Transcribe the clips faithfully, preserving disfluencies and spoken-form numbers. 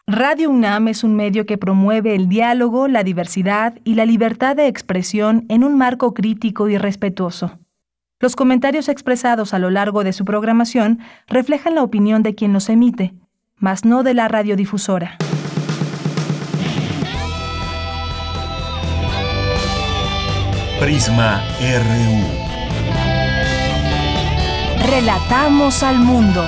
Radio UNAM es un medio que promueve el diálogo, la diversidad y la libertad de expresión en un marco crítico y respetuoso. Los comentarios expresados a lo largo de su programación reflejan la opinión de quien los emite, mas no de la radiodifusora. Prisma R U. Relatamos al mundo.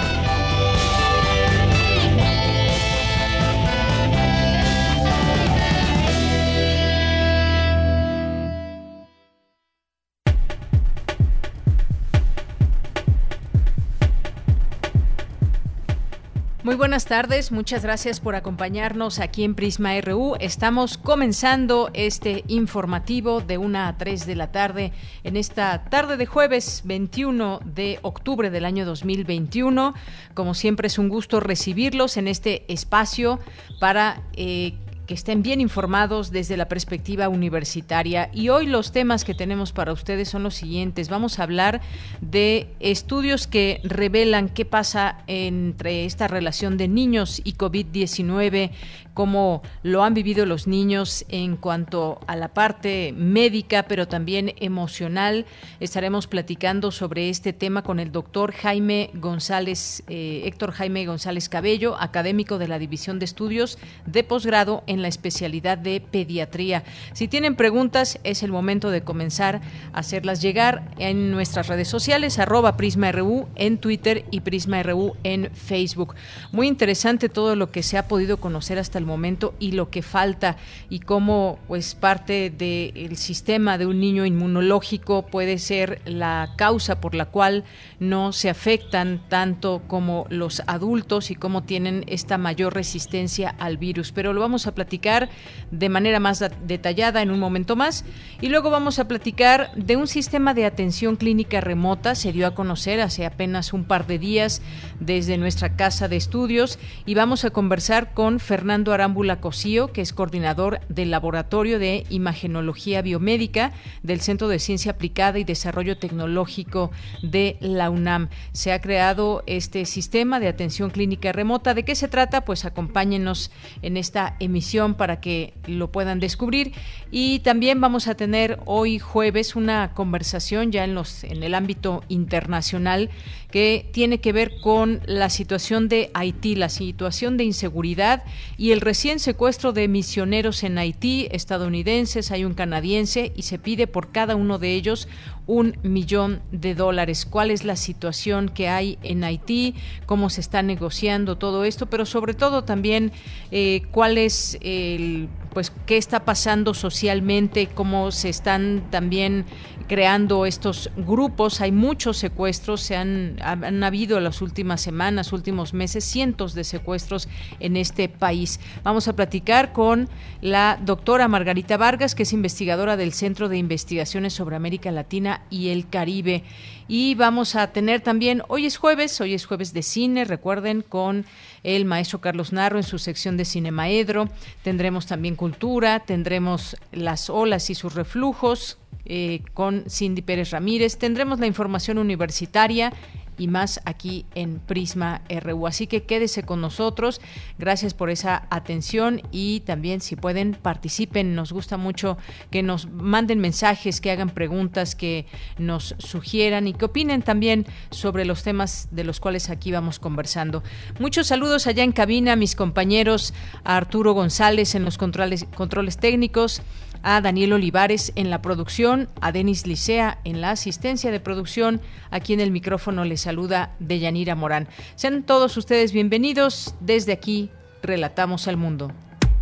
Muy buenas tardes, muchas gracias por acompañarnos aquí en Prisma R U. Estamos comenzando este informativo de una a tres de la tarde en esta tarde de jueves veintiuno de octubre del año dos mil veintiuno. Como siempre es un gusto recibirlos en este espacio para eh, que estén bien informados desde la perspectiva universitaria. Y hoy los temas que tenemos para ustedes son los siguientes. Vamos a hablar de estudios que revelan qué pasa entre esta relación de niños y COVID diecinueve, cómo lo han vivido los niños en cuanto a la parte médica, pero también emocional. Estaremos platicando sobre este tema con el doctor Jaime González, eh, Héctor Jaime González Cabello, académico de la División de Estudios de Posgrado en la especialidad de Pediatría. Si tienen preguntas, es el momento de comenzar a hacerlas llegar en nuestras redes sociales, arroba Prisma R U en Twitter y Prisma R U en Facebook. Muy interesante todo lo que se ha podido conocer hasta el momento y lo que falta y cómo pues parte del sistema de un niño inmunológico puede ser la causa por la cual no se afectan tanto como los adultos y cómo tienen esta mayor resistencia al virus. Pero lo vamos a platicar de manera más detallada en un momento más. Y luego vamos a platicar de un sistema de atención clínica remota. Se dio a conocer hace apenas un par de días desde nuestra casa de estudios y vamos a conversar con Fernando Arámbula Cosío, que es coordinador del Laboratorio de Imagenología Biomédica del Centro de Ciencia Aplicada y Desarrollo Tecnológico de la UNAM. Se ha creado este sistema de atención clínica remota. ¿De qué se trata? Pues acompáñenos en esta emisión para que lo puedan descubrir. Y también vamos a tener hoy jueves una conversación ya en los en el ámbito internacional que tiene que ver con la situación de Haití, la situación de inseguridad y el recién secuestro de misioneros en Haití, estadounidenses, hay un canadiense y se pide por cada uno de ellos un millón de dólares. ¿Cuál es la situación que hay en Haití? ¿Cómo se está negociando todo esto? Pero sobre todo también eh, cuál es el, pues, qué está pasando socialmente, cómo se están también creando estos grupos. Hay muchos secuestros, se han, han habido en las últimas semanas, últimos meses, cientos de secuestros en este país. Vamos a platicar con la doctora Margarita Vargas, que es investigadora del Centro de Investigaciones sobre América Latina y el Caribe. Y vamos a tener también, hoy es jueves, hoy es jueves de cine, recuerden, con el maestro Carlos Narro en su sección de Cinemaedro. Tendremos también cultura, tendremos las olas y sus reflujos, Eh, con Cindy Pérez Ramírez, tendremos la información universitaria y más aquí en Prisma R U. Así que quédese con nosotros, gracias por esa atención y también si pueden participen, nos gusta mucho que nos manden mensajes, que hagan preguntas, que nos sugieran y que opinen también sobre los temas de los cuales aquí vamos conversando. Muchos saludos allá en cabina a mis compañeros, a Arturo González en los controles, controles técnicos, a Daniel Olivares en la producción, a Denis Licea en la asistencia de producción. Aquí en el micrófono les saluda Deyanira Morán. Sean todos ustedes bienvenidos. Desde aquí, Relatamos al Mundo.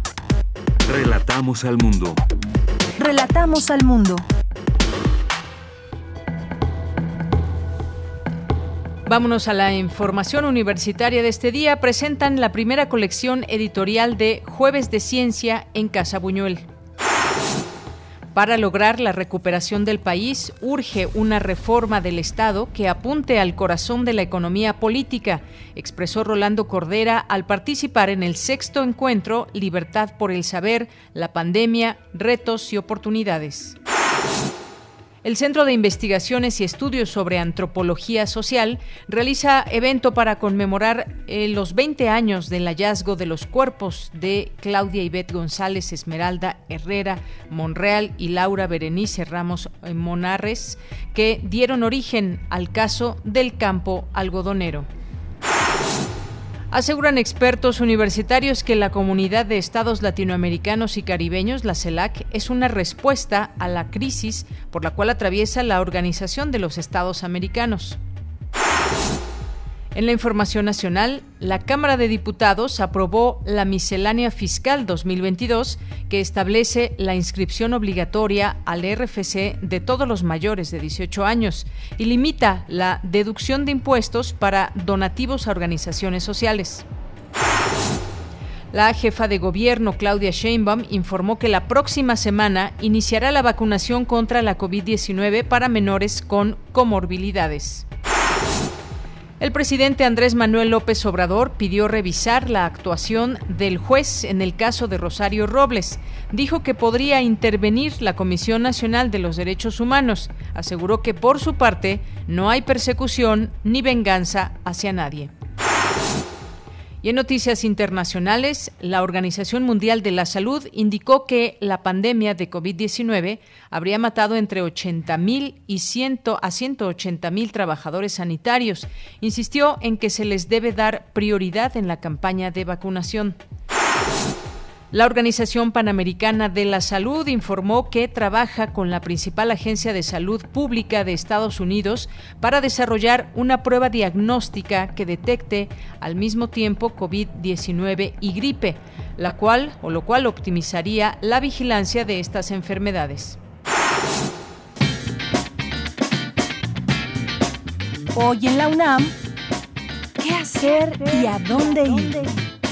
Relatamos al Mundo. Relatamos al Mundo. Vámonos a la información universitaria de este día. Presentan la primera colección editorial de Jueves de Ciencia en Casa Buñuel. Para lograr la recuperación del país, urge una reforma del Estado que apunte al corazón de la economía política, expresó Rolando Cordera al participar en el sexto encuentro Libertad por el Saber, la pandemia, retos y oportunidades. El Centro de Investigaciones y Estudios sobre Antropología Social realiza evento para conmemorar eh, los veinte años del hallazgo de los cuerpos de Claudia Ivette González, Esmeralda Herrera Monreal y Laura Berenice Ramos Monarres, que dieron origen al caso del campo algodonero. Aseguran expertos universitarios que la Comunidad de Estados Latinoamericanos y Caribeños, la CELAC, es una respuesta a la crisis por la cual atraviesa la Organización de los Estados Americanos. En la información nacional, la Cámara de Diputados aprobó la Miscelánea Fiscal dos mil veintidós, que establece la inscripción obligatoria al R F C de todos los mayores de dieciocho años y limita la deducción de impuestos para donativos a organizaciones sociales. La jefa de gobierno, Claudia Sheinbaum, informó que la próxima semana iniciará la vacunación contra la covid diecinueve para menores con comorbilidades. El presidente Andrés Manuel López Obrador pidió revisar la actuación del juez en el caso de Rosario Robles. Dijo que podría intervenir la Comisión Nacional de los Derechos Humanos. Aseguró que por su parte no hay persecución ni venganza hacia nadie. Y en noticias internacionales, la Organización Mundial de la Salud indicó que la pandemia de covid diecinueve habría matado entre ochenta mil y cien a ciento ochenta mil trabajadores sanitarios. Insistió en que se les debe dar prioridad en la campaña de vacunación. La Organización Panamericana de la Salud informó que trabaja con la principal agencia de salud pública de Estados Unidos para desarrollar una prueba diagnóstica que detecte al mismo tiempo covid diecinueve y gripe, la cual o lo cual optimizaría la vigilancia de estas enfermedades. Hoy en la UNAM, ¿qué hacer y a dónde ir?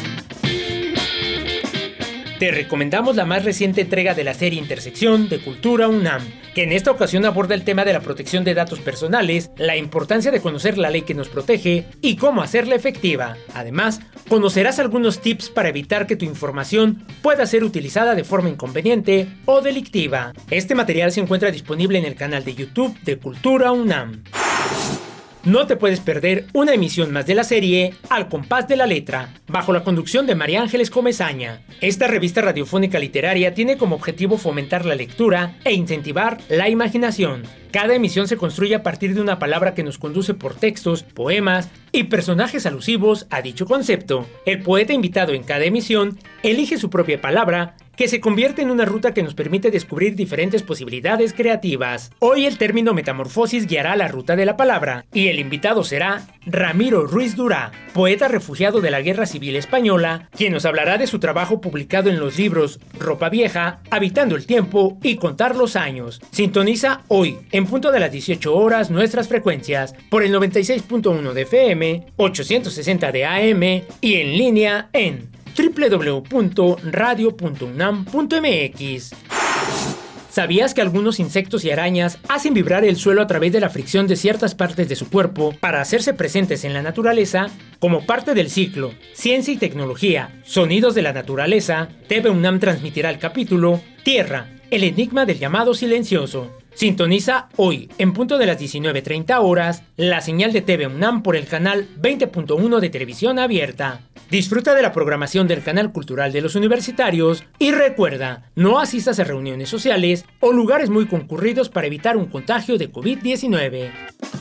Te recomendamos la más reciente entrega de la serie Intersección de Cultura UNAM, que en esta ocasión aborda el tema de la protección de datos personales, la importancia de conocer la ley que nos protege y cómo hacerla efectiva. Además, conocerás algunos tips para evitar que tu información pueda ser utilizada de forma inconveniente o delictiva. Este material se encuentra disponible en el canal de YouTube de Cultura UNAM. No te puedes perder una emisión más de la serie Al compás de la letra, bajo la conducción de María Ángeles Comesaña. Esta revista radiofónica literaria tiene como objetivo fomentar la lectura e incentivar la imaginación. Cada emisión se construye a partir de una palabra que nos conduce por textos, poemas y personajes alusivos a dicho concepto. El poeta invitado en cada emisión elige su propia palabra, que se convierte en una ruta que nos permite descubrir diferentes posibilidades creativas. Hoy el término metamorfosis guiará la ruta de la palabra, y el invitado será Ramiro Ruiz Durá, poeta refugiado de la Guerra Civil Española, quien nos hablará de su trabajo publicado en los libros Ropa Vieja, Habitando el Tiempo y Contar los Años. Sintoniza hoy, en punto de las dieciocho horas, nuestras frecuencias, por el noventa y seis punto uno de F M, ochocientos sesenta de A M y en línea en doble u doble u doble u punto radio punto unam punto m x. ¿Sabías que algunos insectos y arañas hacen vibrar el suelo a través de la fricción de ciertas partes de su cuerpo para hacerse presentes en la naturaleza? Como parte del ciclo Ciencia y Tecnología, Sonidos de la Naturaleza, T V UNAM transmitirá el capítulo Tierra, el enigma del llamado silencioso. Sintoniza hoy, en punto de las diecinueve treinta horas, la señal de T V UNAM por el canal veinte punto uno de televisión abierta. Disfruta de la programación del canal cultural de los universitarios y recuerda, no asistas a reuniones sociales o lugares muy concurridos para evitar un contagio de covid diecinueve.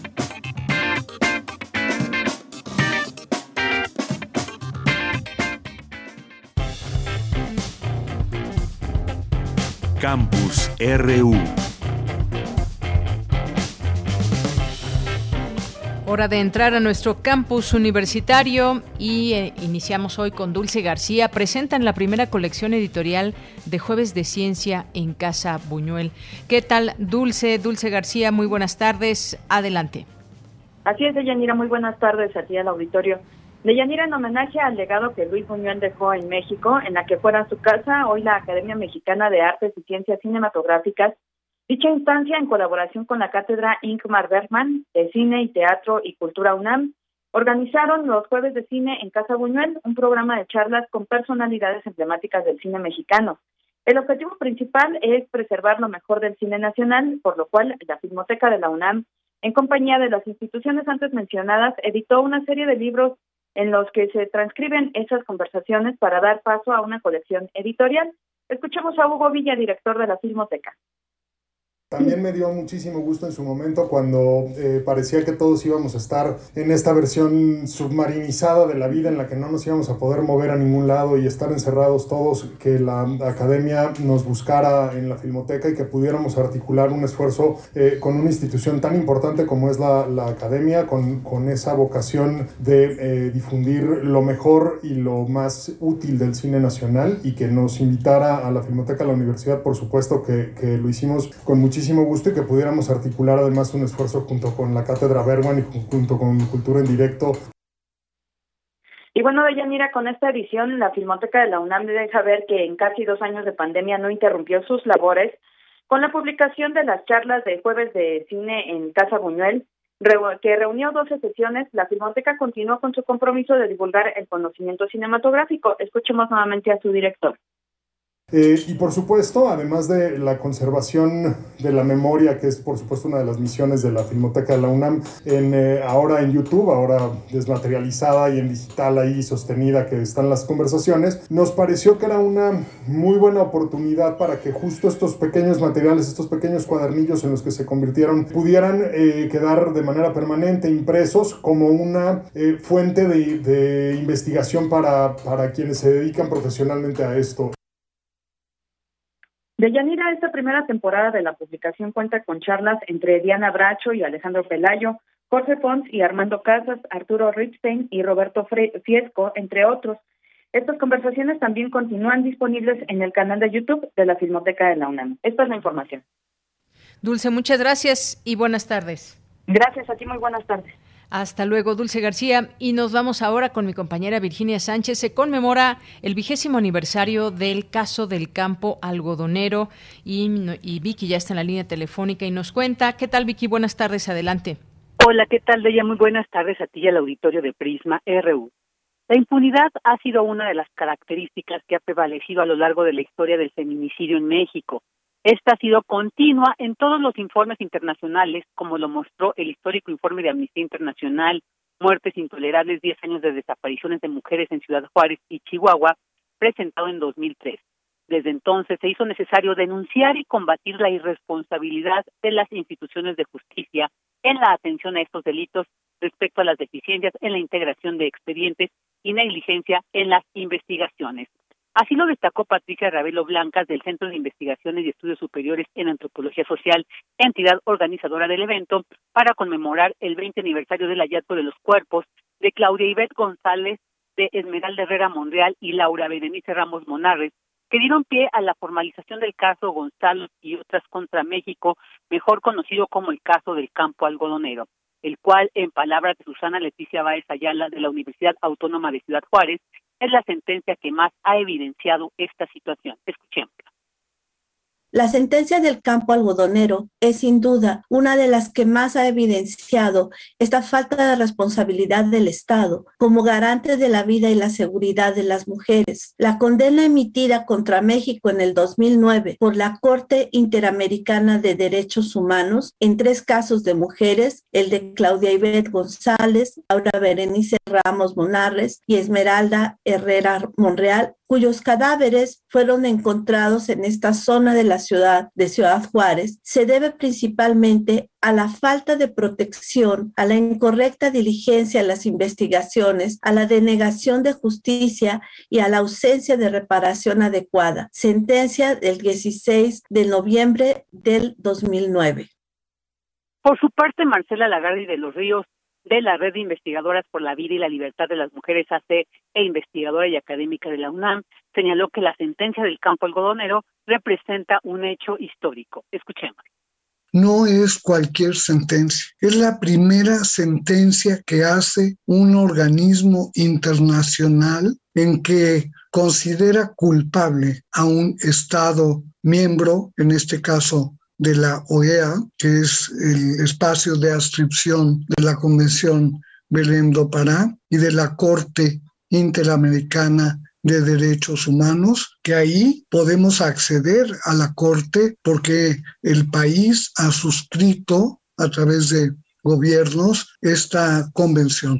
Campus R U. Hora de entrar a nuestro campus universitario y eh, iniciamos hoy con Dulce García. Presentan la primera colección editorial de Jueves de Ciencia en Casa Buñuel. ¿Qué tal, Dulce? Dulce García, muy buenas tardes. Adelante. Así es, Deyanira, muy buenas tardes a ti al auditorio. Deyanira, en homenaje al legado que Luis Buñuel dejó en México, en la que fuera su casa, hoy la Academia Mexicana de Artes y Ciencias Cinematográficas, dicha instancia, en colaboración con la Cátedra Ingmar Bergman de Cine y Teatro y Cultura UNAM, organizaron los Jueves de Cine en Casa Buñuel, un programa de charlas con personalidades emblemáticas del cine mexicano. El objetivo principal es preservar lo mejor del cine nacional, por lo cual la Filmoteca de la UNAM, en compañía de las instituciones antes mencionadas, editó una serie de libros en los que se transcriben esas conversaciones para dar paso a una colección editorial. Escuchemos a Hugo Villa, director de la Filmoteca. También me dio muchísimo gusto en su momento cuando eh, parecía que todos íbamos a estar en esta versión submarinizada de la vida en la que no nos íbamos a poder mover a ningún lado y estar encerrados todos, que la academia nos buscara en la Filmoteca y que pudiéramos articular un esfuerzo eh, con una institución tan importante como es la, la academia, con, con esa vocación de eh, difundir lo mejor y lo más útil del cine nacional, y que nos invitara a la Filmoteca de la universidad. Por supuesto que, que lo hicimos con muchísimo muchísimo gusto, y que pudiéramos articular además un esfuerzo junto con la Cátedra Bergman y junto con Cultura en Directo. Y bueno, Deyanira, con esta edición, la Filmoteca de la UNAM deja ver que en casi dos años de pandemia no interrumpió sus labores. Con la publicación de las charlas de Jueves de Cine en Casa Buñuel, que reunió doce sesiones, la Filmoteca continuó con su compromiso de divulgar el conocimiento cinematográfico. Escuchemos nuevamente a su director. Eh, y por supuesto, además de la conservación de la memoria, que es por supuesto una de las misiones de la Filmoteca de la UNAM, en, eh, ahora en YouTube, ahora desmaterializada y en digital ahí sostenida que están las conversaciones, nos pareció que era una muy buena oportunidad para que justo estos pequeños materiales, estos pequeños cuadernillos en los que se convirtieron, pudieran eh, quedar de manera permanente impresos como una eh, fuente de, de investigación para, para quienes se dedican profesionalmente a esto. Deyanira, esta primera temporada de la publicación cuenta con charlas entre Diana Bracho y Alejandro Pelayo, Jorge Pons y Armando Casas, Arturo Ripstein y Roberto Fiesco, entre otros. Estas conversaciones también continúan disponibles en el canal de YouTube de la Filmoteca de la UNAM. Esta es la información. Dulce, muchas gracias y buenas tardes. Gracias a ti, muy buenas tardes. Hasta luego, Dulce García. Y nos vamos ahora con mi compañera Virginia Sánchez. Se conmemora el vigésimo aniversario del caso del campo algodonero y, y Vicky ya está en la línea telefónica y nos cuenta. ¿Qué tal, Vicky? Buenas tardes, adelante. Hola, ¿qué tal, Deya? Muy buenas tardes a ti y al auditorio de Prisma R U. La impunidad ha sido una de las características que ha prevalecido a lo largo de la historia del feminicidio en México. Esta ha sido continua en todos los informes internacionales, como lo mostró el histórico informe de Amnistía Internacional, Muertes Intolerables, diez años de desapariciones de mujeres en Ciudad Juárez y Chihuahua, presentado en dos mil tres. Desde entonces se hizo necesario denunciar y combatir la irresponsabilidad de las instituciones de justicia en la atención a estos delitos respecto a las deficiencias en la integración de expedientes y negligencia en las investigaciones. Así lo destacó Patricia Ravelo Blancas del Centro de Investigaciones y Estudios Superiores en Antropología Social, entidad organizadora del evento, para conmemorar el veinte aniversario del hallazgo de los cuerpos de Claudia Ivette González, de Esmeralda Herrera Monreal y Laura Berenice Ramos Monarres, que dieron pie a la formalización del caso Gonzalo y otras contra México, mejor conocido como el caso del campo algodonero, el cual, en palabras de Susana Leticia Báez Ayala de la Universidad Autónoma de Ciudad Juárez, es la sentencia que más ha evidenciado esta situación. Escuchemos. La sentencia del campo algodonero es sin duda una de las que más ha evidenciado esta falta de responsabilidad del Estado como garante de la vida y la seguridad de las mujeres. La condena emitida contra México en el dos mil nueve por la Corte Interamericana de Derechos Humanos en tres casos de mujeres, el de Claudia Ivette González, Laura Berenice Ramos Monarres y Esmeralda Herrera Monreal, cuyos cadáveres fueron encontrados en esta zona de la ciudad de Ciudad Juárez, se debe principalmente a la falta de protección, a la incorrecta diligencia en las investigaciones, a la denegación de justicia y a la ausencia de reparación adecuada. Sentencia del dieciséis de noviembre del dos mil nueve. Por su parte, Marcela Lagarde de los Ríos, de la Red de Investigadoras por la Vida y la Libertad de las Mujeres A C e investigadora y académica de la UNAM, señaló que la sentencia del campo algodonero representa un hecho histórico. Escuchemos. No es cualquier sentencia, es la primera sentencia que hace un organismo internacional en que considera culpable a un Estado miembro, en este caso de la O E A, que es el espacio de adscripción de la Convención Belém do Pará, y de la Corte Interamericana de Derechos Humanos, que ahí podemos acceder a la Corte porque el país ha suscrito a través de gobiernos esta convención.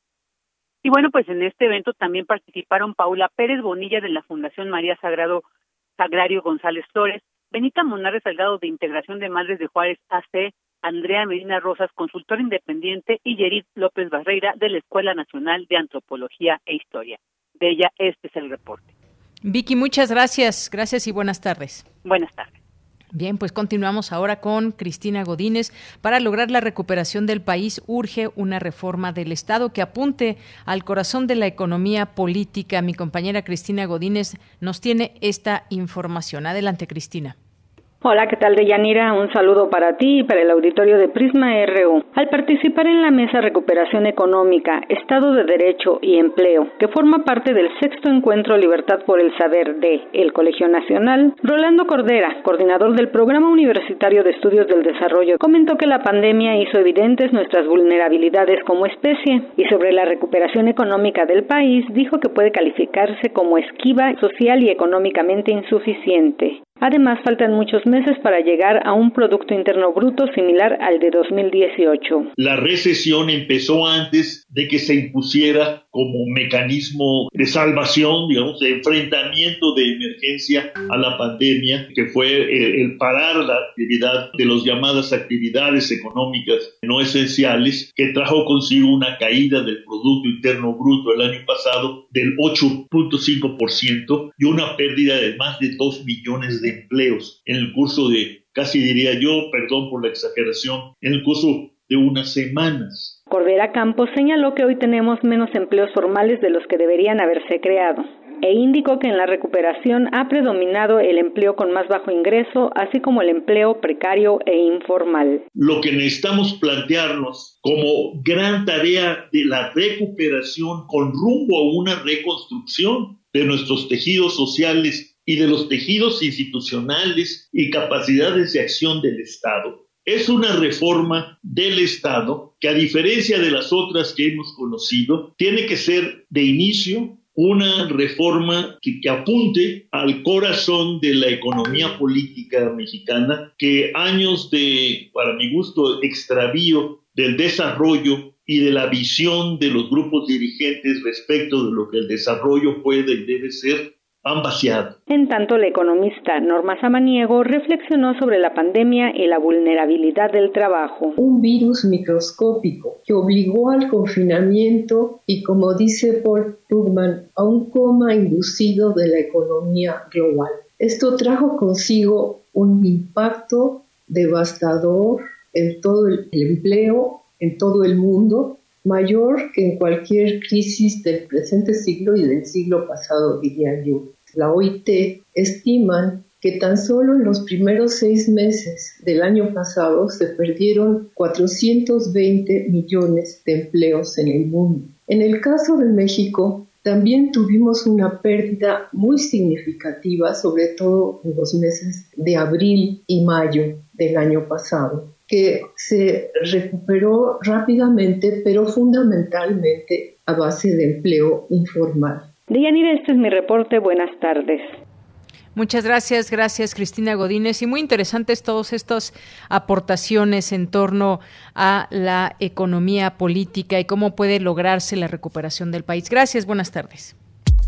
Y bueno, pues en este evento también participaron Paula Pérez Bonilla de la Fundación María Sagrado Sagrario González Flores, Benita Monarres Salgado de Integración de Madres de Juárez A C, Andrea Medina Rosas, consultora independiente, y Yerit López Barreira de la Escuela Nacional de Antropología e Historia. De ella, este es el reporte. Vicky, muchas gracias. Gracias y buenas tardes. Buenas tardes. Bien, pues continuamos ahora con Cristina Godínez. Para lograr la recuperación del país urge una reforma del Estado que apunte al corazón de la economía política. Mi compañera Cristina Godínez nos tiene esta información. Adelante, Cristina. Hola, ¿qué tal, Deyanira? Un saludo para ti y para el auditorio de Prisma R U. Al participar en la Mesa Recuperación Económica, Estado de Derecho y Empleo, que forma parte del sexto encuentro Libertad por el Saber de el Colegio Nacional, Rolando Cordera, coordinador del Programa Universitario de Estudios del Desarrollo, comentó que la pandemia hizo evidentes nuestras vulnerabilidades como especie y sobre la recuperación económica del país dijo que puede calificarse como esquiva, social y económicamente insuficiente. Además, faltan muchos meses para llegar a un Producto Interno Bruto similar al de dos mil dieciocho. La recesión empezó antes de que se impusiera como mecanismo de salvación, digamos, de enfrentamiento de emergencia a la pandemia, que fue el, el parar la actividad de las llamadas actividades económicas no esenciales, que trajo consigo una caída del Producto Interno Bruto el año pasado del ocho punto cinco por ciento y una pérdida de más de dos millones de empleos en el curso de, casi diría yo, perdón por la exageración, en el curso de unas semanas. Cordera Campos señaló que hoy tenemos menos empleos formales de los que deberían haberse creado e indicó que en la recuperación ha predominado el empleo con más bajo ingreso, así como el empleo precario e informal. Lo que necesitamos plantearnos como gran tarea de la recuperación con rumbo a una reconstrucción de nuestros tejidos sociales y de los tejidos institucionales y capacidades de acción del Estado. Es una reforma del Estado que, a diferencia de las otras que hemos conocido, tiene que ser de inicio una reforma que, que apunte al corazón de la economía política mexicana, que años de, para mi gusto, extravío del desarrollo y de la visión de los grupos dirigentes respecto de lo que el desarrollo puede y debe ser, han vaciado. En tanto, la economista Norma Samaniego reflexionó sobre la pandemia y la vulnerabilidad del trabajo. Un virus microscópico que obligó al confinamiento y, como dice Paul Krugman, a un coma inducido de la economía global. Esto trajo consigo un impacto devastador en todo el empleo, en todo el mundo, mayor que en cualquier crisis del presente siglo y del siglo pasado, diría yo. La O I T estiman que tan solo en los primeros seis meses del año pasado se perdieron cuatrocientos veinte millones de empleos en el mundo. En el caso de México, también tuvimos una pérdida muy significativa, sobre todo en los meses de abril y mayo del año pasado, que se recuperó rápidamente, pero fundamentalmente a base de empleo informal. Deyanira, este es mi reporte. Buenas tardes. Muchas gracias, gracias Cristina Godínez. Y muy interesantes todas estas aportaciones en torno a la economía política y cómo puede lograrse la recuperación del país. Gracias, buenas tardes.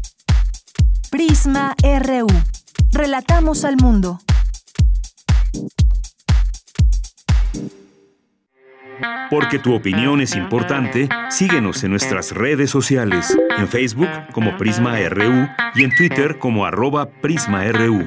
Prisma R U. Relatamos al mundo. Porque tu opinión es importante, síguenos en nuestras redes sociales, en Facebook como Prisma R U y en Twitter como arroba PrismaRU.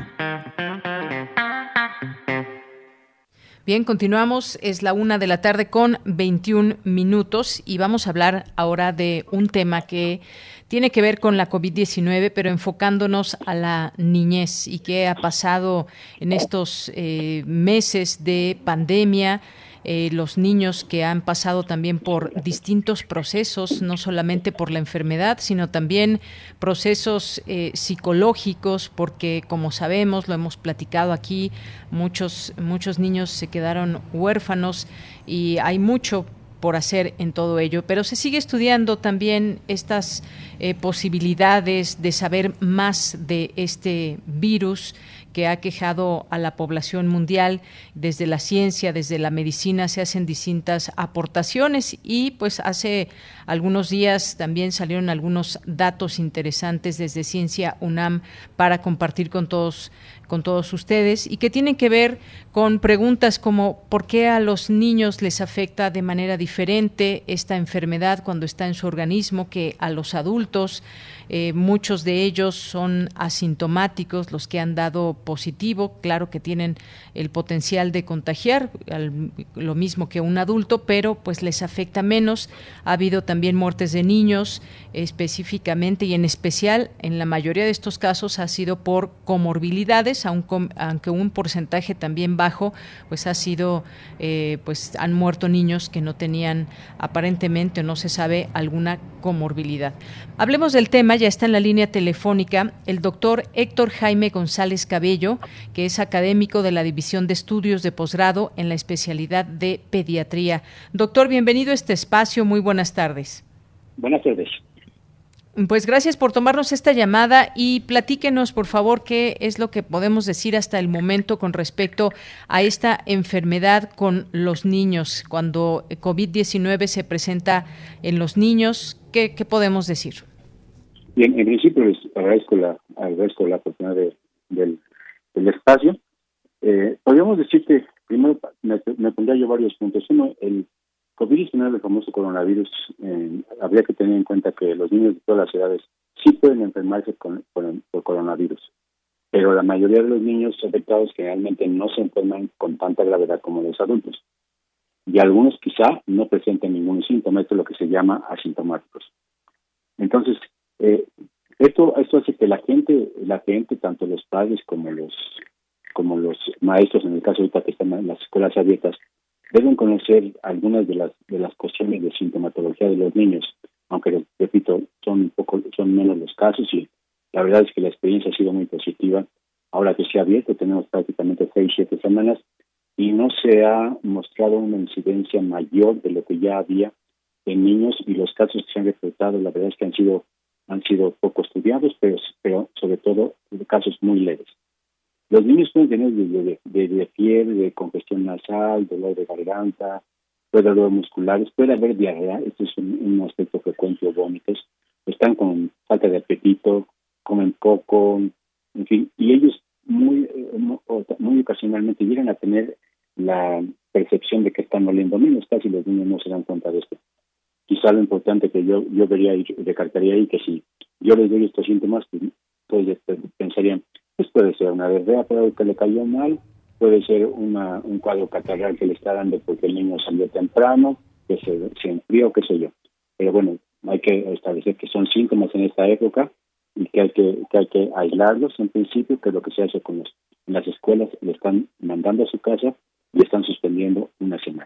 Bien, continuamos, es la una de la tarde con veintiún minutos y vamos a hablar ahora de un tema que tiene que ver con la covid diecinueve, pero enfocándonos a la niñez y qué ha pasado en estos eh, meses de pandemia. Eh, los niños que han pasado también por distintos procesos, no solamente por la enfermedad, sino también procesos eh, psicológicos, porque como sabemos, lo hemos platicado aquí, muchos, muchos niños se quedaron huérfanos y hay mucho por hacer en todo ello. Pero se sigue estudiando también estas eh, posibilidades de saber más de este virus que ha quejado a la población mundial. Desde la ciencia, desde la medicina se hacen distintas aportaciones y pues hace algunos días también salieron algunos datos interesantes desde Ciencia UNAM para compartir con todos con todos ustedes y que tienen que ver con preguntas como ¿por qué a los niños les afecta de manera diferente esta enfermedad cuando está en su organismo que a los adultos? Eh, muchos de ellos son asintomáticos, los que han dado positivo, claro que tienen el potencial de contagiar, al, lo mismo que un adulto, pero pues les afecta menos. Ha habido también muertes de niños específicamente y en especial en la mayoría de estos casos ha sido por comorbilidades, aunque un porcentaje también bajo, pues ha sido, eh, pues han muerto niños que no tenían aparentemente, no se sabe, alguna comorbilidad. Hablemos del tema, ya está en la línea telefónica el doctor Héctor Jaime González Cabello, que es académico de la División de Estudios de Posgrado en la especialidad de Pediatría. Doctor, bienvenido a este espacio, muy buenas tardes. Buenas tardes. Pues gracias por tomarnos esta llamada y platíquenos, por favor, qué es lo que podemos decir hasta el momento con respecto a esta enfermedad con los niños. Cuando COVID diecinueve se presenta en los niños, ¿qué, qué podemos decir? Bien, en principio les agradezco la, agradezco la oportunidad de, del, del espacio. Eh, podríamos decir que primero me, me pondría yo varios puntos. Uno, el COVID diecinueve, el famoso coronavirus, eh, habría que tener en cuenta que los niños de todas las edades sí pueden enfermarse con, con, por coronavirus, pero la mayoría de los niños afectados generalmente no se enferman con tanta gravedad como los adultos. Y algunos quizá no presenten ningún síntoma, esto es lo que se llama asintomáticos. Entonces, eh, esto esto hace que la gente, la gente, tanto los padres como los como los maestros, en el caso ahorita que están en las escuelas abiertas, deben conocer algunas de las de las cuestiones de sintomatología de los niños, aunque repito, son un poco son menos los casos y la verdad es que la experiencia ha sido muy positiva. Ahora que se ha abierto, tenemos prácticamente seis, siete semanas y no se ha mostrado una incidencia mayor de lo que ya había en niños y los casos que se han reportado, la verdad es que han sido han sido poco estudiados, pero pero sobre todo casos muy leves. Los niños pueden tener de, de, de fiebre, de congestión nasal, dolor de garganta, puede haber musculares, puede haber diarrea, esto es un, un aspecto frecuente, o vómitos, están con falta de apetito, comen poco, en fin, y ellos muy, muy ocasionalmente llegan a tener la percepción de que están oliendo menos, casi los niños no se dan cuenta de esto. Quizá lo importante que yo yo vería y recalcaría ahí que si yo les doy estos síntomas, pues pensarían, pues puede ser una diarrea, pero que le cayó mal, puede ser una, un cuadro catarral que le está dando porque el niño salió temprano, que se, se enfrió, qué sé yo. Pero bueno, hay que establecer que son síntomas en esta época y que hay que, que hay que aislarlos en principio, que es lo que se hace con los, en las escuelas, le están mandando a su casa y están suspendiendo una semana.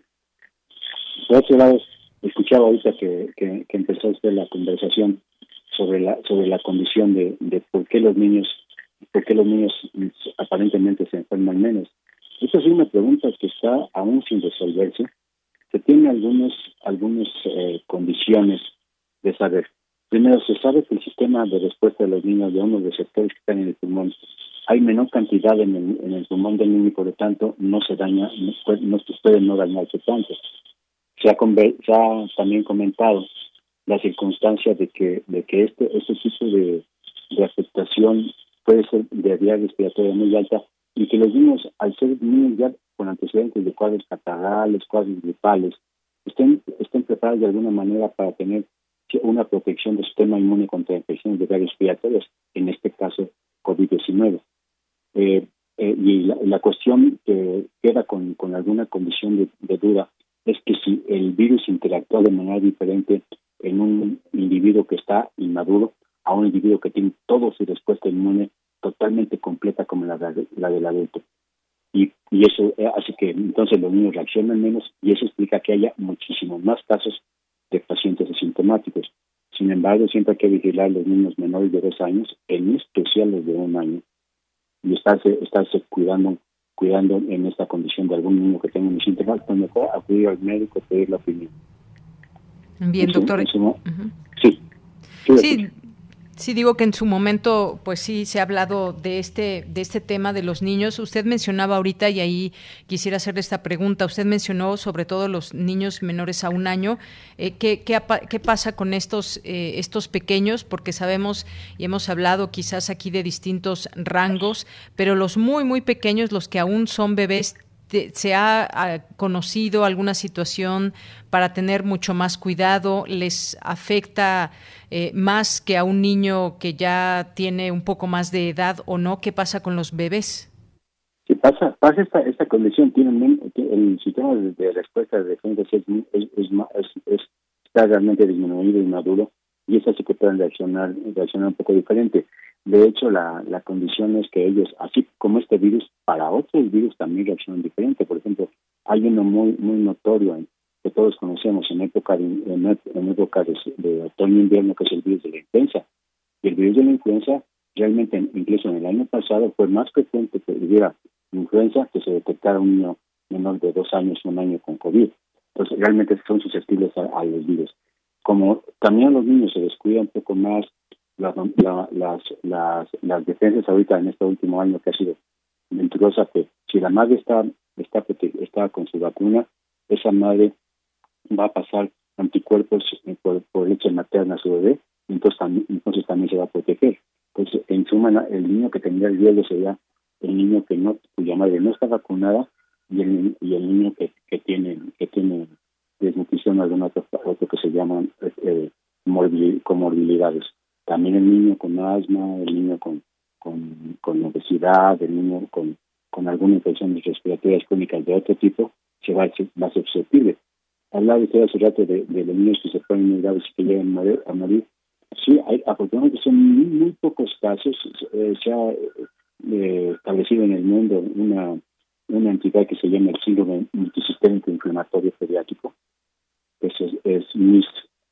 Por otro lado, escuchaba ahorita que, que, que empezó usted la conversación sobre la sobre la condición de, de por qué los niños por qué los niños aparentemente se enferman menos. Esta es una pregunta que está aún sin resolverse. Se tienen algunos algunas eh, condiciones de saber. Primero, se sabe que el sistema de respuesta de los niños, de unos receptores que están en el pulmón, hay menor cantidad en el, en el pulmón del niño y por lo tanto no se daña, no, puede, no se puede no dañarse tanto. Se ha, se ha también comentado la circunstancia de que de que este este tipo de, de afectación puede ser de vía respiratoria muy alta y que los niños, al ser niños ya con antecedentes de cuadros catarrales, cuadros gripales, estén estén preparados de alguna manera para tener una protección del sistema inmune contra infecciones de vías respiratorias, en este caso COVID diecinueve. Eh, eh, y la, la cuestión que queda con, con alguna condición de, de duda es que si el virus interactúa de manera diferente en un individuo que está inmaduro a un individuo que tiene toda su respuesta inmune totalmente completa como la, de, la del adulto. Y, y eso hace que entonces los niños reaccionan menos y eso explica que haya muchísimos más casos de pacientes asintomáticos. Sin embargo, siempre hay que vigilar a los niños menores de dos años, en especial los de un año, y estarse, estarse cuidando cuidando en esta condición de algún niño que tenga un síntoma, pues mejor acudir al médico, pedir la opinión. Bien, doctor. En su, uh-huh. Sí. Sí. sí. Sí, digo que en su momento, pues sí, se ha hablado de este de este tema de los niños. Usted mencionaba ahorita, y ahí quisiera hacerle esta pregunta, usted mencionó sobre todo los niños menores a un año. Eh, ¿qué, qué, ¿Qué pasa con estos, eh, estos pequeños? Porque sabemos y hemos hablado quizás aquí de distintos rangos, pero los muy, muy pequeños, los que aún son bebés, ¿se ha conocido alguna situación para tener mucho más cuidado? ¿Les afecta eh, más que a un niño que ya tiene un poco más de edad o no? ¿Qué pasa con los bebés? Sí, pasa, pasa esta, esta condición. Tiene el sistema de, de respuesta de defensa es, es, es, es, es, está realmente disminuido y maduro, y es así que pueden reaccionar, reaccionar un poco diferente. De hecho, la, la condición es que ellos, así como este virus, para otros virus también reaccionan diferente. Por ejemplo, hay uno muy muy notorio en, que todos conocemos en época de, en, en época de, de otoño e invierno, que es el virus de la influenza. Y el virus de la influenza, realmente, incluso en el año pasado, fue más frecuente que hubiera influenza que se detectara un niño menor de dos años, un año con COVID. Entonces, realmente son susceptibles a, a los virus. Como también los niños se descuidan un poco más, Las, la, las, las, las defensas ahorita en este último año que ha sido venturosa, que si la madre está, está, está con su vacuna, esa madre va a pasar anticuerpos por, por leche materna a su bebé, entonces también, entonces también se va a proteger. Entonces, en suma, el niño que tendría el riesgo sería el niño que no, cuya madre no está vacunada, y el, y el niño que, que tiene que tiene desnutrición o algún otro, otro que se llaman eh, morbi, comorbilidades. También el niño con asma, el niño con con, con obesidad, el niño con, con alguna infección respiratoria crónica de otro tipo, se va, va a ser susceptible. Hablaba usted hace rato de, de los niños que se ponen muy graves y que llegan a morir. A morir. Sí, hay, afortunadamente son muy, muy pocos casos. Eh, se ha eh, establecido en el mundo una, una entidad que se llama el síndrome multisistémico inflamatorio pediátrico. Eso es, es M I S,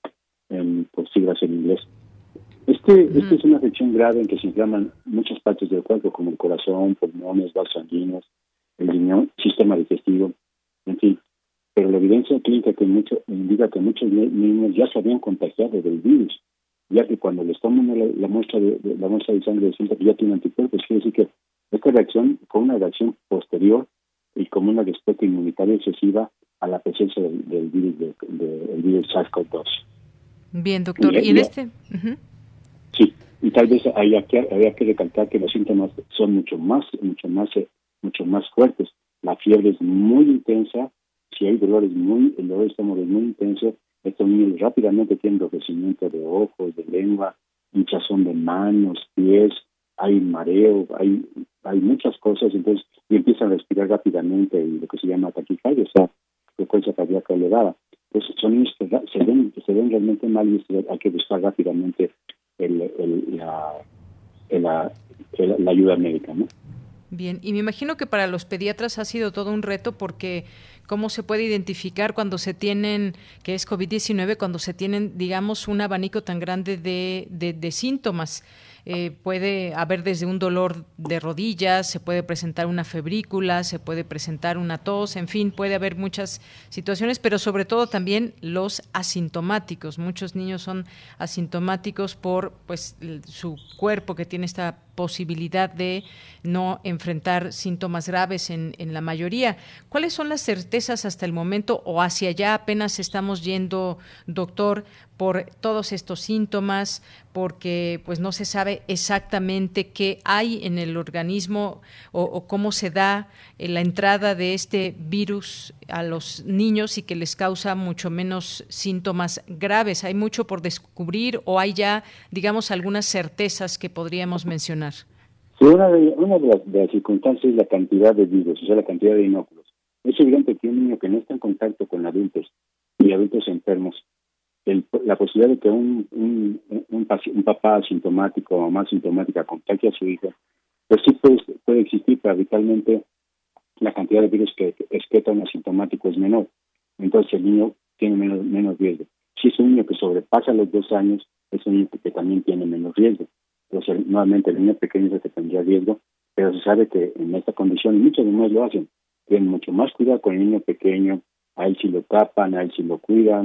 en, por siglas en inglés. Este, uh-huh. Esta es una afección grave en que se inflaman muchas partes del cuerpo, como el corazón, pulmones, vasos sanguíneos, el riñón, sistema digestivo, en fin. Pero la evidencia clínica que mucho, indica que muchos niños ya se habían contagiado del virus, ya que cuando les toman la, la muestra de, de la muestra de sangre resulta que ya tienen anticuerpos. Quiere decir que esta reacción fue una reacción posterior y como una respuesta inmunitaria excesiva a la presencia del, del virus de, de, del virus SARS-CoV dos. Bien, doctor. Y, y en ya, este... Uh-huh. Sí, y tal vez habría que, habría que recalcar que los síntomas son mucho más, mucho más, mucho más fuertes. La fiebre es muy intensa, si hay dolores muy, el dolor de estómago es muy intenso, estos niños rápidamente tienen enrojecimiento de ojos, de lengua, hinchazón de manos, pies, hay mareo, hay hay muchas cosas, entonces, y empiezan a respirar rápidamente y lo que se llama taquicardia, o sea, frecuencia cardíaca elevada. Entonces, son niños que se ven, que se ven realmente mal y hay que buscar rápidamente el, el, la, el, la, el, la ayuda médica, ¿no? Bien, y me imagino que para los pediatras ha sido todo un reto porque ¿cómo se puede identificar cuando se tienen, que es COVID diecinueve, cuando se tienen, digamos, un abanico tan grande de, de, de síntomas? Eh, puede haber desde un dolor de rodillas, se puede presentar una febrícula, se puede presentar una tos, en fin, puede haber muchas situaciones, pero sobre todo también los asintomáticos. Muchos niños son asintomáticos por pues su cuerpo que tiene esta posibilidad de no enfrentar síntomas graves en, en la mayoría. ¿Cuáles son las certezas hasta el momento o hacia allá apenas estamos yendo, doctor, por todos estos síntomas, porque pues no se sabe exactamente qué hay en el organismo o, o cómo se da la entrada de este virus a los niños y que les causa mucho menos síntomas graves? ¿Hay mucho por descubrir o hay ya, digamos, algunas certezas que podríamos mencionar? Sí, una de, una de, las, de las circunstancias es la cantidad de virus, o sea, la cantidad de inóculos. Es evidente que un niño que no está en contacto con adultos y adultos enfermos, El, la posibilidad de que un, un, un, un papá asintomático o mamá asintomática contagie a su hijo, pues sí puede, puede existir, pero habitualmente la cantidad de virus que excreta un asintomático es menor. Entonces el niño tiene menos, menos riesgo. Si es un niño que sobrepasa los dos años, es un niño que también tiene menos riesgo. Entonces, nuevamente, el niño pequeño es el que tendría riesgo, pero se sabe que en esta condición, muchos demás lo hacen, tienen mucho más cuidado con el niño pequeño, a él sí lo tapan, a él sí lo cuidan,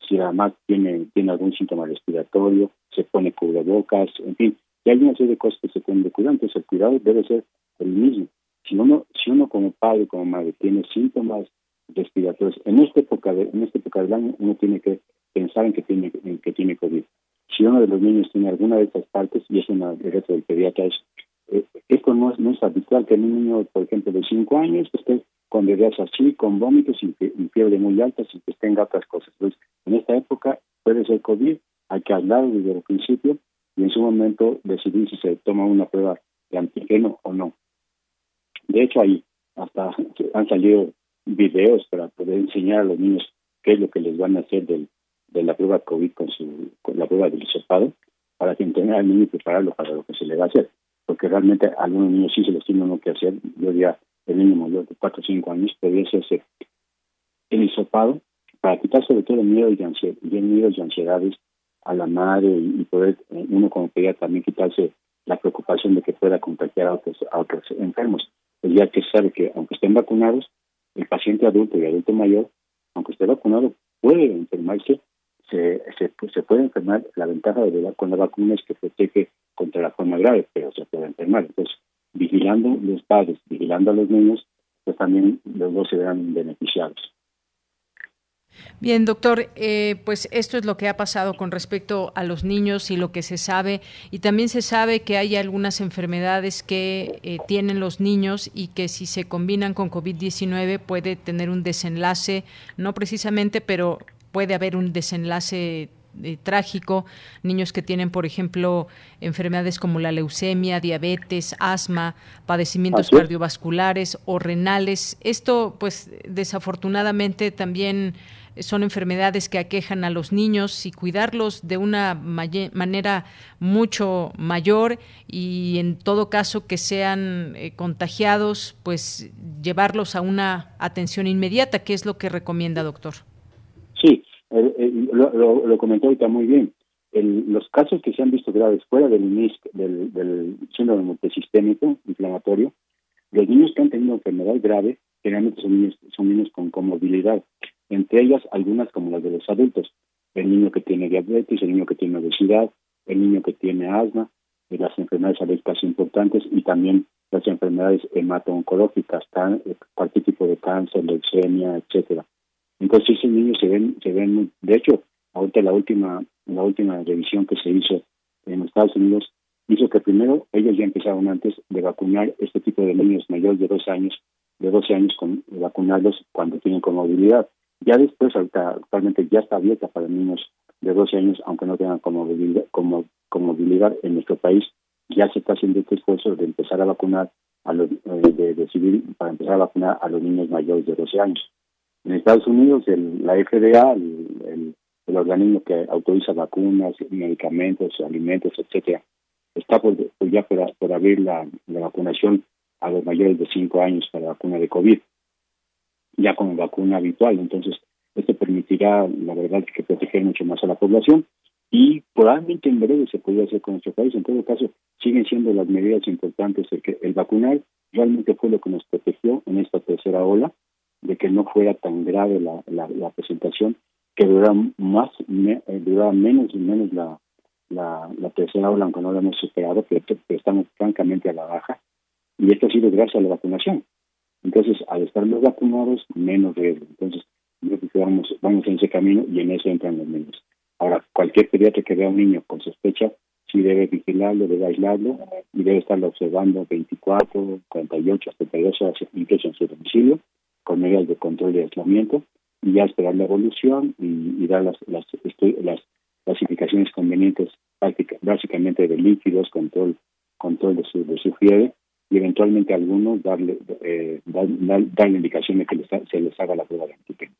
si además tiene, tiene algún síntoma respiratorio, se pone cubrebocas, en fin, y hay una serie de cosas que se pueden cuidar, entonces el cuidado debe ser el mismo. Si uno, si uno como padre, como madre, tiene síntomas respiratorios, en esta época de, en esta época del año, uno tiene que pensar en que tiene, en que tiene COVID. Si uno de los niños tiene alguna de estas partes, y es una derecho del pediatra, es, eh, esto no es, no es habitual que un niño, por ejemplo, de cinco años, que esté con diarreas así, con vómitos y, y fiebre muy alta, y que tenga otras cosas. Entonces, en esta época puede ser COVID, hay que hablar desde el principio y en su momento decidir si se toma una prueba de antígeno o no. De hecho, ahí hasta han salido videos para poder enseñar a los niños qué es lo que les van a hacer del, de la prueba COVID con su con la prueba del hisopado, para que entrenar al niño y prepararlo para lo que se le va a hacer. Porque realmente a algunos niños sí se les tiene uno que hacer. Yo diría, el niño mayor de cuatro o cinco años podría hacerse el hisopado para quitar sobre todo el miedo y, ansiedad, y el miedo y ansiedades a la madre y, y poder eh, uno como pediatra también quitarse la preocupación de que pueda contagiar a otros, a otros enfermos. Pues ya que sabe que aunque estén vacunados, el paciente adulto y adulto mayor, aunque esté vacunado, puede enfermarse, se, se, se puede enfermar. La ventaja de la, con la vacuna es que protege contra la forma grave, pero se puede enfermar. Entonces, vigilando los padres, vigilando a los niños, pues también los dos se verán beneficiados. Bien, doctor, eh, pues esto es lo que ha pasado con respecto a los niños y lo que se sabe, y también se sabe que hay algunas enfermedades que eh, tienen los niños y que si se combinan con COVID diecinueve puede tener un desenlace, no precisamente, pero puede haber un desenlace Eh, trágico, niños que tienen, por ejemplo, enfermedades como la leucemia, diabetes, asma, padecimientos ¿Así? cardiovasculares o renales. Esto, pues, desafortunadamente también son enfermedades que aquejan a los niños y cuidarlos de una may- manera mucho mayor y en todo caso que sean eh, contagiados, pues llevarlos a una atención inmediata, ¿qué es lo que recomienda, doctor? Sí. Eh, eh, lo, lo, lo comentó ahorita muy bien. El, los casos que se han visto graves fuera del I N I S C, del, del síndrome multisistémico inflamatorio, los niños que han tenido enfermedad grave generalmente son niños, son niños con comorbilidad, entre ellas algunas como las de los adultos, el niño que tiene diabetes, el niño que tiene obesidad, el niño que tiene asma, y las enfermedades alérgicas importantes y también las enfermedades hemato-oncológicas, can, cualquier tipo de cáncer, leucemia, etcétera. Entonces esos niños se ven, se ven, de hecho, ahorita la última, la última revisión que se hizo en Estados Unidos hizo que primero ellos ya empezaron antes de vacunar este tipo de niños mayores de dos años, de doce años con de vacunarlos cuando tienen comorbilidad. Ya después, ahorita actualmente ya está abierta para niños de doce años, aunque no tengan comorbilidad, como, comorbilidad en nuestro país, ya se está haciendo este esfuerzo de empezar a vacunar a los, eh, de decidir para empezar a vacunar a los niños mayores de doce años. En Estados Unidos, el, la F D A, el, el, el organismo que autoriza vacunas, medicamentos, alimentos, etcétera, está por, por ya por, por abrir la, la vacunación a los mayores de cinco años para la vacuna de COVID, ya como vacuna habitual. Entonces, esto permitirá, la verdad, que proteger mucho más a la población y probablemente en breve se podría hacer con nuestro país. En todo caso, siguen siendo las medidas importantes de que el vacunar realmente fue lo que nos protegió en esta tercera ola, de que no fuera tan grave la, la, la presentación, que durara más, me, eh, durara menos y menos la, la, la tercera ola, aunque no la hemos superado, pero, pero estamos francamente a la baja, y esto ha sido gracias a la vacunación. Entonces, al estar más vacunados, menos riesgo. Entonces, yo creo que vamos, vamos en ese camino y en eso entran los niños. Ahora, cualquier pediatra que vea a un niño con sospecha, sí debe vigilarlo, debe aislarlo y debe estarlo observando veinticuatro, cuarenta y ocho, setenta y dos horas, incluso en su domicilio, con medidas de control y aislamiento, y ya esperar la evolución y, y dar las, las, las clasificaciones convenientes, básicamente de líquidos, control control de su, de su fiebre, y eventualmente a algunos darle eh, dar, dar, darle indicación de que les, se les haga la prueba de antígeno.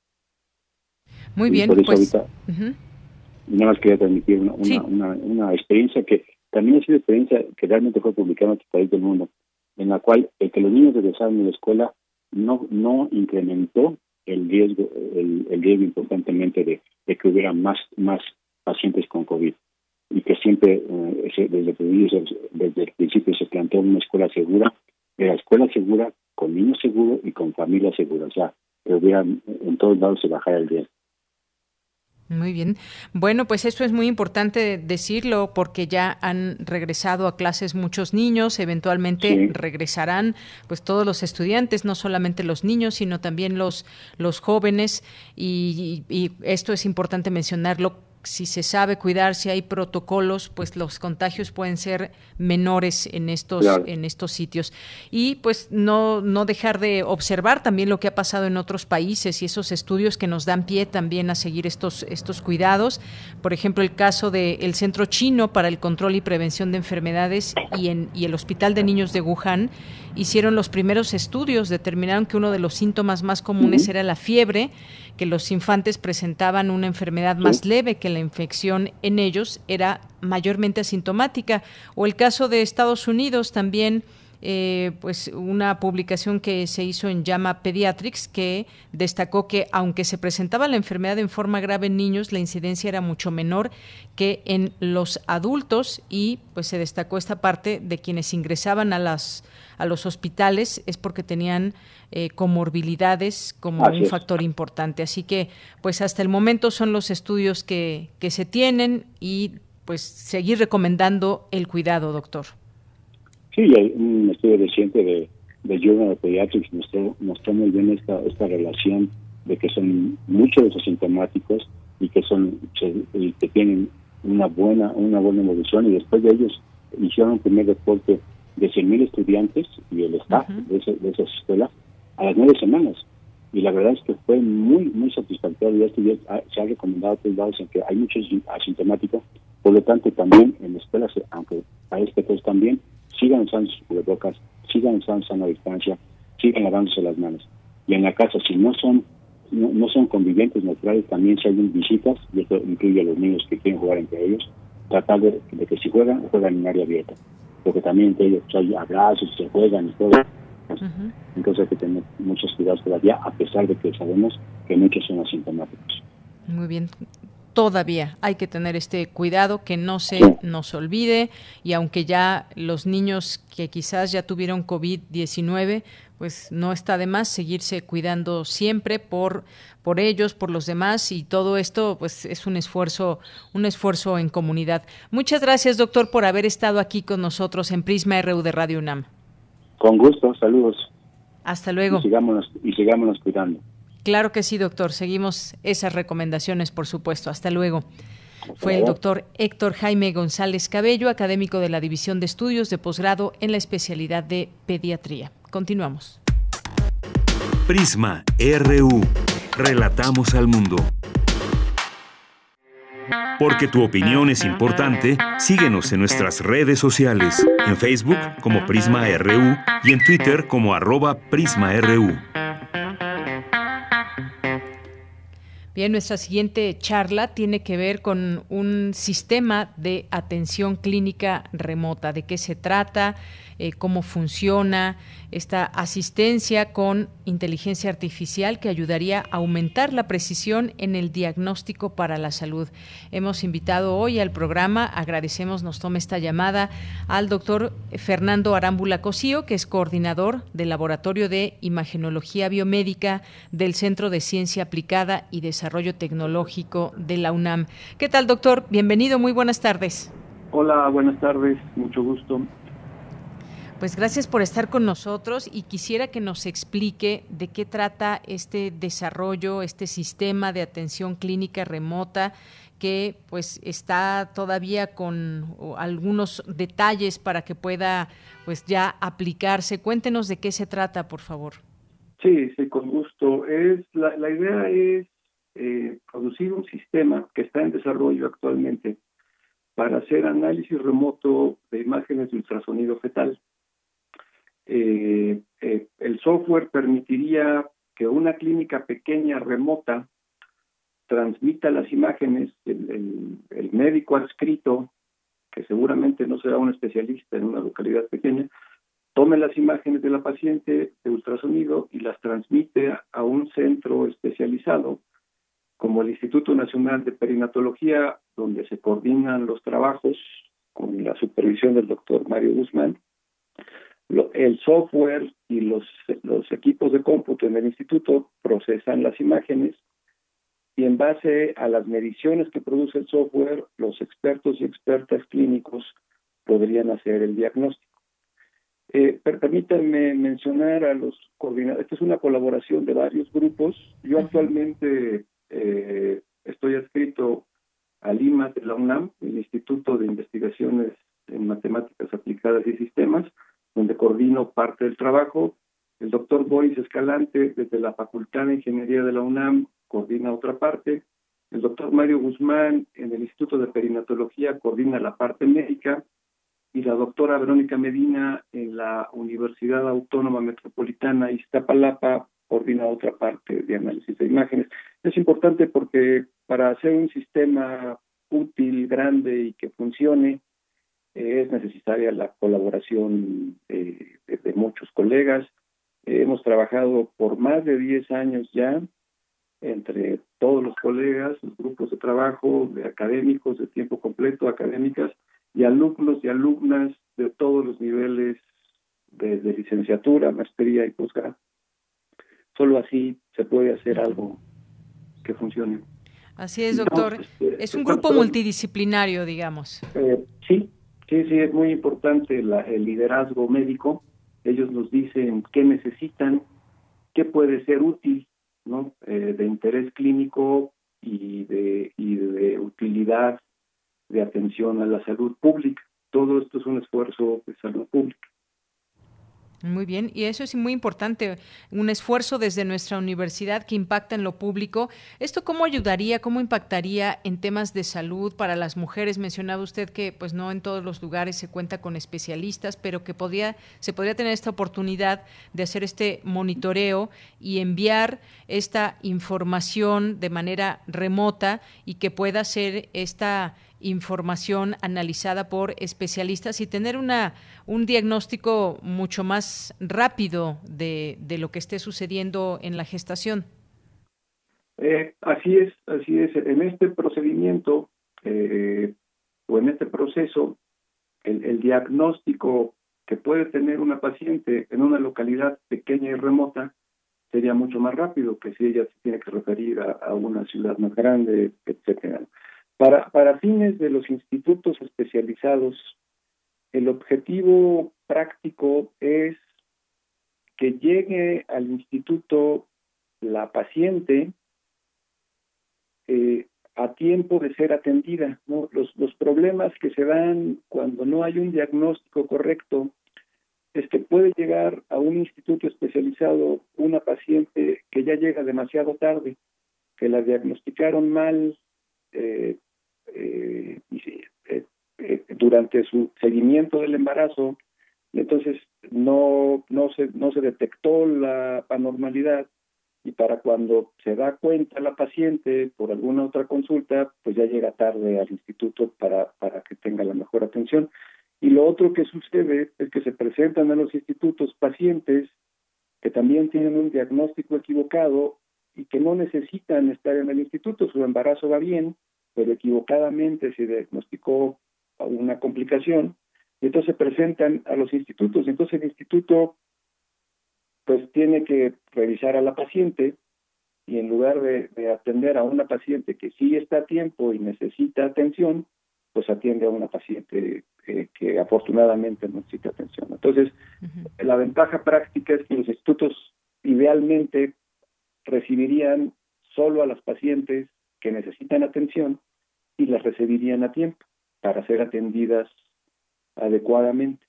Muy y bien, por eso pues... ahorita, Uh-huh. nada más quería transmitir una, una, sí. una, una experiencia que también ha sido experiencia que realmente fue publicada en otro país del mundo, en la cual el que los niños regresaron a la escuela no no incrementó el riesgo el, el riesgo importantemente de, de que hubiera más más pacientes con COVID, y que siempre eh, desde, el, desde el principio se planteó una escuela segura, era escuela segura con niños seguros y con familia segura, o sea, que hubiera en todos lados se bajara el riesgo. Muy bien. Bueno, pues esto es muy importante decirlo porque ya han regresado a clases muchos niños, eventualmente sí. regresarán pues todos los estudiantes, no solamente los niños, sino también los, los jóvenes y, y, y esto es importante mencionarlo. Si se sabe cuidar, si hay protocolos, pues los contagios pueden ser menores en estos claro. en estos sitios. Y pues no no dejar de observar también lo que ha pasado en otros países y esos estudios que nos dan pie también a seguir estos estos cuidados. Por ejemplo, el caso del Centro Chino para el Control y Prevención de Enfermedades y en y el Hospital de Niños de Wuhan hicieron los primeros estudios, determinaron que uno de los síntomas más comunes uh-huh. era la fiebre, que los infantes presentaban una enfermedad sí. más leve, que la infección en ellos era mayormente asintomática. O el caso de Estados Unidos también, eh, pues una publicación que se hizo en JAMA Pediatrics que destacó que aunque se presentaba la enfermedad en forma grave en niños, la incidencia era mucho menor que en los adultos y pues se destacó esta parte de quienes ingresaban a las a los hospitales es porque tenían eh, comorbilidades como Así un es. factor importante. Así que, pues hasta el momento son los estudios que, que se tienen y pues seguir recomendando el cuidado, doctor. Sí, hay un estudio reciente de, de Journal of Pediatrics mostró, mostró muy bien esta, esta relación de que son muchos los asintomáticos y que son y que tienen una buena una buena evolución y después de ellos hicieron un primer reporte de cien mil estudiantes y el staff uh-huh. de, ese, de esas escuelas a las nueve semanas. Y la verdad es que fue muy muy satisfactorio. Esto ya se ha recomendado a todos lados en que hay muchos asintomáticos, por lo tanto también en escuelas, aunque parezca que también, sigan usando sus cubrebocas, sigan usando sana distancia, sigan lavándose las manos. Y en la casa, si no son no, no son convivientes naturales, también si hay visitas, y esto incluye a los niños que quieren jugar entre ellos, tratar de, de que si juegan, juegan en área abierta. Porque también entre ellos hay abrazos, se juegan y todo. Uh-huh. Entonces hay que tener muchos cuidados todavía, a pesar de que sabemos que muchos son asintomáticos. Muy bien. Todavía hay que tener este cuidado, que no se sí. nos olvide, y aunque ya los niños que quizás ya tuvieron covid diecinueve, pues no está de más seguirse cuidando siempre por por ellos, por los demás, y todo esto pues es un esfuerzo, un esfuerzo en comunidad. Muchas gracias, doctor, por haber estado aquí con nosotros en Prisma R U de Radio UNAM. Con gusto, saludos. Hasta luego. Y sigámonos, y sigámonos cuidando. Claro que sí, doctor. Seguimos esas recomendaciones, por supuesto. Hasta luego. Fue el doctor Héctor Jaime González Cabello, académico de la División de Estudios de Posgrado en la especialidad de Pediatría. Continuamos. Prisma R U. Relatamos al mundo. Porque tu opinión es importante, síguenos en nuestras redes sociales. En Facebook como Prisma R U y en Twitter como arroba Prisma R U. Bien, nuestra siguiente charla tiene que ver con un sistema de atención clínica remota. ¿De qué se trata? Eh, ¿Cómo funciona esta asistencia con inteligencia artificial que ayudaría a aumentar la precisión en el diagnóstico para la salud? Hemos invitado hoy al programa, agradecemos nos tome esta llamada, al doctor Fernando Arámbula Cosío, que es coordinador del Laboratorio de Imagenología Biomédica del Centro de Ciencia Aplicada y Desarrollo Tecnológico de la UNAM. ¿Qué tal, doctor? Bienvenido, muy buenas tardes. Hola, buenas tardes, mucho gusto. Pues gracias por estar con nosotros y quisiera que nos explique de qué trata este desarrollo, este sistema de atención clínica remota que pues está todavía con algunos detalles para que pueda pues ya aplicarse. Cuéntenos de qué se trata, por favor. Sí, sí, con gusto. Es la, la idea es eh, producir un sistema que está en desarrollo actualmente para hacer análisis remoto de imágenes de ultrasonido fetal. Eh, eh, el software permitiría que una clínica pequeña remota transmita las imágenes, el, el, el médico adscrito, que seguramente no será un especialista en una localidad pequeña, tome las imágenes de la paciente de ultrasonido y las transmite a un centro especializado como el Instituto Nacional de Perinatología, donde se coordinan los trabajos con la supervisión del doctor Mario Guzmán. El software y los, los equipos de cómputo en el instituto procesan las imágenes y en base a las mediciones que produce el software, los expertos y expertas clínicos podrían hacer el diagnóstico. Eh, permítanme mencionar a los coordinadores. Esta es una colaboración de varios grupos. Yo actualmente eh, estoy adscrito al I M A T de la UNAM, el Instituto de Investigaciones en Matemáticas Aplicadas y Sistemas, donde coordino parte del trabajo. El doctor Boris Escalante, desde la Facultad de Ingeniería de la UNAM, coordina otra parte. El doctor Mario Guzmán, en el Instituto de Perinatología, coordina la parte médica. Y la doctora Verónica Medina, en la Universidad Autónoma Metropolitana Iztapalapa, coordina otra parte de análisis de imágenes. Es importante porque para hacer un sistema útil, grande y que funcione, eh, es necesaria la colaboración eh, de, de muchos colegas. Eh, hemos trabajado por más de diez años ya entre todos los colegas, los grupos de trabajo, de académicos de tiempo completo, académicas, y alumnos y alumnas de todos los niveles de, de licenciatura, maestría y posgrado. Solo así se puede hacer algo que funcione. Así es, doctor. No, este, es un grupo multidisciplinario, digamos. Eh, sí, sí, sí, es muy importante la, el liderazgo médico. Ellos nos dicen qué necesitan, qué puede ser útil, ¿no? Eh, de interés clínico y de, y de utilidad de atención a la salud pública. Todo esto es un esfuerzo de salud pública. Muy bien, y eso es muy importante, un esfuerzo desde nuestra universidad que impacta en lo público. ¿Esto cómo ayudaría, cómo impactaría en temas de salud para las mujeres? Mencionaba usted que pues no en todos los lugares se cuenta con especialistas, pero que podía, se podría tener esta oportunidad de hacer este monitoreo y enviar esta información de manera remota y que pueda ser esta información analizada por especialistas y tener una un diagnóstico mucho más rápido de, de lo que esté sucediendo en la gestación. Eh, así es, así es. En este procedimiento eh, o en este proceso, el, el diagnóstico que puede tener una paciente en una localidad pequeña y remota sería mucho más rápido que si ella se tiene que referir a, a una ciudad más grande, etcétera. Para, para fines de los institutos especializados, el objetivo práctico es que llegue al instituto la paciente eh, a tiempo de ser atendida, ¿no? Los, los problemas que se dan cuando no hay un diagnóstico correcto es que puede llegar a un instituto especializado una paciente que ya llega demasiado tarde, que la diagnosticaron mal, eh, Eh, y, eh, eh, durante su seguimiento del embarazo, entonces no no se no se detectó la anormalidad y para cuando se da cuenta la paciente por alguna otra consulta, pues ya llega tarde al instituto para para que tenga la mejor atención. Y lo otro que sucede es que se presentan a los institutos pacientes que también tienen un diagnóstico equivocado y que no necesitan estar en el instituto, su embarazo va bien, pero equivocadamente se diagnosticó una complicación y entonces se presentan a los institutos. Entonces el instituto pues tiene que revisar a la paciente y en lugar de, de atender a una paciente que sí está a tiempo y necesita atención, pues atiende a una paciente eh, que afortunadamente no necesita atención. Entonces, uh-huh. La ventaja práctica es que los institutos idealmente recibirían solo a las pacientes que necesitan atención y las recibirían a tiempo para ser atendidas adecuadamente.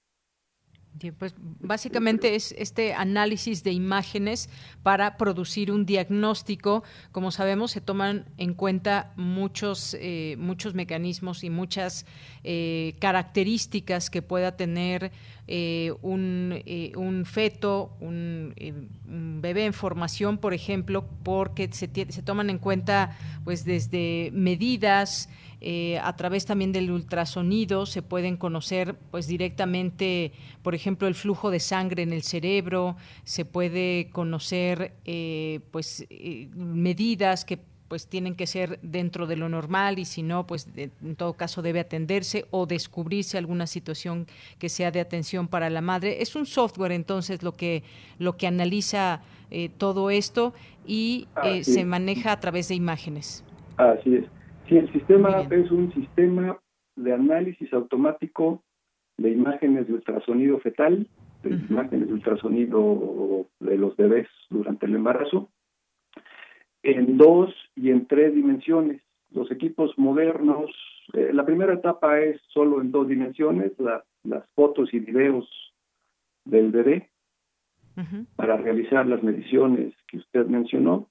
Pues básicamente es este análisis de imágenes para producir un diagnóstico. Como sabemos, se toman en cuenta muchos eh, muchos mecanismos y muchas eh, características que pueda tener eh, un, eh, un feto, un, eh, un bebé en formación, por ejemplo, porque se, se toman en cuenta pues desde medidas, Eh, a través también del ultrasonido se pueden conocer pues directamente, por ejemplo, el flujo de sangre en el cerebro, se puede conocer eh, pues eh, medidas que pues tienen que ser dentro de lo normal y si no, pues de, en todo caso debe atenderse o descubrirse alguna situación que sea de atención para la madre. Es un software entonces lo que lo que analiza eh, todo esto y eh, se maneja a través de imágenes. Así es. Sí, el sistema es un sistema de análisis automático de imágenes de ultrasonido fetal, de uh-huh. imágenes de ultrasonido de los bebés durante el embarazo, en dos y en tres dimensiones. Los equipos modernos, eh, la primera etapa es solo en dos dimensiones, la, las fotos y videos del bebé, uh-huh. para realizar las mediciones que usted mencionó.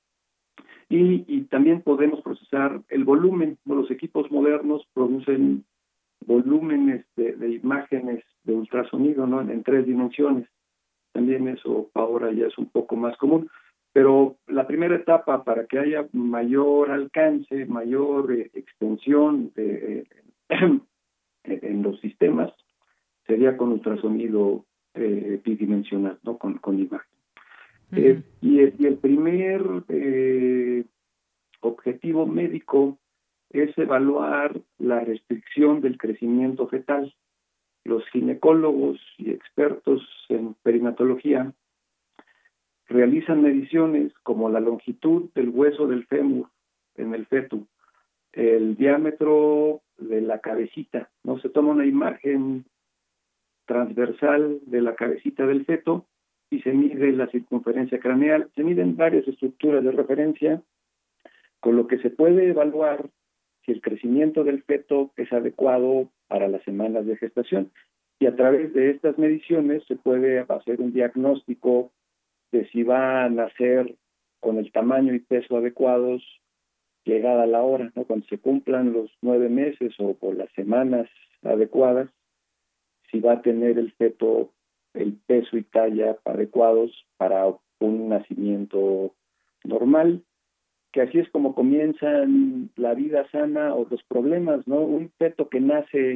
Y, y también podemos procesar el volumen. Los equipos modernos producen volúmenes de, de imágenes de ultrasonido, ¿no? En, en tres dimensiones. También eso ahora ya es un poco más común. Pero la primera etapa para que haya mayor alcance, mayor eh, extensión de, eh, en los sistemas sería con ultrasonido eh, bidimensional, ¿no? Con, con imagen. Uh-huh. Eh, y, el, y el primer eh, objetivo médico es evaluar la restricción del crecimiento fetal. Los ginecólogos y expertos en perinatología realizan mediciones como la longitud del hueso del fémur en el feto, el diámetro de la cabecita, ¿no? Se toma una imagen transversal de la cabecita del feto y se mide la circunferencia craneal, se miden varias estructuras de referencia, con lo que se puede evaluar si el crecimiento del feto es adecuado para las semanas de gestación. Y a través de estas mediciones se puede hacer un diagnóstico de si va a nacer con el tamaño y peso adecuados llegada la hora, ¿no? Cuando se cumplan los nueve meses o por las semanas adecuadas, si va a tener el feto el peso y talla adecuados para un nacimiento normal, que así es como comienzan la vida sana o los problemas, ¿no? Un feto que nace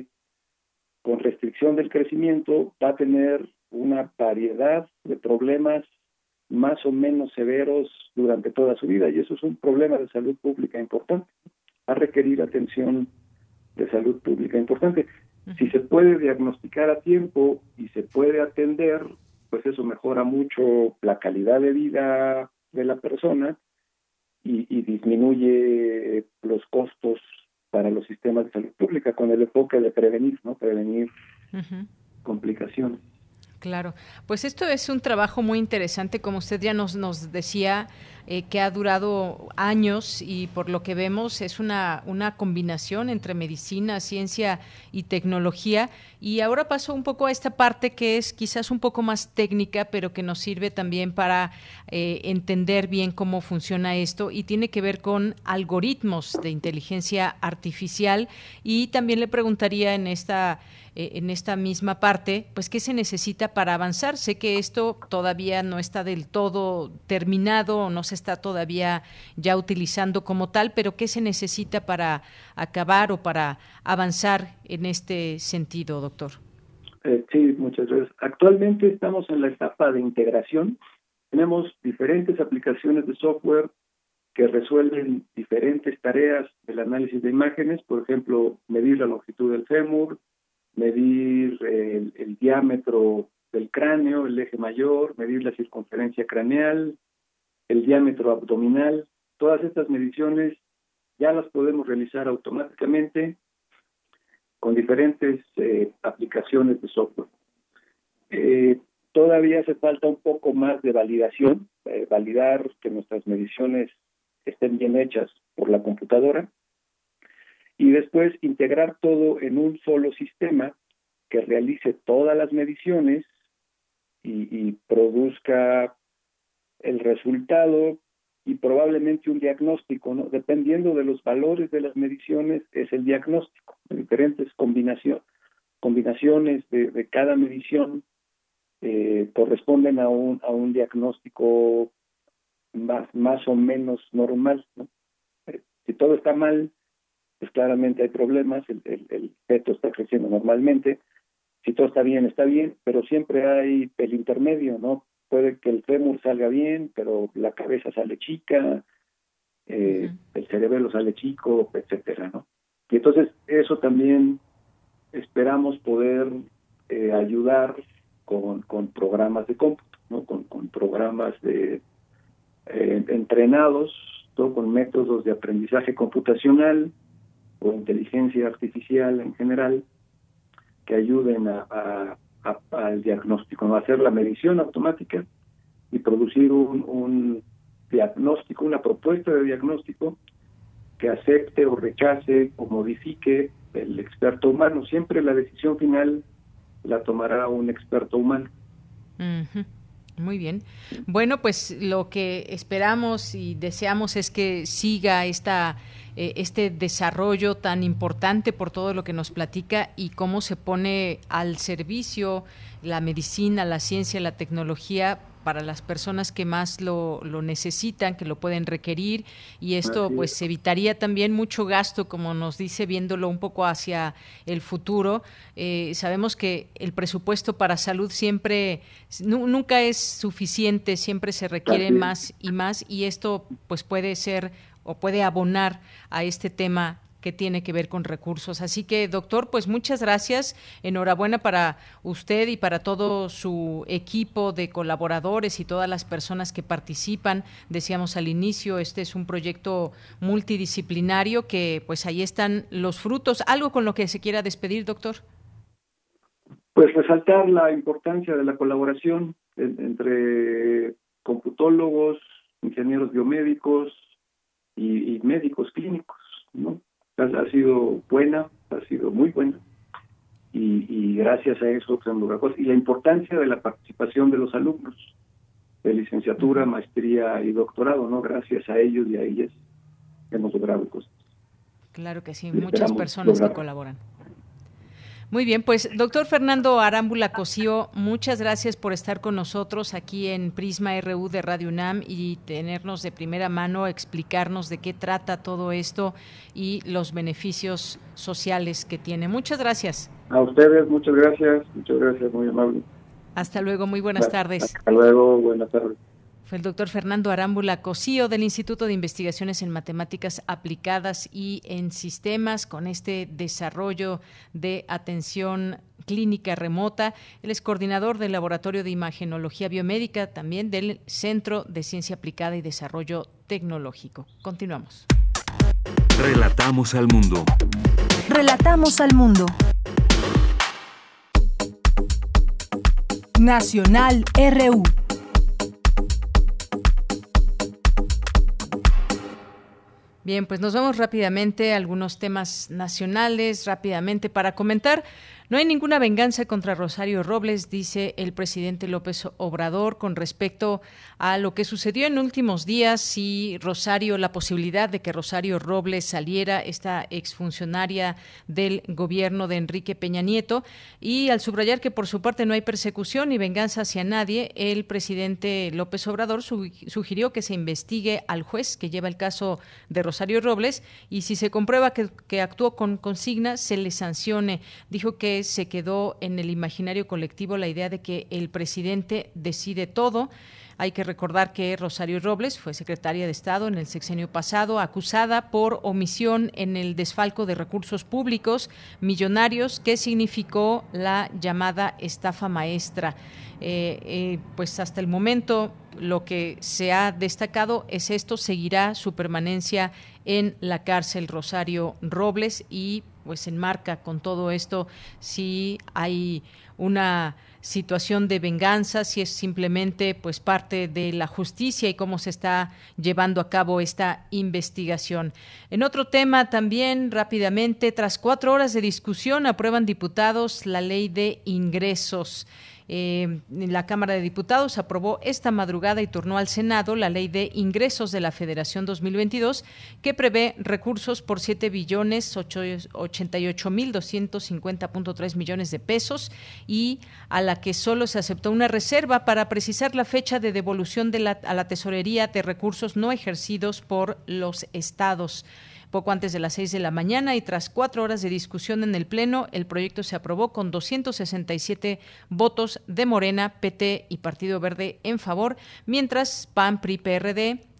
con restricción del crecimiento va a tener una variedad de problemas más o menos severos durante toda su vida, y eso es un problema de salud pública importante, va a requerir atención de salud pública importante. Si se puede diagnosticar a tiempo y se puede atender, pues eso mejora mucho la calidad de vida de la persona y, y disminuye los costos para los sistemas de salud pública con el enfoque de prevenir, ¿no? Prevenir uh-huh. complicaciones. Claro, pues esto es un trabajo muy interesante, como usted ya nos, nos decía, eh, que ha durado años y por lo que vemos es una, una combinación entre medicina, ciencia y tecnología. Y ahora paso un poco a esta parte que es quizás un poco más técnica, pero que nos sirve también para eh, entender bien cómo funciona esto y tiene que ver con algoritmos de inteligencia artificial. Y también le preguntaría en esta... en esta misma parte, pues qué se necesita para avanzar. Sé que esto todavía no está del todo terminado o no se está todavía ya utilizando como tal, pero qué se necesita para acabar o para avanzar en este sentido, doctor. Eh, sí, muchas gracias. Actualmente estamos en la etapa de integración. Tenemos diferentes aplicaciones de software que resuelven diferentes tareas del análisis de imágenes, por ejemplo, medir la longitud del fémur, medir el, el diámetro del cráneo, el eje mayor, medir la circunferencia craneal, el diámetro abdominal. Todas estas mediciones ya las podemos realizar automáticamente con diferentes eh, aplicaciones de software. Eh, todavía hace falta un poco más de validación, eh, validar que nuestras mediciones estén bien hechas por la computadora, y después integrar todo en un solo sistema que realice todas las mediciones y, y produzca el resultado y probablemente un diagnóstico, ¿no? Dependiendo de los valores de las mediciones es el diagnóstico. Diferentes combinación, combinaciones de, de cada medición eh, corresponden a un, a un diagnóstico más, más o menos normal, ¿no? Eh, si todo está mal, pues claramente hay problemas, el, el, el feto está creciendo normalmente. Si todo está bien, está bien, pero siempre hay el intermedio, ¿no? Puede que el fémur salga bien, pero la cabeza sale chica, eh, uh-huh. el cerebelo sale chico, etcétera, ¿no? Y entonces eso también esperamos poder eh, ayudar con, con programas de cómputo, ¿no? Con, con programas de eh, entrenados, todo con métodos de aprendizaje computacional o inteligencia artificial en general, que ayuden a, a, a, al diagnóstico, ¿no? A hacer la medición automática y producir un, un diagnóstico, una propuesta de diagnóstico que acepte o rechace o modifique el experto humano. Siempre la decisión final la tomará un experto humano. Uh-huh. Muy bien. Bueno, pues lo que esperamos y deseamos es que siga esta eh, este desarrollo tan importante por todo lo que nos platica y cómo se pone al servicio la medicina, la ciencia, la tecnología para las personas que más lo, lo necesitan, que lo pueden requerir, y esto pues evitaría también mucho gasto, como nos dice, viéndolo un poco hacia el futuro. Eh, sabemos que el presupuesto para salud siempre, nu- nunca es suficiente, siempre se requiere más y más, y esto pues puede ser o puede abonar a este tema que tiene que ver con recursos. Así que, doctor, pues muchas gracias. Enhorabuena para usted y para todo su equipo de colaboradores y todas las personas que participan. Decíamos al inicio, este es un proyecto multidisciplinario que pues ahí están los frutos. ¿Algo con lo que se quiera despedir, doctor? Pues resaltar la importancia de la colaboración en, entre computólogos, ingenieros biomédicos y, y médicos clínicos, ¿no? Ha sido buena, ha sido muy buena, y, y gracias a eso se han logrado cosas. Y la importancia de la participación de los alumnos de licenciatura, maestría y doctorado, ¿no? Gracias a ellos y a ellas hemos logrado cosas. Claro que sí, muchas personas que colaboran. Muy bien, pues doctor Fernando Arámbula Cosío, muchas gracias por estar con nosotros aquí en Prisma R U de Radio UNAM y tenernos de primera mano, explicarnos de qué trata todo esto y los beneficios sociales que tiene. Muchas gracias. A ustedes, muchas gracias, muchas gracias, muy amable. Hasta luego, muy buenas tardes. Hasta luego, buenas tardes. Fue el doctor Fernando Arámbula Cosío del Instituto de Investigaciones en Matemáticas Aplicadas y en Sistemas, con este desarrollo de atención clínica remota. Él es coordinador del Laboratorio de Imagenología Biomédica, también del Centro de Ciencia Aplicada y Desarrollo Tecnológico. Continuamos. Relatamos al mundo. Relatamos al mundo. Nacional R U. Bien, pues nos vamos rápidamente a algunos temas nacionales, rápidamente para comentar. No hay ninguna venganza contra Rosario Robles, dice el presidente López Obrador con respecto a lo que sucedió en últimos días y Rosario, la posibilidad de que Rosario Robles saliera, esta exfuncionaria del gobierno de Enrique Peña Nieto, y al subrayar que por su parte no hay persecución ni venganza hacia nadie, el presidente López Obrador su- sugirió que se investigue al juez que lleva el caso de Rosario Robles y si se comprueba que, que actuó con consigna, se le sancione. Dijo que se quedó en el imaginario colectivo la idea de que el presidente decide todo. Hay que recordar que Rosario Robles fue secretaria de Estado en el sexenio pasado, acusada por omisión en el desfalco de recursos públicos millonarios que significó la llamada estafa maestra. Eh, eh, pues hasta el momento lo que se ha destacado es esto, seguirá su permanencia en la cárcel Rosario Robles y pues enmarca con todo esto si hay una situación de venganza, si es simplemente pues parte de la justicia y cómo se está llevando a cabo esta investigación. En otro tema también rápidamente, tras cuatro horas de discusión, aprueban diputados la ley de ingresos. Eh, la Cámara de Diputados aprobó esta madrugada y turnó al Senado la Ley de Ingresos de la Federación dos mil veintidós, que prevé recursos por siete billones ochenta y ocho mil doscientos cincuenta punto tres millones de pesos y a la que solo se aceptó una reserva para precisar la fecha de devolución de la, a la tesorería de recursos no ejercidos por los estados. Poco antes de las seis de la mañana y tras cuatro horas de discusión en el Pleno, el proyecto se aprobó con doscientos sesenta y siete votos de Morena, P T y Partido Verde en favor, mientras P A N, P R I, P R D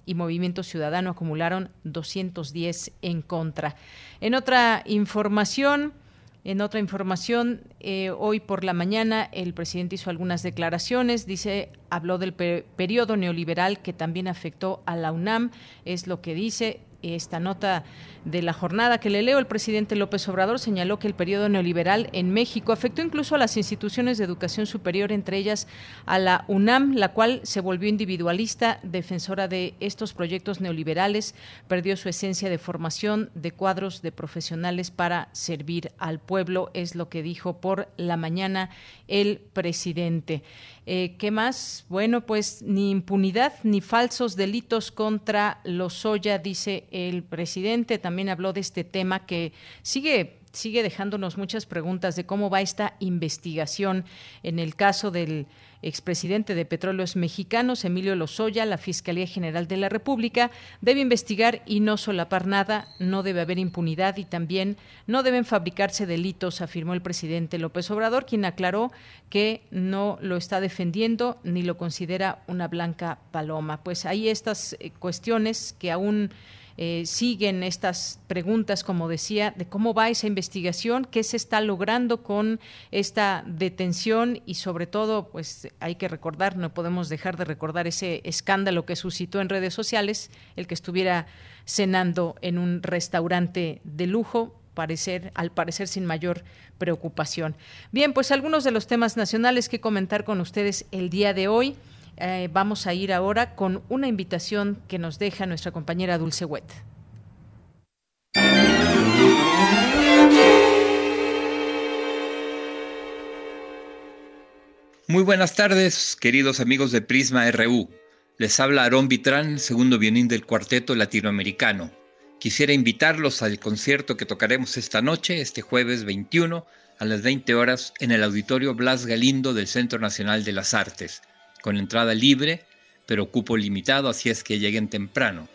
y Movimiento Ciudadano acumularon doscientos diez en contra. En otra información... En otra información, eh, hoy por la mañana el presidente hizo algunas declaraciones, dice, habló del per- periodo neoliberal que también afectó a la UNAM, es lo que dice esta nota de la jornada que le leo. El presidente López Obrador señaló que el periodo neoliberal en México afectó incluso a las instituciones de educación superior, entre ellas a la UNAM, la cual se volvió individualista, defensora de estos proyectos neoliberales, perdió su esencia de formación de cuadros de profesionales para servir al pueblo, es lo que dijo por la mañana el presidente. Eh, ¿Qué más? Bueno, pues ni impunidad ni falsos delitos contra Lozoya, dice el presidente. También habló de este tema que sigue sigue dejándonos muchas preguntas de cómo va esta investigación en el caso del expresidente de Petróleos Mexicanos, Emilio Lozoya. La Fiscalía General de la República debe investigar y no solapar nada, no debe haber impunidad y también no deben fabricarse delitos, afirmó el presidente López Obrador, quien aclaró que no lo está defendiendo ni lo considera una blanca paloma. Pues hay estas eh, cuestiones que aún Eh, siguen estas preguntas, como decía, de cómo va esa investigación, qué se está logrando con esta detención y sobre todo, pues hay que recordar, no podemos dejar de recordar ese escándalo que suscitó en redes sociales, el que estuviera cenando en un restaurante de lujo, parecer, al parecer sin mayor preocupación. Bien, pues algunos de los temas nacionales que comentar con ustedes el día de hoy. Eh, vamos a ir ahora con una invitación que nos deja nuestra compañera Dulce Wet. Muy buenas tardes, queridos amigos de Prisma R U. Les habla Aarón Vitrán, segundo violín del Cuarteto Latinoamericano. Quisiera invitarlos al concierto que tocaremos esta noche, este jueves veintiuno, a las veinte horas, en el Auditorio Blas Galindo del Centro Nacional de las Artes, con entrada libre, pero cupo limitado, así es que lleguen temprano.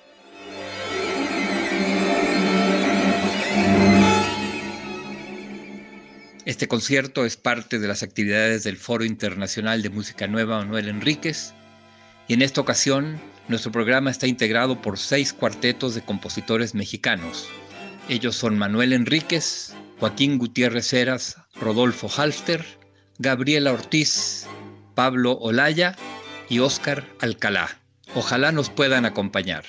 Este concierto es parte de las actividades del Foro Internacional de Música Nueva Manuel Enríquez, y en esta ocasión nuestro programa está integrado por seis cuartetos de compositores mexicanos. Ellos son Manuel Enríquez, Joaquín Gutiérrez Heras, Rodolfo Halster, Gabriela Ortiz, Pablo Olaya y Óscar Alcalá. Ojalá nos puedan acompañar.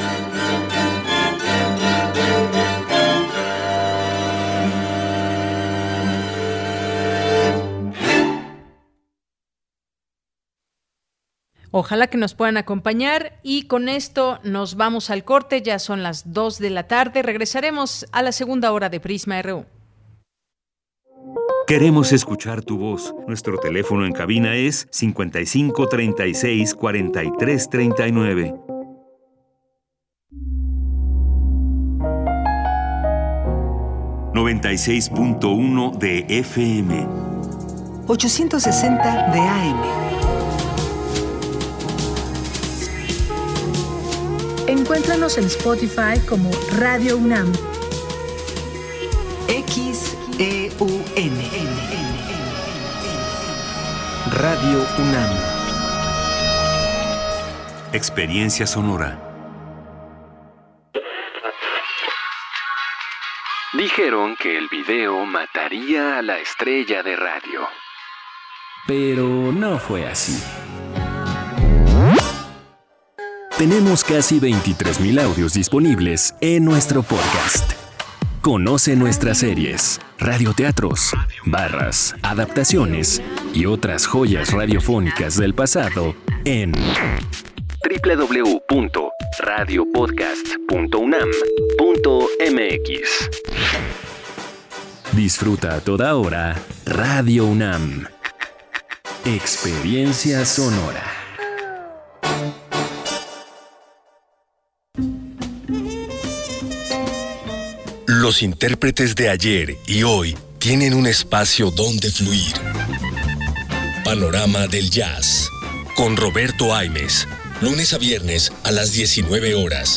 Ojalá que nos puedan acompañar y con esto nos vamos al corte, ya son las dos de la tarde, regresaremos a la segunda hora de Prisma R U. Queremos escuchar tu voz. Nuestro teléfono en cabina es cincuenta y cinco, treinta y seis, cuarenta y tres, treinta y nueve. noventa y seis punto uno de F M. ochocientos sesenta de A M. Encuéntranos en Spotify como Radio UNAM. X E U N. Radio UNAM. Experiencia sonora. Dijeron que el video mataría a la estrella de radio. Pero no fue así. Tenemos casi veintitrés mil audios disponibles en nuestro podcast. Conoce nuestras series, radioteatros, barras, adaptaciones y otras joyas radiofónicas del pasado en doble u doble u doble u punto radio podcast punto unam punto m x. Disfruta a toda hora Radio UNAM. Experiencia sonora. Los intérpretes de ayer y hoy tienen un espacio donde fluir. Panorama del Jazz, con Roberto Aimes, lunes a viernes a las diecinueve horas.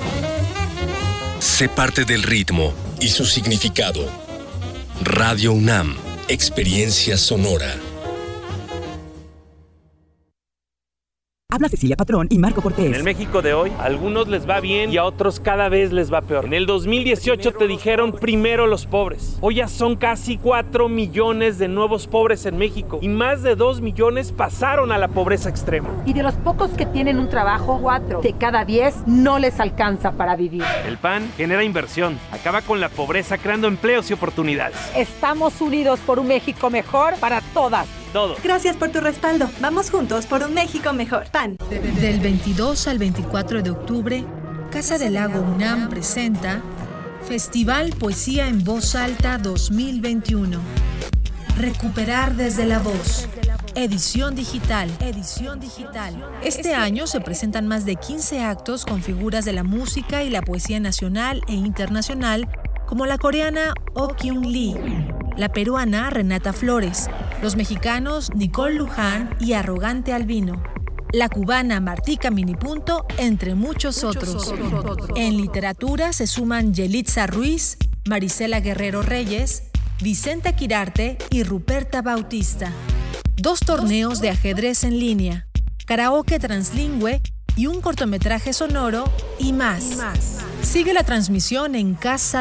Sé parte del ritmo y su significado. Radio UNAM, experiencia sonora. Habla Cecilia Patrón y Marco Cortés. En el México de hoy, a algunos les va bien y a otros cada vez les va peor. En el dos mil dieciocho te dijeron primero los pobres. Hoy ya son casi cuatro millones de nuevos pobres en México y más de dos millones pasaron a la pobreza extrema. Y de los pocos que tienen un trabajo, cuatro de cada diez no les alcanza para vivir. El P A N genera inversión, acaba con la pobreza creando empleos y oportunidades. Estamos unidos por un México mejor para todas. Todo. Gracias por tu respaldo. Vamos juntos por un México mejor. P A N. Del veintidós al veinticuatro de octubre, Casa del Lago UNAM presenta Festival Poesía en Voz Alta dos mil veintiuno. Recuperar desde la voz. Edición digital. Edición digital. Este año se presentan más de quince actos con figuras de la música y la poesía nacional e internacional, como la coreana Oh Kyung Lee, la peruana Renata Flores, los mexicanos Nicole Luján y Arrogante Albino, la cubana Martica Minipunto, entre muchos otros. En literatura se suman Yelitza Ruiz, Marisela Guerrero Reyes, Vicenta Quirarte y Ruperta Bautista. Dos torneos de ajedrez en línea, karaoke translingüe y un cortometraje sonoro y más. Sigue la transmisión en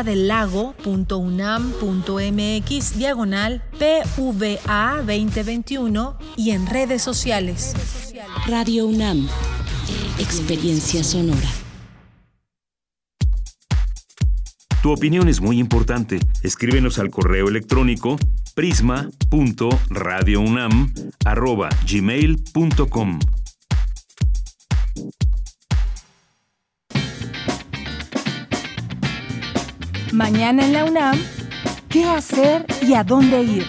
casadelago.unam.mx diagonal P V A veinte veintiuno y en redes sociales. Radio UNAM, experiencia sonora. Tu opinión es muy importante. Escríbenos al correo electrónico prisma punto radio unam arroba gmail punto com. Mañana en la UNAM, ¿qué hacer y a dónde ir?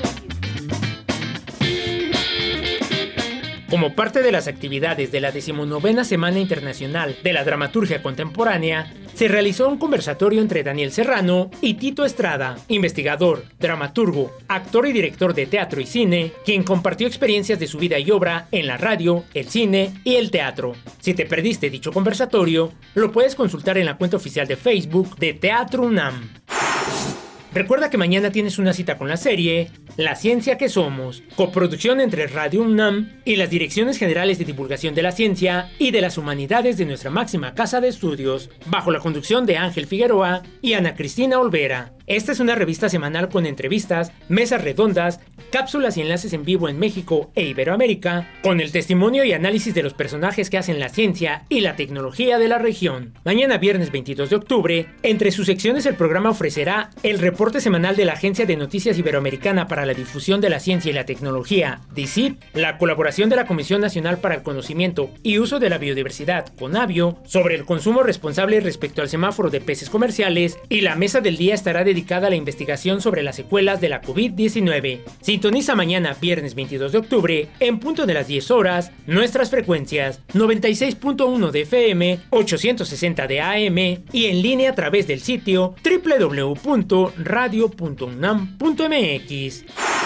Como parte de las actividades de la decimonovena Semana Internacional de la Dramaturgia Contemporánea, se realizó un conversatorio entre Daniel Serrano y Tito Estrada, investigador, dramaturgo, actor y director de teatro y cine, quien compartió experiencias de su vida y obra en la radio, el cine y el teatro. Si te perdiste dicho conversatorio, lo puedes consultar en la cuenta oficial de Facebook de Teatro UNAM. Recuerda que mañana tienes una cita con la serie La Ciencia que Somos, coproducción entre Radio UNAM y las Direcciones Generales de Divulgación de la Ciencia y de las Humanidades de nuestra máxima casa de estudios, bajo la conducción de Ángel Figueroa y Ana Cristina Olvera. Esta es una revista semanal con entrevistas, mesas redondas, cápsulas y enlaces en vivo en México e Iberoamérica, con el testimonio y análisis de los personajes que hacen la ciencia y la tecnología de la región. Mañana viernes veintidós de octubre, entre sus secciones el programa ofrecerá el reporte semanal de la Agencia de Noticias Iberoamericana para la Difusión de la Ciencia y la Tecnología, D I C I P, la colaboración de la Comisión Nacional para el Conocimiento y Uso de la Biodiversidad, CONABIO, sobre el consumo responsable respecto al semáforo de peces comerciales, y la mesa del día estará dedicada dedicada a la investigación sobre las secuelas de la COVID diecinueve. Sintoniza mañana, viernes veintidós de octubre, en punto de las diez horas, nuestras frecuencias noventa y seis punto uno de F M, ochocientos sesenta de A M y en línea a través del sitio doble u doble u doble u punto radio punto unam punto m x.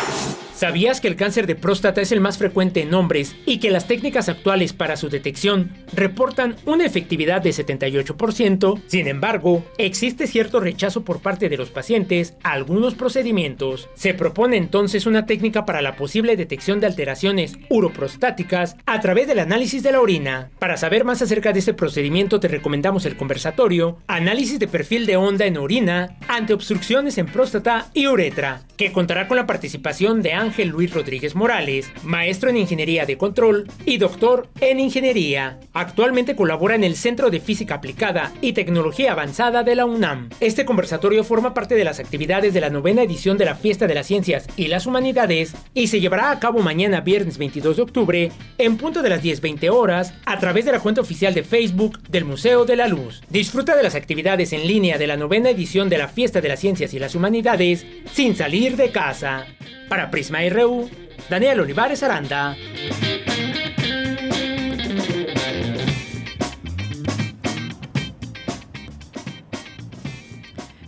¿Sabías que el cáncer de próstata es el más frecuente en hombres y que las técnicas actuales para su detección reportan una efectividad de setenta y ocho por ciento? Sin embargo, existe cierto rechazo por parte de los pacientes a algunos procedimientos. Se propone entonces una técnica para la posible detección de alteraciones uroprostáticas a través del análisis de la orina. Para saber más acerca de este procedimiento te recomendamos el conversatorio Análisis de perfil de onda en orina ante obstrucciones en próstata y uretra, que contará con la participación de Ángel Luis Rodríguez Morales, maestro en Ingeniería de Control y doctor en Ingeniería. Actualmente colabora en el Centro de Física Aplicada y Tecnología Avanzada de la UNAM. Este conversatorio forma parte de las actividades de la novena edición de la Fiesta de las Ciencias y las Humanidades y se llevará a cabo mañana viernes veintidós de octubre en punto de las diez veinte horas a través de la cuenta oficial de Facebook del Museo de la Luz. Disfruta de las actividades en línea de la novena edición de la Fiesta de las Ciencias y las Humanidades sin salir de casa. Para Prisma R U, Daniel Olivares Aranda.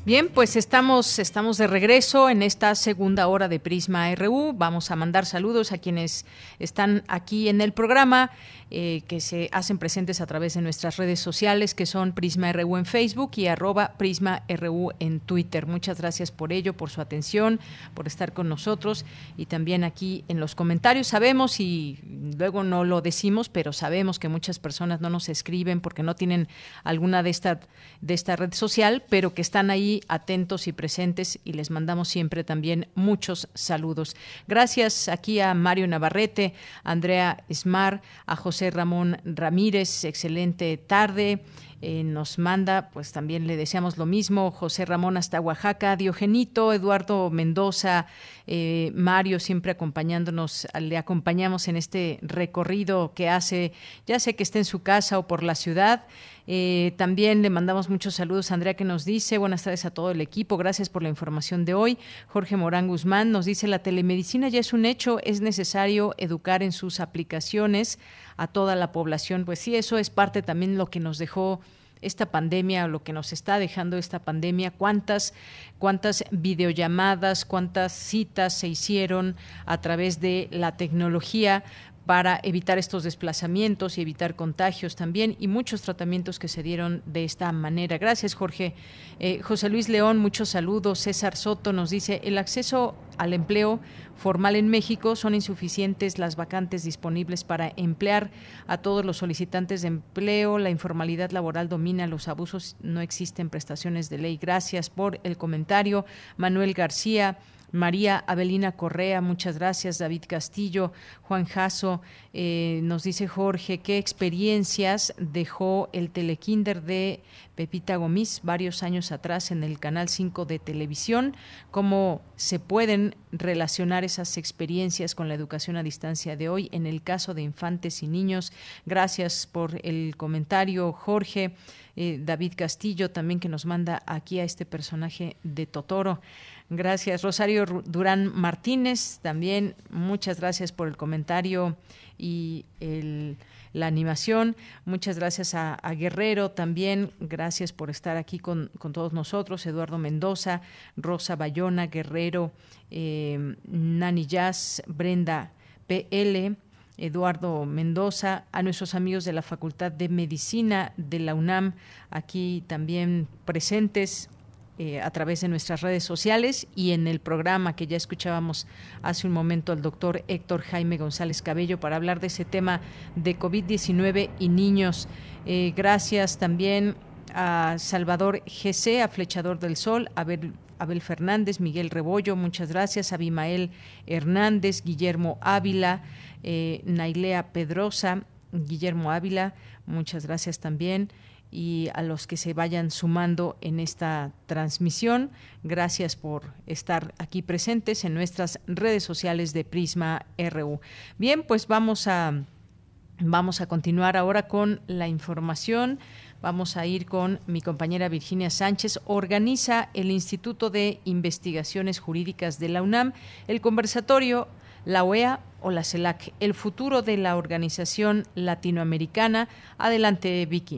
Bien, pues estamos, estamos de regreso en esta segunda hora de Prisma R U. Vamos a mandar saludos a quienes están aquí en el programa, eh, que se hacen presentes a través de nuestras redes sociales, que son Prisma R U en Facebook y arroba Prisma R U en Twitter. Muchas gracias por ello, por su atención, por estar con nosotros y también aquí en los comentarios. Sabemos, y luego no lo decimos, pero sabemos que muchas personas no nos escriben porque no tienen alguna de esta, de esta red social, pero que están ahí atentos y presentes, y les mandamos siempre también muchos saludos. Gracias aquí a Mario Navarrete, a Andrea Esmar, a José Ramón Ramírez, excelente tarde. Eh, nos manda, pues también le deseamos lo mismo, José Ramón hasta Oaxaca, Diogenito, Eduardo Mendoza, eh, Mario siempre acompañándonos, le acompañamos en este recorrido que hace, ya sé que esté en su casa o por la ciudad. Eh, también le mandamos muchos saludos a Andrea, que nos dice: buenas tardes a todo el equipo, gracias por la información de hoy. Jorge Morán Guzmán nos dice: la telemedicina ya es un hecho, es necesario educar en sus aplicaciones a toda la población. Pues sí, eso es parte también lo que nos dejó esta pandemia, o lo que nos está dejando esta pandemia. Cuántas, cuántas videollamadas, cuántas citas se hicieron a través de la tecnología para evitar estos desplazamientos y evitar contagios también, y muchos tratamientos que se dieron de esta manera. Gracias, Jorge. Eh, José Luis León, muchos saludos. César Soto nos dice: el acceso al empleo formal en México, son insuficientes las vacantes disponibles para emplear a todos los solicitantes de empleo, la informalidad laboral domina, los abusos, no existen prestaciones de ley. Gracias por el comentario. Manuel García, María Avelina Correa, muchas gracias. David Castillo, Juan Jasso, eh, nos dice Jorge: ¿qué experiencias dejó el telekinder de Pepita Gomis varios años atrás en el Canal cinco de televisión? ¿Cómo se pueden relacionar esas experiencias con la educación a distancia de hoy en el caso de infantes y niños? Gracias por el comentario, Jorge. Eh, David Castillo también, que nos manda aquí a este personaje de Totoro. Gracias. Rosario Durán Martínez, también muchas gracias por el comentario y el, la animación. Muchas gracias a, a Guerrero también, gracias por estar aquí con, con todos nosotros. Eduardo Mendoza, Rosa Bayona, Guerrero, eh, Nani Jazz, Brenda P L, Eduardo Mendoza, a nuestros amigos de la Facultad de Medicina de la UNAM, aquí también presentes eh, a través de nuestras redes sociales y en el programa que ya escuchábamos hace un momento al doctor Héctor Jaime González Cabello para hablar de ese tema de COVID diecinueve y niños. Eh, gracias también a Salvador G C, a Flechador del Sol, a Abel, Abel Fernández, Miguel Rebollo, muchas gracias, a Abimael Hernández, Guillermo Ávila, eh, Nailea Pedrosa, Guillermo Ávila, muchas gracias también, y a los que se vayan sumando en esta transmisión, gracias por estar aquí presentes en nuestras redes sociales de Prisma R U. Bien, pues vamos a, vamos a continuar ahora con la información. Vamos a ir con mi compañera Virginia Sánchez. Organiza el Instituto de Investigaciones Jurídicas de la UNAM el conversatorio La O E A o la CELAC, el futuro de la organización latinoamericana. Adelante, Vicky.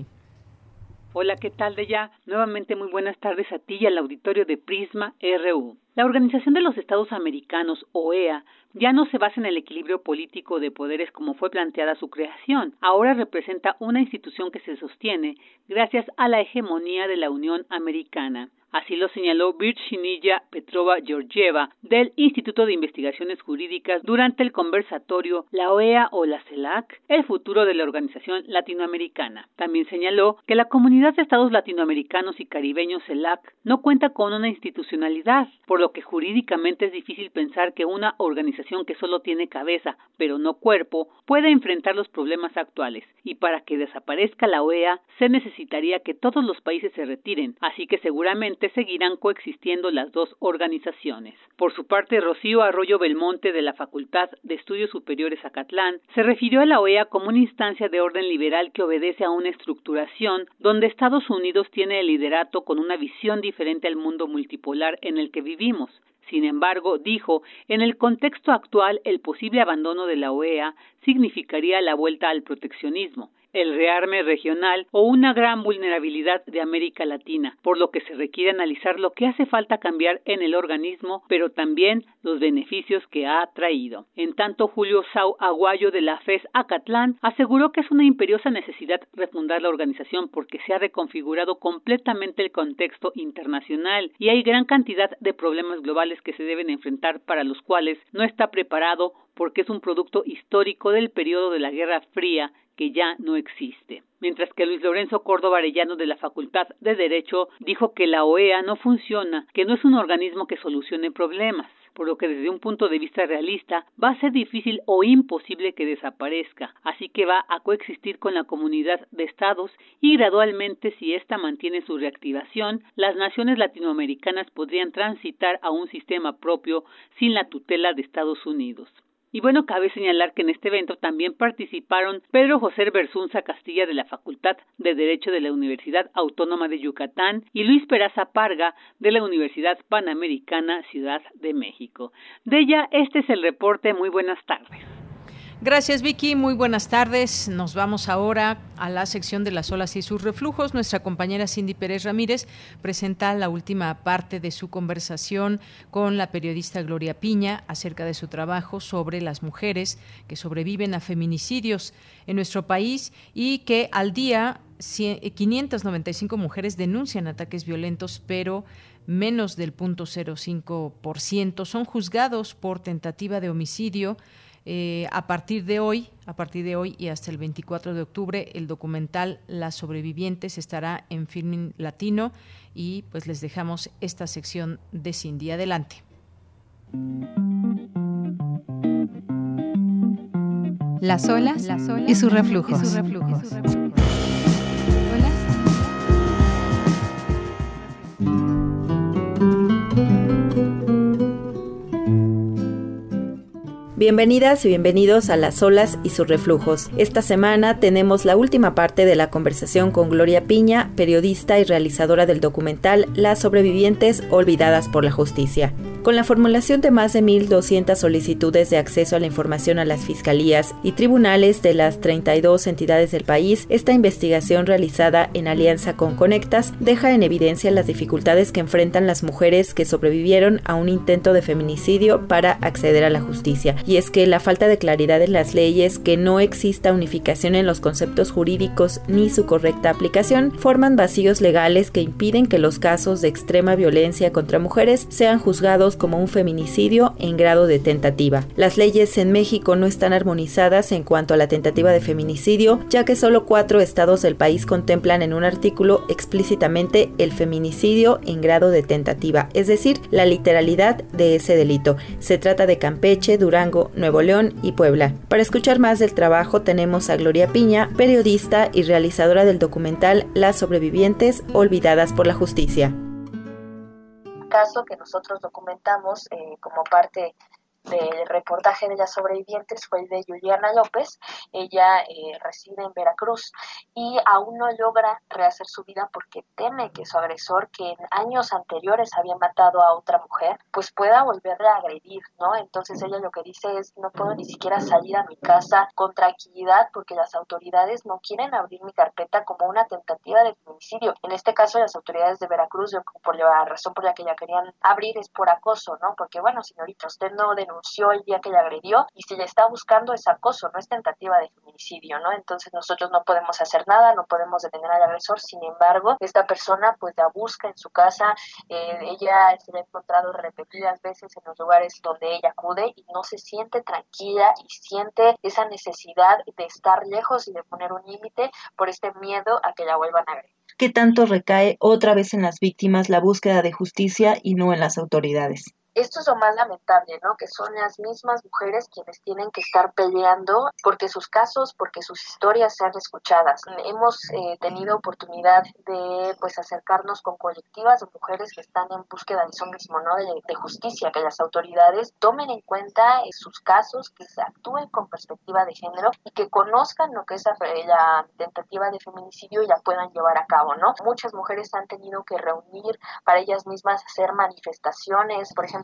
Hola, ¿qué tal, Deya? Nuevamente muy buenas tardes a ti y al auditorio de Prisma R U. La Organización de los Estados Americanos, O E A, ya no se basa en el equilibrio político de poderes como fue planteada su creación. Ahora representa una institución que se sostiene gracias a la hegemonía de la Unión Americana. Así lo señaló Virginia Petrova Georgieva del Instituto de Investigaciones Jurídicas durante el conversatorio La O E A o la CELAC, el futuro de la organización latinoamericana. También señaló que la Comunidad de Estados Latinoamericanos y Caribeños CELAC no cuenta con una institucionalidad, por lo que jurídicamente es difícil pensar que una organización que solo tiene cabeza, pero no cuerpo, puede enfrentar los problemas actuales. Y para que desaparezca la O E A, se necesitaría que todos los países se retiren, así que seguramente seguirán coexistiendo las dos organizaciones. Por su parte, Rocío Arroyo Belmonte, de la Facultad de Estudios Superiores Acatlán, se refirió a la O E A como una instancia de orden liberal que obedece a una estructuración donde Estados Unidos tiene el liderato con una visión diferente al mundo multipolar en el que vivimos. Sin embargo, dijo, en el contexto actual, el posible abandono de la O E A significaría la vuelta al proteccionismo. el rearme regional o una gran vulnerabilidad de América Latina, por lo que se requiere analizar lo que hace falta cambiar en el organismo, pero también los beneficios que ha traído. En tanto, Julio Sau Aguayo de la F E S Acatlán aseguró que es una imperiosa necesidad refundar la organización porque se ha reconfigurado completamente el contexto internacional y hay gran cantidad de problemas globales que se deben enfrentar para los cuales no está preparado porque es un producto histórico del periodo de la Guerra Fría que ya no existe. Mientras que Luis Lorenzo Córdoba Arellano de la Facultad de Derecho dijo que la O E A no funciona, que no es un organismo que solucione problemas, por lo que desde un punto de vista realista va a ser difícil o imposible que desaparezca, así que va a coexistir con la comunidad de estados y gradualmente, si ésta mantiene su reactivación, las naciones latinoamericanas podrían transitar a un sistema propio sin la tutela de Estados Unidos. Y bueno, cabe señalar que en este evento también participaron Pedro José Bersunza Castilla de la Facultad de Derecho de la Universidad Autónoma de Yucatán y Luis Peraza Parga de la Universidad Panamericana Ciudad de México. De ella, este es el reporte. Muy buenas tardes. Gracias, Vicky. Muy buenas tardes. Nos vamos ahora a la sección de las olas y sus reflujos. Nuestra compañera Cindy Pérez Ramírez presenta la última parte de su conversación con la periodista Gloria Piña acerca de su trabajo sobre las mujeres que sobreviven a feminicidios en nuestro país y que al día quinientas noventa y cinco mujeres denuncian ataques violentos, pero menos del cero punto cero cinco por ciento son juzgados por tentativa de homicidio. Eh, a partir de hoy, a partir de hoy y hasta el veinticuatro de octubre, el documental Las Sobrevivientes estará en Filmin Latino y pues les dejamos esta sección de Cindy. Adelante. Las olas, Las olas y sus reflujos. Y sus reflujos. Y sus reflujos. Bienvenidas y bienvenidos a Las olas y sus reflujos. Esta semana tenemos la última parte de la conversación con Gloria Piña, periodista y realizadora del documental Las Sobrevivientes olvidadas por la justicia. Con la formulación de más de mil doscientas solicitudes de acceso a la información a las fiscalías y tribunales de las treinta y dos entidades del país, esta investigación realizada en alianza con Conectas deja en evidencia las dificultades que enfrentan las mujeres que sobrevivieron a un intento de feminicidio para acceder a la justicia. Y es que la falta de claridad en las leyes, que no exista unificación en los conceptos jurídicos ni su correcta aplicación, forman vacíos legales que impiden que los casos de extrema violencia contra mujeres sean juzgados como un feminicidio en grado de tentativa. Las leyes en México no están armonizadas en cuanto a la tentativa de feminicidio, ya que solo cuatro estados del país contemplan en un artículo explícitamente el feminicidio en grado de tentativa, es decir, la literalidad de ese delito. Se trata de Campeche, Durango, Nuevo León y Puebla. Para escuchar más del trabajo tenemos a Gloria Piña, periodista y realizadora del documental Las Sobrevivientes olvidadas por la justicia. Caso que nosotros documentamos eh, como parte del reportaje de Las Sobrevivientes fue el de Juliana López. Ella eh, reside en Veracruz y aún no logra rehacer su vida porque teme que su agresor, que en años anteriores había matado a otra mujer, pues pueda volverle a agredir, ¿no? Entonces ella lo que dice es: no puedo ni siquiera salir a mi casa con tranquilidad porque las autoridades no quieren abrir mi carpeta como una tentativa de feminicidio. En este caso, las autoridades de Veracruz, por la razón por la que la querían abrir es por acoso, ¿no? Porque, bueno, señorita, usted no denunció el día que la agredió y si le está buscando es acoso, no es tentativa de feminicidio, ¿no? Entonces nosotros no podemos hacer nada, no podemos detener al agresor. Sin embargo, esta persona pues la busca en su casa. Eh, ella se la ha encontrado repetidas veces en los lugares donde ella acude y no se siente tranquila y siente esa necesidad de estar lejos y de poner un límite por este miedo a que la vuelvan a agredir. ¿Qué tanto recae otra vez en las víctimas la búsqueda de justicia y no en las autoridades? Esto es lo más lamentable, ¿no? Que son las mismas mujeres quienes tienen que estar peleando porque sus casos, porque sus historias sean escuchadas. Hemos eh, tenido oportunidad de, pues, acercarnos con colectivas de mujeres que están en búsqueda de eso mismo, ¿no? De, de justicia, que las autoridades tomen en cuenta eh, sus casos, que se actúen con perspectiva de género y que conozcan lo que es la, la tentativa de feminicidio y la puedan llevar a cabo, ¿no? Muchas mujeres han tenido que reunir para ellas mismas, hacer manifestaciones, por ejemplo,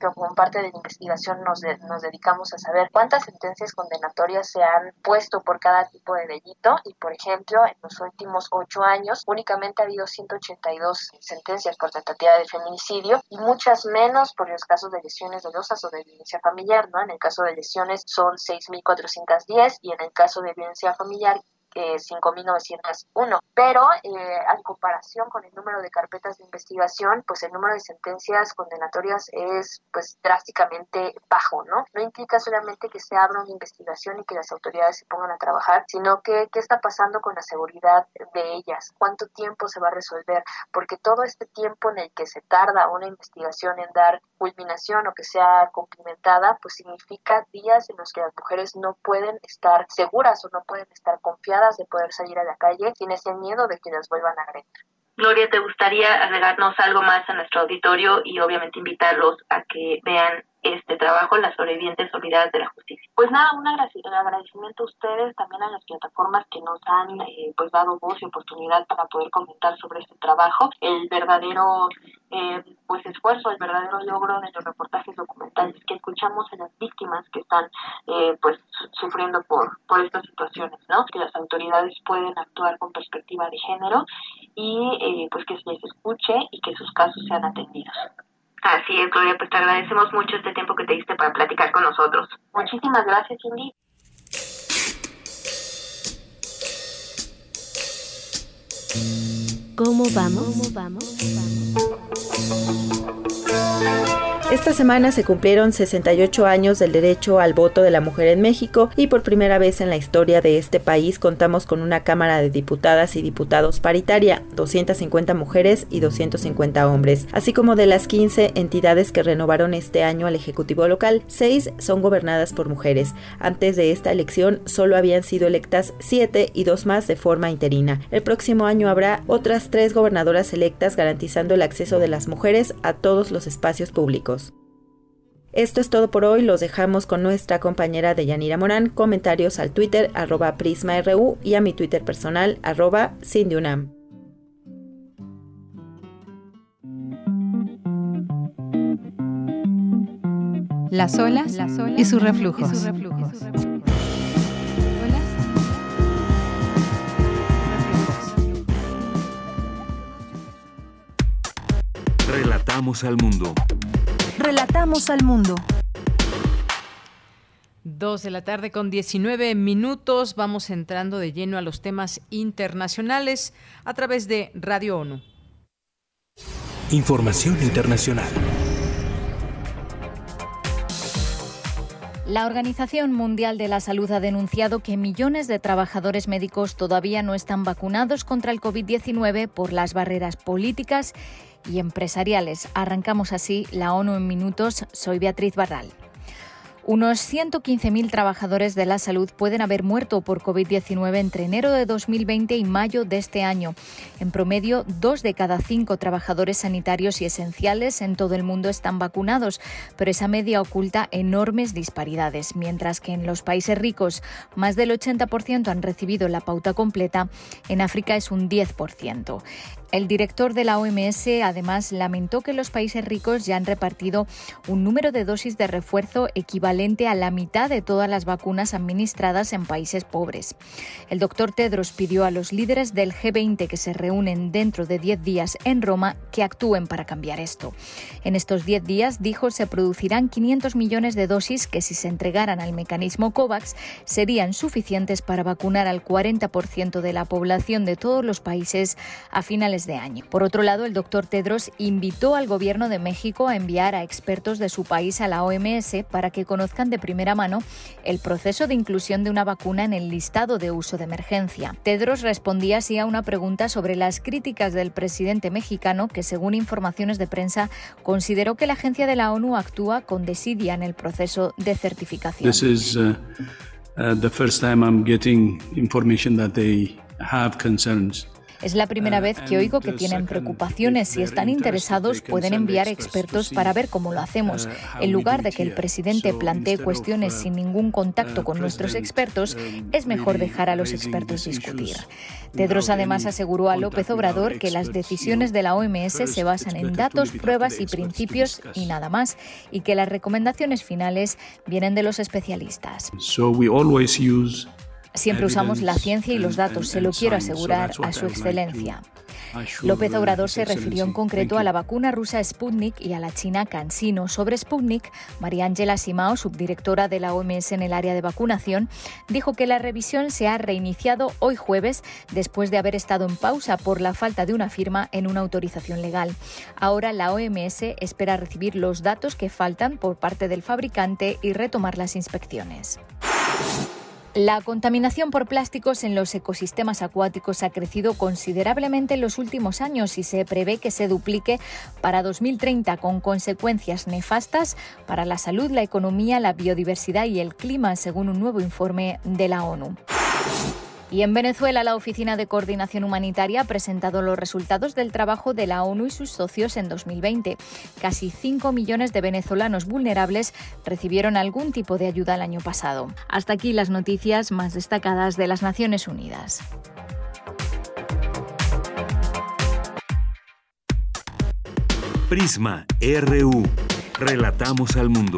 ejemplo, como parte de la investigación nos, de, nos dedicamos a saber cuántas sentencias condenatorias se han puesto por cada tipo de delito y, por ejemplo, en los últimos ocho años únicamente ha habido ciento ochenta y dos sentencias por tentativa de feminicidio y muchas menos por los casos de lesiones dolosas o de violencia familiar, ¿no? En el caso de lesiones son seis mil cuatrocientos diez y en el caso de violencia familiar Eh, cinco mil novecientos uno, pero eh, en comparación con el número de carpetas de investigación, pues el número de sentencias condenatorias es pues drásticamente bajo, ¿no? No implica solamente que se abra una investigación y que las autoridades se pongan a trabajar, sino que qué está pasando con la seguridad de ellas, cuánto tiempo se va a resolver, porque todo este tiempo en el que se tarda una investigación en dar culminación o que sea cumplimentada, pues significa días en los que las mujeres no pueden estar seguras o no pueden estar confiadas de poder salir a la calle sin ese miedo de que las vuelvan a agredir. Gloria, ¿te gustaría agregarnos algo más a nuestro auditorio y obviamente invitarlos a que vean este trabajo, Las sobrevivientes olvidadas de la justicia? Pues nada, un agradecimiento a ustedes, también a las plataformas que nos han eh, pues dado voz y oportunidad para poder comentar sobre este trabajo, el verdadero eh, pues esfuerzo, el verdadero logro de los reportajes documentales que escuchamos a las víctimas que están eh, pues sufriendo por, por estas situaciones, ¿no? Que las autoridades pueden actuar con perspectiva de género y eh, pues que se les escuche y que sus casos sean atendidos. Así es, Gloria, pues te agradecemos mucho este tiempo que te diste para platicar con nosotros. Muchísimas gracias, Cindy. ¿Cómo vamos? ¿Cómo vamos? Esta semana se cumplieron sesenta y ocho años del derecho al voto de la mujer en México y por primera vez en la historia de este país contamos con una Cámara de Diputadas y Diputados paritaria, doscientas cincuenta mujeres y doscientos cincuenta hombres, así como de las quince entidades que renovaron este año al Ejecutivo local, seis son gobernadas por mujeres. Antes de esta elección solo habían sido electas siete y dos más de forma interina. El próximo año habrá otras tres gobernadoras electas garantizando el acceso de las mujeres a todos los espacios públicos. Esto es todo por hoy, los dejamos con nuestra compañera Deyanira Morán, comentarios al Twitter arroba PrismaRU y a mi Twitter personal arroba CindyUNAM. Las olas, Las olas y sus reflujos. Y sus reflujos. Relatamos al mundo. Relatamos al mundo. Dos de la tarde con diecinueve minutos. Vamos entrando de lleno a los temas internacionales a través de Radio ONU. Información internacional. La Organización Mundial de la Salud ha denunciado que millones de trabajadores médicos todavía no están vacunados contra el covid diecinueve por las barreras políticas y empresariales. Arrancamos así la ONU en minutos. Soy Beatriz Barral. Unos ciento quince mil trabajadores de la salud pueden haber muerto por covid diecinueve entre enero de dos mil veinte y mayo de este año. En promedio, dos de cada cinco trabajadores sanitarios y esenciales en todo el mundo están vacunados, pero esa media oculta enormes disparidades. Mientras que en los países ricos, más del ochenta por ciento han recibido la pauta completa, en África es un diez por ciento. El director de la O M S además lamentó que los países ricos ya han repartido un número de dosis de refuerzo equivalente a la mitad de todas las vacunas administradas en países pobres. El doctor Tedros pidió a los líderes del G veinte que se reúnen dentro de diez días en Roma que actúen para cambiar esto. En estos diez días, dijo, se producirán quinientos millones de dosis que, si se entregaran al mecanismo COVAX, serían suficientes para vacunar al cuarenta por ciento de la población de todos los países a finales de año. Por otro lado, el doctor Tedros invitó al gobierno de México a enviar a expertos de su país a la O M S para que conozcan de primera mano el proceso de inclusión de una vacuna en el listado de uso de emergencia. Tedros respondía así a una pregunta sobre las críticas del presidente mexicano, que según informaciones de prensa consideró que la agencia de la ONU actúa con desidia en el proceso de certificación. This is uh, uh, the first time I'm getting information that they have concerns Es la primera vez que oigo que tienen preocupaciones. Si están interesados, pueden enviar expertos para ver cómo lo hacemos. En lugar de que el presidente plantee cuestiones sin ningún contacto con nuestros expertos, es mejor dejar a los expertos discutir. Tedros además aseguró a López Obrador que las decisiones de la O M S se basan en datos, pruebas y principios y nada más, y que las recomendaciones finales vienen de los especialistas. Siempre usamos la ciencia y los datos, se lo quiero asegurar a su excelencia. López Obrador se refirió en concreto a la vacuna rusa Sputnik y a la china CanSino. Sobre Sputnik, María Ángela Simao, subdirectora de la O M S en el área de vacunación, dijo que la revisión se ha reiniciado hoy jueves después de haber estado en pausa por la falta de una firma en una autorización legal. Ahora la O M S espera recibir los datos que faltan por parte del fabricante y retomar las inspecciones. La contaminación por plásticos en los ecosistemas acuáticos ha crecido considerablemente en los últimos años y se prevé que se duplique para dos mil treinta, con consecuencias nefastas para la salud, la economía, la biodiversidad y el clima, según un nuevo informe de la ONU. Y en Venezuela, la Oficina de Coordinación Humanitaria ha presentado los resultados del trabajo de la ONU y sus socios en dos mil veinte. Casi cinco millones de venezolanos vulnerables recibieron algún tipo de ayuda el año pasado. Hasta aquí las noticias más destacadas de las Naciones Unidas. Prisma R U. Relatamos al mundo.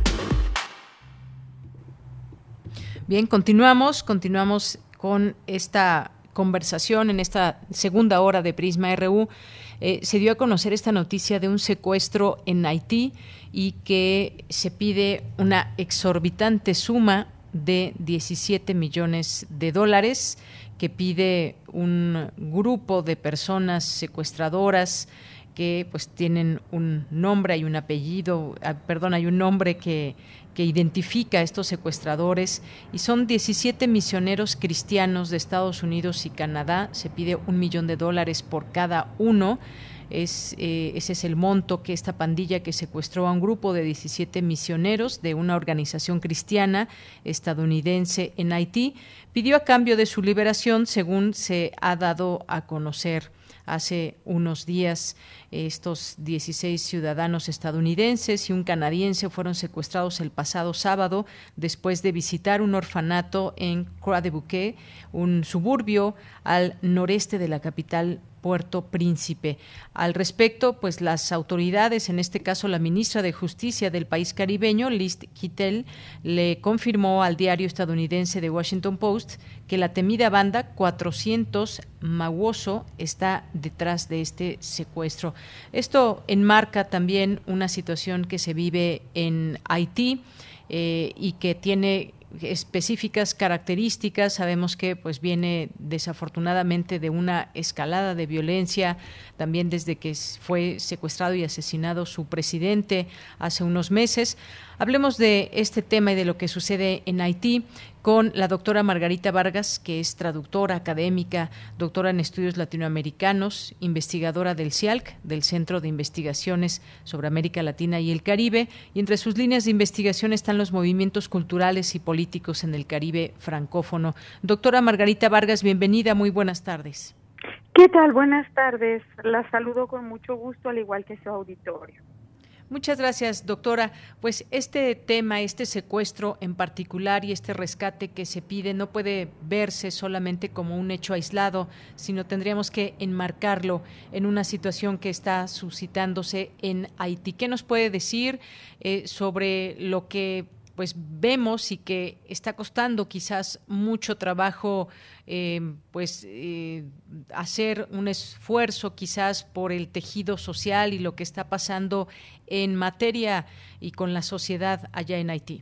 Bien, continuamos, continuamos con esta conversación en esta segunda hora de Prisma R U. Eh, se dio a conocer esta noticia de un secuestro en Haití y que se pide una exorbitante suma de diecisiete millones de dólares que pide un grupo de personas secuestradoras que pues tienen un nombre y un apellido, ah, perdón, hay un nombre que que identifica a estos secuestradores, y son diecisiete misioneros cristianos de Estados Unidos y Canadá. Se pide un millón de dólares por cada uno. Es, eh, ese es el monto que esta pandilla que secuestró a un grupo de diecisiete misioneros de una organización cristiana estadounidense en Haití pidió a cambio de su liberación, según se ha dado a conocer hace unos días. Estos dieciséis ciudadanos estadounidenses y un canadiense fueron secuestrados el pasado sábado después de visitar un orfanato en Croix-de-Bouquet, un suburbio al noreste de la capital Puerto Príncipe. Al respecto, pues las autoridades, en este caso la ministra de Justicia del país caribeño, Liz Kittel, le confirmó al diario estadounidense The Washington Post que la temida banda cuatrocientos Mawozo está detrás de este secuestro. Esto enmarca también una situación que se vive en Haití eh, y que tiene específicas características. Sabemos que pues viene desafortunadamente de una escalada de violencia también desde que fue secuestrado y asesinado su presidente hace unos meses. Hablemos de este tema y de lo que sucede en Haití con la doctora Margarita Vargas, que es traductora académica, doctora en estudios latinoamericanos, investigadora del C I A L C, del Centro de Investigaciones sobre América Latina y el Caribe, y entre sus líneas de investigación están los movimientos culturales y políticos en el Caribe francófono. Doctora Margarita Vargas, bienvenida, muy buenas tardes. ¿Qué tal? Buenas tardes. La saludo con mucho gusto, al igual que su auditorio. Muchas gracias, doctora. Pues este tema, este secuestro en particular y este rescate que se pide no puede verse solamente como un hecho aislado, sino tendríamos que enmarcarlo en una situación que está suscitándose en Haití. ¿Qué nos puede decir eh, sobre lo que pues vemos y que está costando quizás mucho trabajo eh, pues eh, hacer un esfuerzo quizás por el tejido social y lo que está pasando en materia y con la sociedad allá en Haití?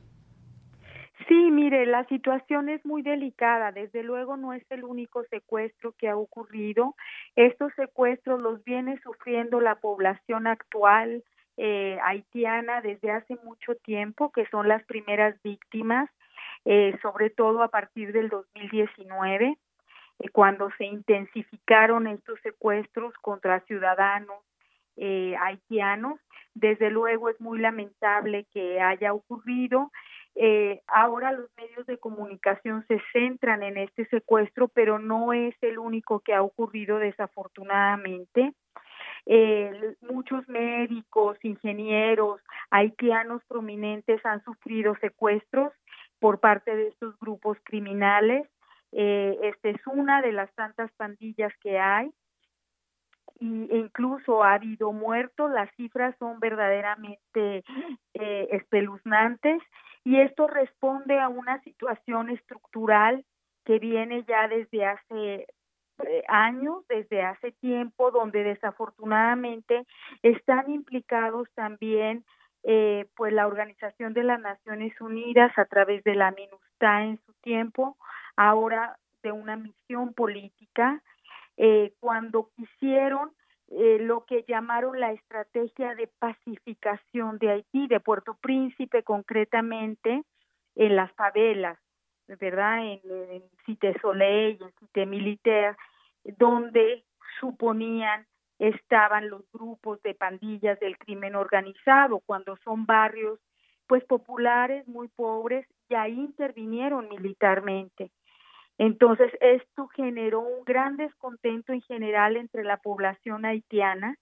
Sí, mire, la situación es muy delicada. Desde luego no es el único secuestro que ha ocurrido. Estos secuestros los viene sufriendo la población actual Eh, haitiana desde hace mucho tiempo, que son las primeras víctimas, eh, sobre todo a partir del dos mil diecinueve, eh, cuando se intensificaron estos secuestros contra ciudadanos eh, haitianos. Desde luego es muy lamentable que haya ocurrido. Eh, ahora los medios de comunicación se centran en este secuestro, pero no es el único que ha ocurrido desafortunadamente. Eh, muchos médicos, ingenieros, haitianos prominentes han sufrido secuestros por parte de estos grupos criminales. Eh, esta es una de las tantas pandillas que hay. Y incluso ha habido muertos, las cifras son verdaderamente eh, espeluznantes, y esto responde a una situación estructural que viene ya desde hace eh, años, desde hace tiempo, donde desafortunadamente están implicados también eh, pues la Organización de las Naciones Unidas a través de la MINUSTAH en su tiempo, ahora de una misión política. Eh, cuando quisieron eh, lo que llamaron la estrategia de pacificación de Haití, de Puerto Príncipe concretamente, en las favelas, ¿verdad? En, en Cité Soleil, en Cité Militaire, donde suponían estaban los grupos de pandillas del crimen organizado, cuando son barrios pues populares, muy pobres, y ahí intervinieron militarmente. Entonces, esto generó un gran descontento en general entre la población haitiana,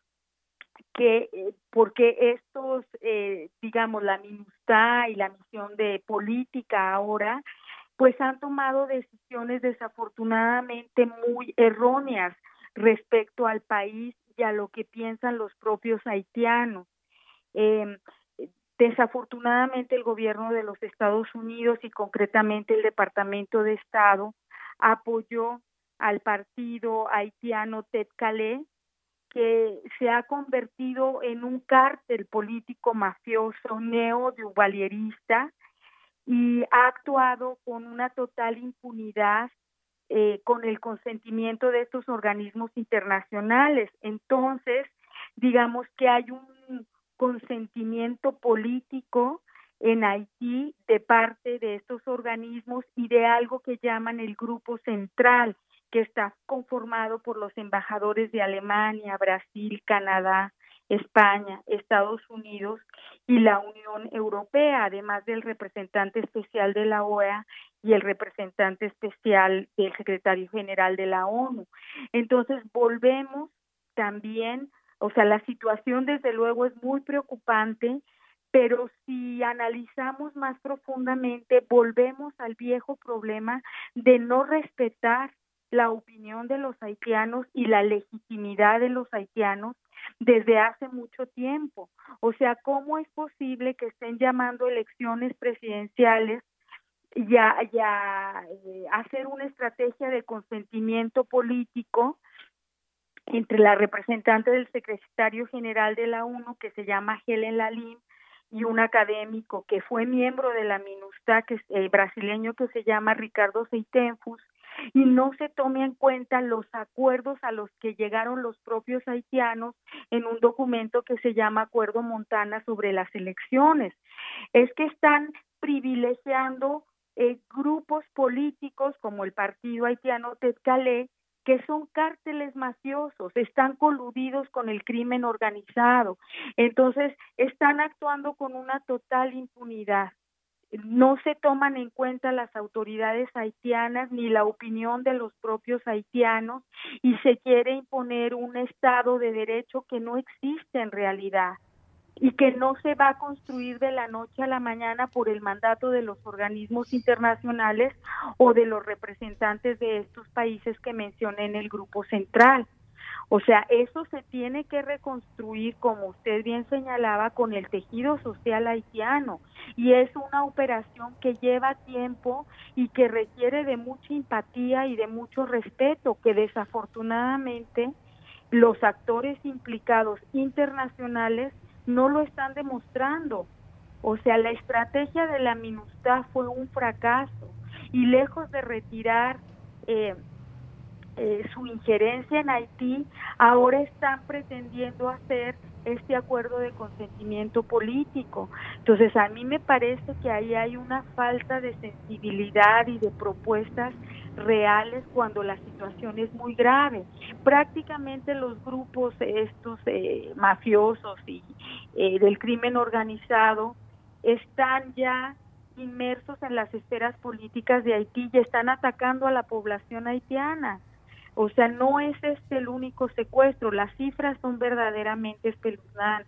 que eh, porque estos, eh, digamos, la MINUSTAH y la misión de política ahora, pues han tomado decisiones desafortunadamente muy erróneas respecto al país y a lo que piensan los propios haitianos. Eh, Desafortunadamente el gobierno de los Estados Unidos y concretamente el Departamento de Estado apoyó al partido haitiano Tet Kale, que se ha convertido en un cártel político mafioso neoduvalierista y ha actuado con una total impunidad eh, con el consentimiento de estos organismos internacionales. Entonces, digamos que hay un consentimiento político en Haití de parte de estos organismos y de algo que llaman el Grupo Central, que está conformado por los embajadores de Alemania, Brasil, Canadá, España, Estados Unidos y la Unión Europea, además del representante especial de la O E A y el representante especial del secretario general de la ONU. Entonces volvemos también. O sea, la situación desde luego es muy preocupante, pero si analizamos más profundamente, volvemos al viejo problema de no respetar la opinión de los haitianos y la legitimidad de los haitianos desde hace mucho tiempo. O sea, ¿cómo es posible que estén llamando elecciones presidenciales y a, y a eh, hacer una estrategia de consentimiento político entre la representante del secretario general de la ONU, que se llama Helen Lalim, y un académico que fue miembro de la MINUSTAH, que es eh, brasileño, que se llama Ricardo Seitenfus, y no se tome en cuenta los acuerdos a los que llegaron los propios haitianos en un documento que se llama Acuerdo Montana sobre las elecciones. Es que están privilegiando eh, grupos políticos como el partido haitiano Tet Kale, que son cárteles mafiosos, están coludidos con el crimen organizado, entonces están actuando con una total impunidad. No se toman en cuenta las autoridades haitianas ni la opinión de los propios haitianos y se quiere imponer un Estado de Derecho que no existe en realidad y que no se va a construir de la noche a la mañana por el mandato de los organismos internacionales o de los representantes de estos países que mencioné en el Grupo Central. O sea, eso se tiene que reconstruir, como usted bien señalaba, con el tejido social haitiano, y es una operación que lleva tiempo y que requiere de mucha empatía y de mucho respeto, que desafortunadamente los actores implicados internacionales no lo están demostrando. O sea, la estrategia de la MINUSTAH fue un fracaso y lejos de retirar eh, eh, su injerencia en Haití, ahora están pretendiendo hacer este acuerdo de consentimiento político. Entonces, a mí me parece que ahí hay una falta de sensibilidad y de propuestas reales cuando la situación es muy grave. Prácticamente los grupos estos eh, mafiosos y eh, del crimen organizado están ya inmersos en las esferas políticas de Haití y están atacando a la población haitiana. O sea, no es este el único secuestro, las cifras son verdaderamente espeluznantes.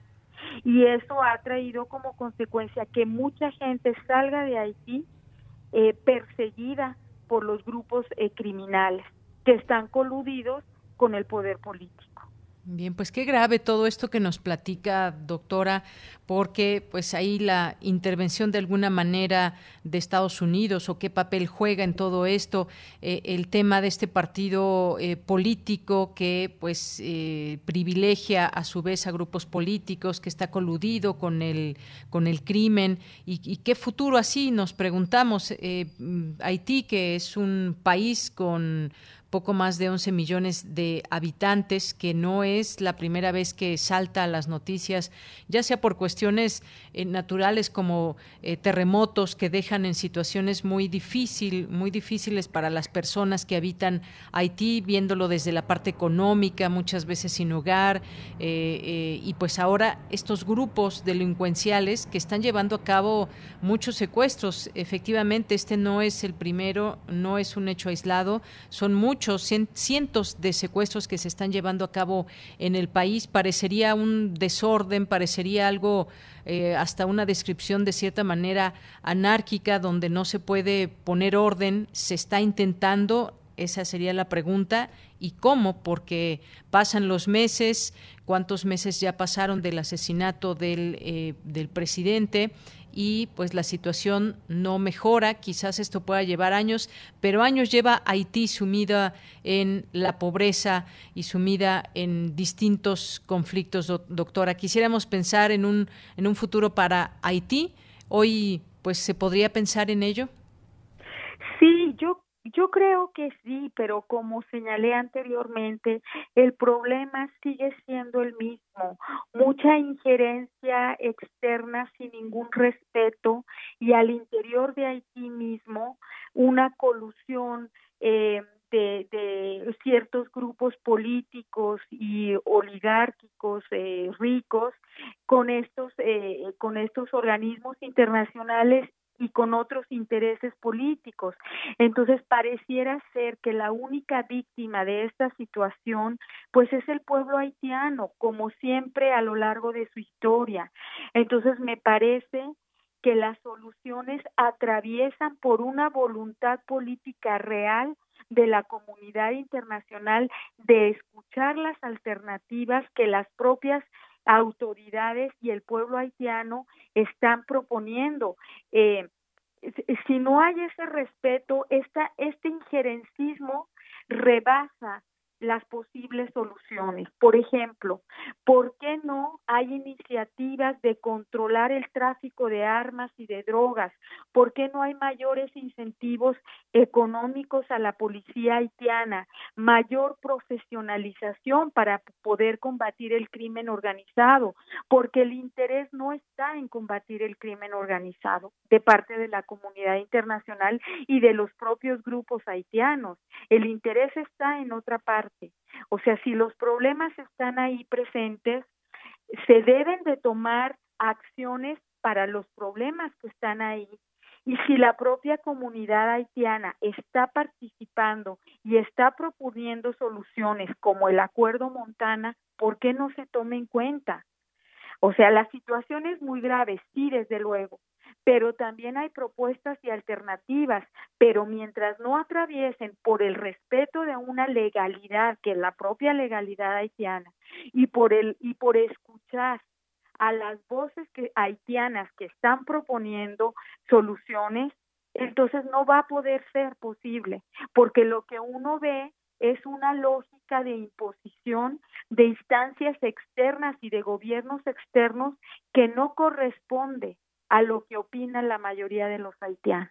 Y eso ha traído como consecuencia que mucha gente salga de Haití eh, perseguida por los grupos eh, criminales que están coludidos con el poder político. Bien, pues qué grave todo esto que nos platica, doctora, porque pues ahí la intervención de alguna manera de Estados Unidos o qué papel juega en todo esto, eh, el tema de este partido eh, político que pues eh, privilegia a su vez a grupos políticos, que está coludido con el con el crimen y, y qué futuro así nos preguntamos. eh, Haití, que es un país con poco más de once millones de habitantes, que no es la primera vez que salta a las noticias, ya sea por cuestiones eh, naturales como eh, terremotos que dejan en situaciones muy difícil, muy difíciles para las personas que habitan Haití, viéndolo desde la parte económica, muchas veces sin hogar, eh, eh, y pues ahora estos grupos delincuenciales que están llevando a cabo muchos secuestros. Efectivamente, este no es el primero, no es un hecho aislado, son muchos cientos de secuestros que se están llevando a cabo en el país. Parecería un desorden, parecería algo, eh, hasta una descripción de cierta manera anárquica, donde no se puede poner orden. Se está intentando, esa sería la pregunta, ¿y cómo? Porque pasan los meses, ¿cuántos meses ya pasaron del asesinato del, eh, del presidente? Y pues la situación no mejora, quizás esto pueda llevar años, pero años lleva Haití sumida en la pobreza y sumida en distintos conflictos, do- doctora. Quisiéramos pensar en un, en un futuro para Haití. Hoy, pues, ¿se podría pensar en ello? Sí, yo Yo creo que sí, pero como señalé anteriormente, el problema sigue siendo el mismo. Mucha injerencia externa sin ningún respeto y al interior de Haití mismo una colusión eh, de, de ciertos grupos políticos y oligárquicos eh, ricos con estos, eh, con estos organismos internacionales y con otros intereses políticos. Entonces pareciera ser que la única víctima de esta situación pues es el pueblo haitiano, como siempre a lo largo de su historia. Entonces me parece que las soluciones atraviesan por una voluntad política real de la comunidad internacional de escuchar las alternativas que las propias autoridades y el pueblo haitiano están proponiendo. Eh, si no hay ese respeto, esta, este injerencismo rebasa las posibles soluciones. Por ejemplo, ¿por qué no hay iniciativas de controlar el tráfico de armas y de drogas? ¿Por qué no hay mayores incentivos económicos a la policía haitiana? Mayor profesionalización para poder combatir el crimen organizado, porque el interés no está en combatir el crimen organizado de parte de la comunidad internacional y de los propios grupos haitianos. El interés está en otra parte. O sea, si los problemas están ahí presentes, se deben de tomar acciones para los problemas que están ahí. Y si la propia comunidad haitiana está participando y está proponiendo soluciones como el Acuerdo Montana, ¿por qué no se toma en cuenta? O sea, la situación es muy grave, sí, desde luego, pero también hay propuestas y alternativas, pero mientras no atraviesen por el respeto de una legalidad, que es la propia legalidad haitiana, y por el y por escuchar a las voces que, haitianas que están proponiendo soluciones, entonces no va a poder ser posible, porque lo que uno ve es una lógica de imposición de instancias externas y de gobiernos externos que no corresponde a lo que opina la mayoría de los haitianos.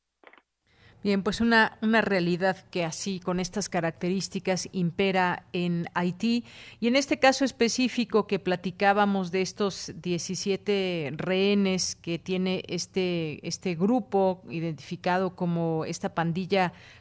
Bien, pues una, una realidad que así, con estas características, impera en Haití. Y en este caso específico que platicábamos de estos diecisiete rehenes que tiene este, este grupo identificado como esta pandilla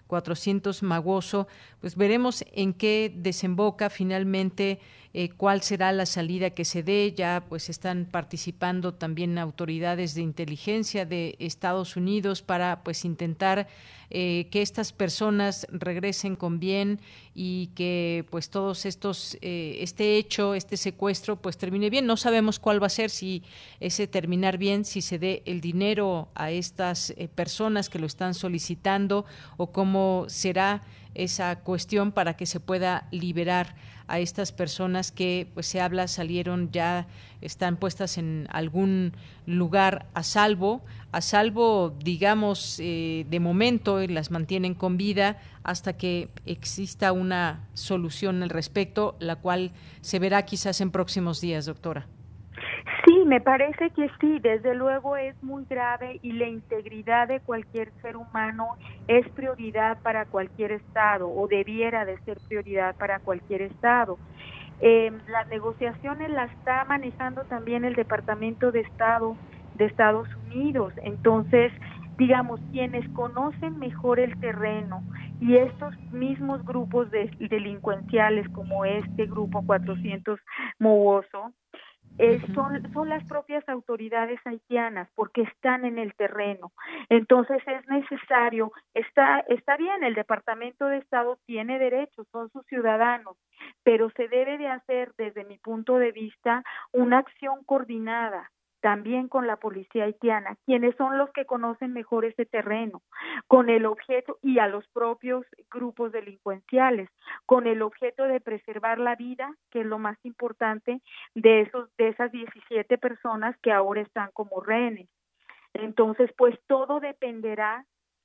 cuatrocientos Maguoso, pues veremos en qué desemboca finalmente, eh, cuál será la salida que se dé. Ya pues están participando también autoridades de inteligencia de Estados Unidos para pues intentar eh, que estas personas regresen con bien y que pues todos estos, eh, este hecho, este secuestro pues termine bien. No sabemos cuál va a ser, si ese terminar bien, si se dé el dinero a estas eh, personas que lo están solicitando o cómo será esa cuestión para que se pueda liberar a estas personas que, pues se habla, salieron ya, están puestas en algún lugar a salvo, a salvo, digamos, eh, de momento, y las mantienen con vida hasta que exista una solución al respecto, la cual se verá quizás en próximos días, doctora. Sí, me parece que sí, desde luego es muy grave y la integridad de cualquier ser humano es prioridad para cualquier Estado o debiera de ser prioridad para cualquier Estado. Eh, las negociaciones las está manejando también el Departamento de Estado de Estados Unidos, entonces digamos, quienes conocen mejor el terreno y estos mismos grupos de delincuenciales como este grupo cuatrocientos Maguoso, Eh, son, son las propias autoridades haitianas porque están en el terreno. Entonces es necesario, está, está bien, el Departamento de Estado tiene derechos, son sus ciudadanos, pero se debe de hacer, desde mi punto de vista, una acción coordinada también con la policía haitiana, quienes son los que conocen mejor ese terreno, con el objeto, y a los propios grupos delincuenciales, con el objeto de preservar la vida, que es lo más importante, de esos, de esas diecisiete personas que ahora están como rehenes. Entonces, pues todo dependerá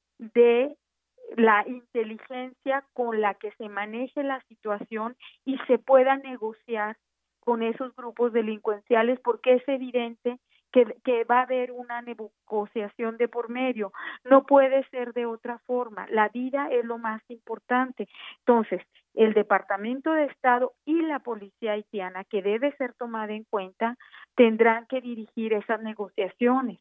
de la inteligencia con la que se maneje la situación y se pueda negociar con esos grupos delincuenciales, porque es evidente que, que va a haber una negociación de por medio. No puede ser de otra forma. La vida es lo más importante. Entonces, el Departamento de Estado y la policía haitiana, que debe ser tomada en cuenta, tendrán que dirigir esas negociaciones.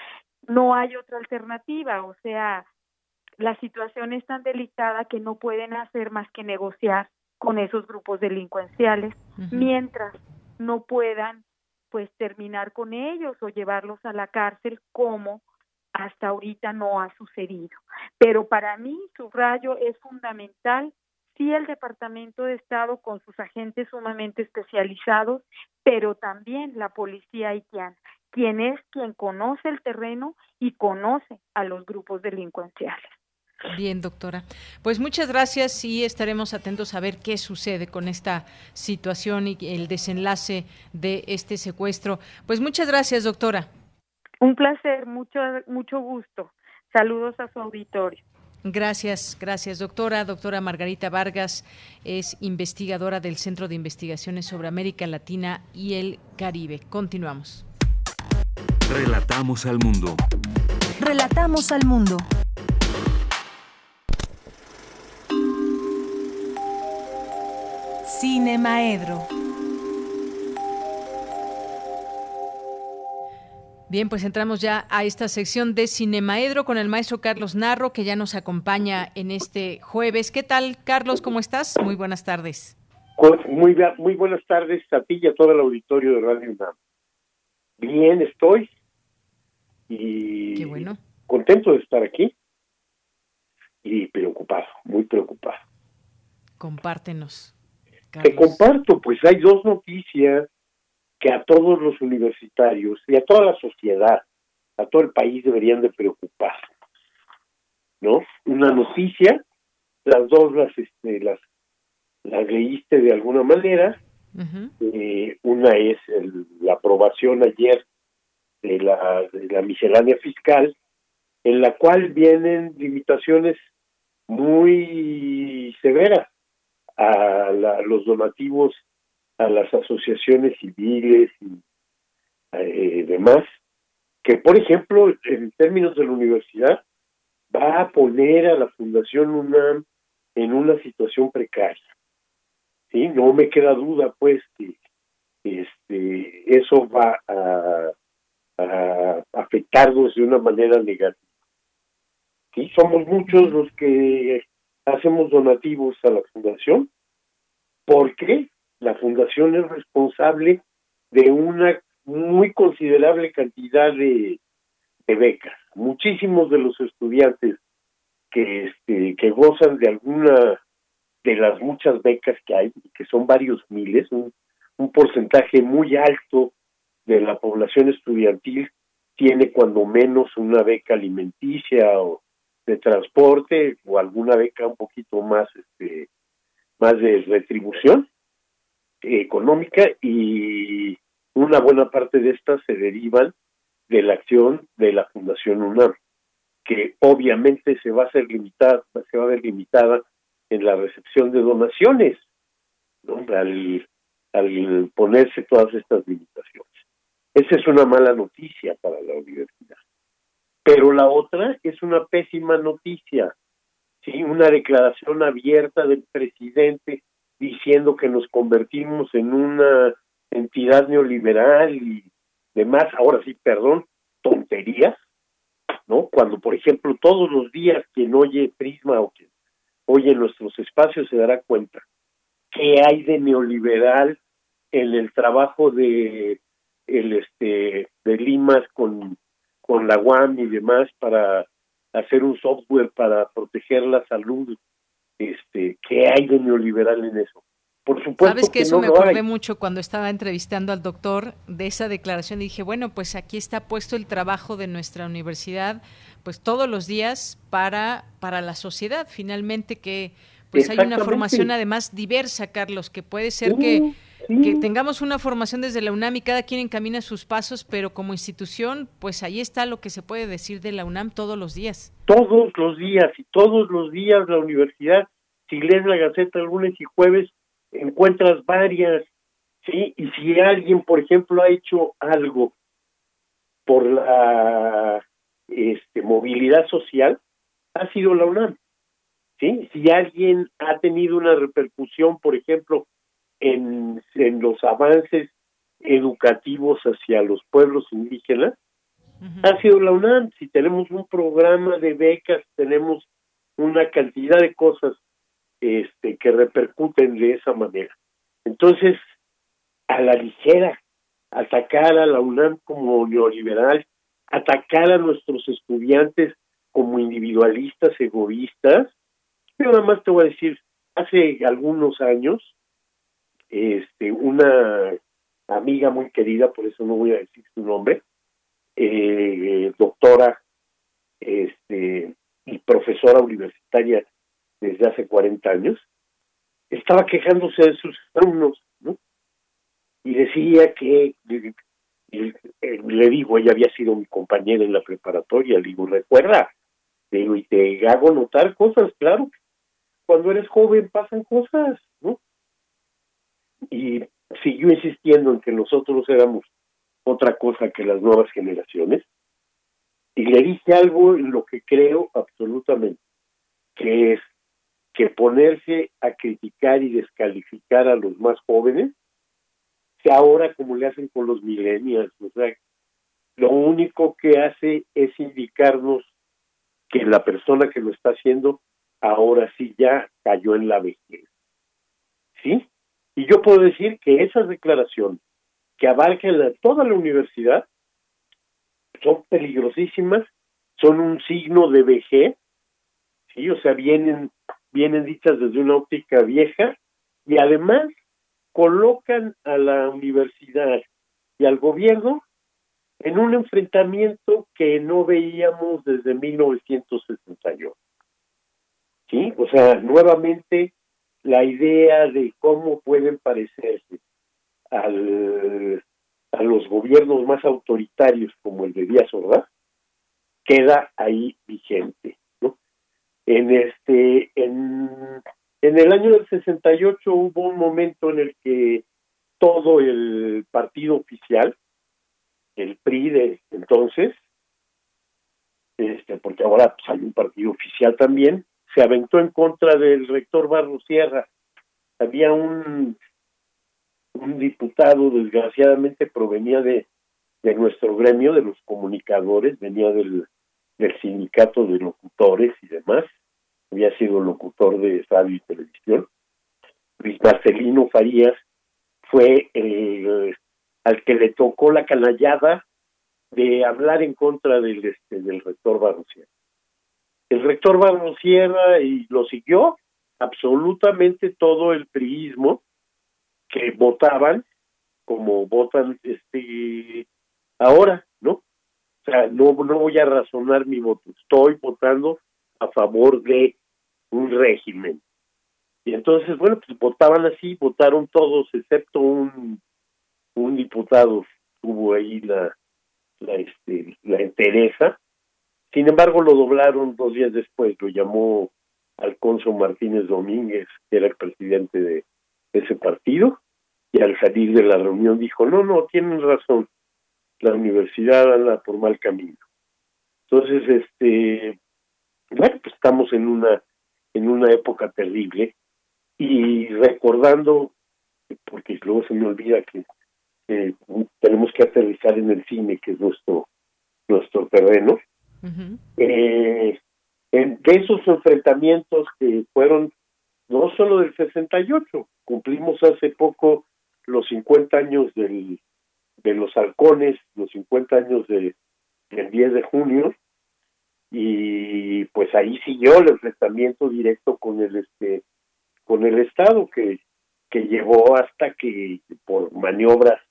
No hay otra alternativa, o sea, la situación es tan delicada que no pueden hacer más que negociar con esos grupos delincuenciales, uh-huh. mientras no puedan pues terminar con ellos o llevarlos a la cárcel, como hasta ahorita no ha sucedido. Pero para mí, subrayo, es fundamental sí el Departamento de Estado con sus agentes sumamente especializados, pero también la policía haitiana, quien es quien conoce el terreno y conoce a los grupos delincuenciales. Bien, doctora. Pues muchas gracias y estaremos atentos a ver qué sucede con esta situación y el desenlace de este secuestro. Pues muchas gracias, doctora. Un placer, mucho, mucho gusto. Saludos a su auditorio. Gracias, gracias, doctora. Doctora Margarita Vargas es investigadora del Centro de Investigaciones sobre América Latina y el Caribe. Continuamos. Relatamos al mundo. Relatamos al mundo. Cinemaedro. Bien, pues entramos ya a esta sección de Cinemaedro con el maestro Carlos Narro, que ya nos acompaña en este jueves. ¿Qué tal, Carlos? ¿Cómo estás? Muy buenas tardes. Muy, muy buenas tardes a ti y a todo el auditorio de Radio UNAM. Bien, estoy y Qué bueno. contento de estar aquí y preocupado, muy preocupado. Compártenos, Carlos. Te comparto, pues hay dos noticias que a todos los universitarios y a toda la sociedad, a todo el país deberían de preocupar, ¿no? Una noticia, las dos las este, las, las leíste de alguna manera. Uh-huh. Eh, una es el, la aprobación ayer de la, de la miscelánea fiscal, en la cual vienen limitaciones muy severas a la, los donativos a las asociaciones civiles y eh, demás, que por ejemplo, en términos de la universidad, va a poner a la Fundación UNAM en una situación precaria. ¿Sí? No me queda duda, pues, que este eso va a, a afectarnos de una manera negativa. Sí, somos muchos los que hacemos donativos a la fundación porque la fundación es responsable de una muy considerable cantidad de, de becas. Muchísimos de los estudiantes que este que gozan de alguna de las muchas becas que hay, que son varios miles, un, un porcentaje muy alto de la población estudiantil tiene cuando menos una beca alimenticia o de transporte o alguna beca un poquito más este más de retribución económica, y una buena parte de estas se derivan de la acción de la Fundación UNAM, que obviamente se va a hacer limitada, se va a ver limitada en la recepción de donaciones, ¿no? al, al ponerse todas estas limitaciones. Esa es una mala noticia para la universidad. Pero la otra es una pésima noticia, ¿sí? Una declaración abierta del presidente diciendo que nos convertimos en una entidad neoliberal y demás, ahora sí, perdón, tonterías, ¿no? Cuando, por ejemplo, todos los días quien oye Prisma o quien oye nuestros espacios se dará cuenta que hay de neoliberal en el trabajo de el este de Limas con, con la U A M y demás para hacer un software para proteger la salud. Este, ¿qué hay de neoliberal en eso? Por supuesto. Sabes que, que eso no me lo acordé hay. mucho cuando estaba entrevistando al doctor de esa declaración y dije, bueno, pues aquí está puesto el trabajo de nuestra universidad, pues todos los días para, para la sociedad, finalmente que pues hay una formación además diversa, Carlos, que puede ser sí, que, sí. que tengamos una formación desde la UNAM y cada quien encamina sus pasos, pero como institución, pues ahí está lo que se puede decir de la UNAM todos los días. Todos los días, y todos los días la universidad, si lees la Gaceta el lunes y jueves, encuentras varias, ¿sí? Y si alguien, por ejemplo, ha hecho algo por la este, movilidad social, ha sido la UNAM, ¿sí? Si alguien ha tenido una repercusión, por ejemplo, en, en los avances educativos hacia los pueblos indígenas, uh-huh. ha sido la UNAM. Si tenemos un programa de becas, tenemos una cantidad de cosas este que repercuten de esa manera. Entonces, a la ligera, atacar a la UNAM como neoliberal, atacar a nuestros estudiantes como individualistas, egoístas. Yo nada más te voy a decir, hace algunos años, este, una amiga muy querida, por eso no voy a decir su nombre, eh, doctora este, y profesora universitaria desde hace cuarenta años, estaba quejándose de sus alumnos, ¿no? Y decía que, le, le, le digo, ella había sido mi compañera en la preparatoria, le digo, recuerda, le digo, y te hago notar cosas, claro, cuando eres joven pasan cosas, ¿no? Y siguió insistiendo en que nosotros éramos otra cosa que las nuevas generaciones, y le dije algo en lo que creo absolutamente, que es que ponerse a criticar y descalificar a los más jóvenes, que ahora como le hacen con los millennials, o sea, lo único que hace es indicarnos que la persona que lo está haciendo ahora sí ya cayó en la vejez, ¿sí? Y yo puedo decir que esas declaraciones que abarcan la, toda la universidad son peligrosísimas, son un signo de vejez, ¿sí? O sea, vienen vienen dichas desde una óptica vieja y además colocan a la universidad y al gobierno en un enfrentamiento que no veíamos desde mil novecientos sesenta y ocho. ¿Sí? O sea, nuevamente la idea de cómo pueden parecerse al, a los gobiernos más autoritarios como el de Díaz Ordaz queda ahí vigente. En este, en, en el año del sesenta y ocho hubo un momento en el que todo el partido oficial, el P R I de entonces, este, porque ahora pues, hay un partido oficial también, se aventó en contra del rector Barros Sierra. Había un, un diputado, desgraciadamente provenía de, de nuestro gremio, de los comunicadores, venía del, del sindicato de locutores y demás, había sido locutor de radio y televisión. Luis Marcelino Farías fue el al que le tocó la canallada de hablar en contra del este del rector Barros Sierra. El rector Barros Sierra y lo siguió absolutamente todo el priismo, que votaban como votan este ahora, ¿no? O sea, no, no voy a razonar mi voto, estoy votando a favor de un régimen. Y entonces, bueno, pues votaban así, votaron todos, excepto un un diputado tuvo ahí la la este la entereza. Sin embargo, lo doblaron dos días después, lo llamó Alfonso Martínez Domínguez, que era el presidente de ese partido, y al salir de la reunión dijo, no, no, tienen razón, la universidad anda por mal camino. Entonces, este, bueno, pues estamos en una en una época terrible, y recordando, porque luego se me olvida que eh, tenemos que aterrizar en el cine, que es nuestro nuestro terreno. Uh-huh. eh, en, de esos enfrentamientos que fueron no solo del sesenta y ocho, cumplimos hace poco los cincuenta años del, de los halcones, los cincuenta años de, del diez de junio, y pues ahí siguió el enfrentamiento directo con el este con el Estado, que que llevó hasta que por maniobras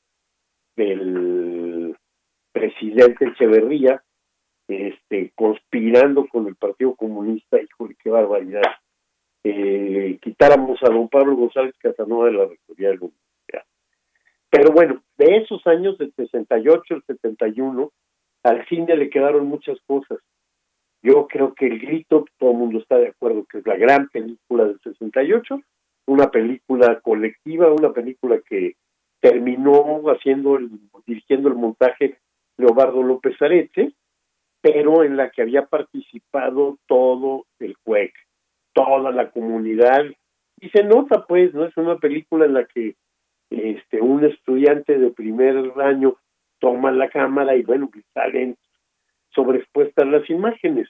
del presidente Echeverría, este conspirando con el Partido Comunista, híjole, qué barbaridad, eh, quitáramos a don Pablo González Casanova de la Rectoría de la Universidad. Pero bueno, de esos años, del sesenta y ocho, el setenta y uno, al cine le quedaron muchas cosas. Yo creo que El Grito, todo el mundo está de acuerdo que es la gran película del sesenta y ocho, una película colectiva, una película que terminó haciendo el, dirigiendo el montaje Leobardo López Areche, pero en la que había participado todo el C U E C, toda la comunidad, y se nota pues, ¿no? Es una película en la que este un estudiante de primer año toma la cámara y bueno, pues salen sobreexpuestas las imágenes,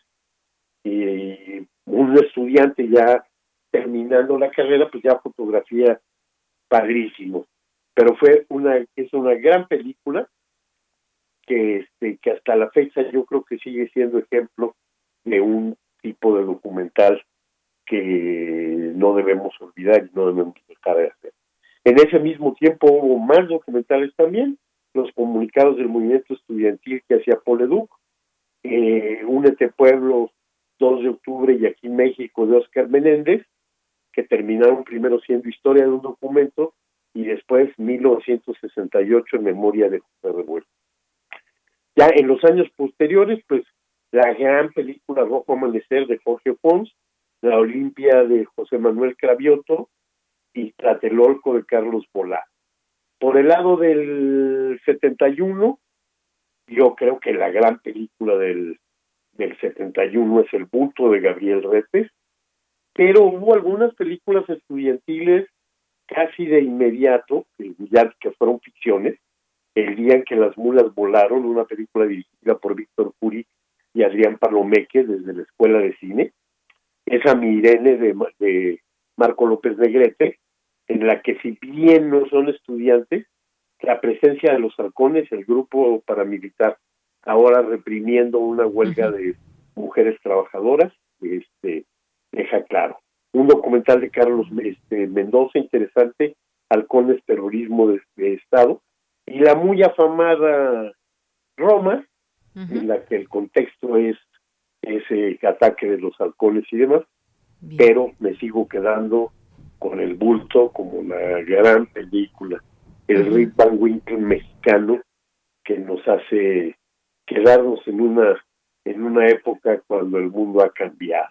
y un estudiante ya terminando la carrera, pues ya fotografía padrísimo. Pero fue una, es una gran película que este que hasta la fecha yo creo que sigue siendo ejemplo de un tipo de documental que no debemos olvidar y no debemos dejar de hacer. En ese mismo tiempo hubo más documentales también, los comunicados del movimiento estudiantil que hacía Paul Leduc, eh, Únete Pueblo, dos de octubre, y Aquí México, de Óscar Menéndez, que terminaron primero siendo historia de un documento y después mil novecientos sesenta y ocho en memoria de José Revuelta. Ya en los años posteriores, pues la gran película Rojo Amanecer de Jorge Pons, La Olimpia de José Manuel Cravioto y Tlatelolco de Carlos Bolá. Por el lado del setenta y uno, yo creo que la gran película del, del setenta y uno es El Bulto de Gabriel Retes, pero hubo algunas películas estudiantiles casi de inmediato, ya que fueron ficciones. El día en que las mulas volaron, una película dirigida por Víctor Curi y Adrián Palomeque desde la Escuela de Cine. Esa Mirene de, de Marco López Negrete, en la que si bien no son estudiantes, la presencia de los halcones, el grupo paramilitar, ahora reprimiendo una huelga de mujeres trabajadoras, este deja claro. Un documental de Carlos este, Mendoza, interesante, Halcones, Terrorismo de, de Estado, y la muy afamada Roma, uh-huh. en la que el contexto es ese ataque de los halcones y demás. Bien. Pero me sigo quedando con El Bulto como la gran película, el uh-huh. Rip Van Winkle mexicano, que nos hace quedarnos en una en una época cuando el mundo ha cambiado.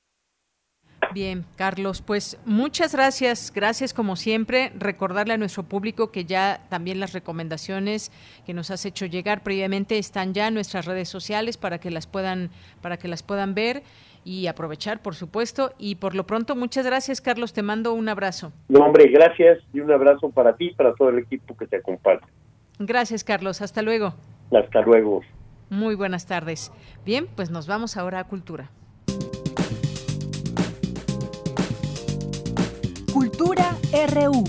Bien, Carlos, pues muchas gracias, gracias como siempre. Recordarle a nuestro público que ya también las recomendaciones que nos has hecho llegar previamente están ya en nuestras redes sociales para que las puedan, para que las puedan ver y aprovechar, por supuesto. Y por lo pronto, muchas gracias, Carlos, te mando un abrazo. No, hombre, gracias, y un abrazo para ti y para todo el equipo que te acompaña. Gracias, Carlos, hasta luego. Hasta luego. Muy buenas tardes. Bien, pues nos vamos ahora a Cultura. R U.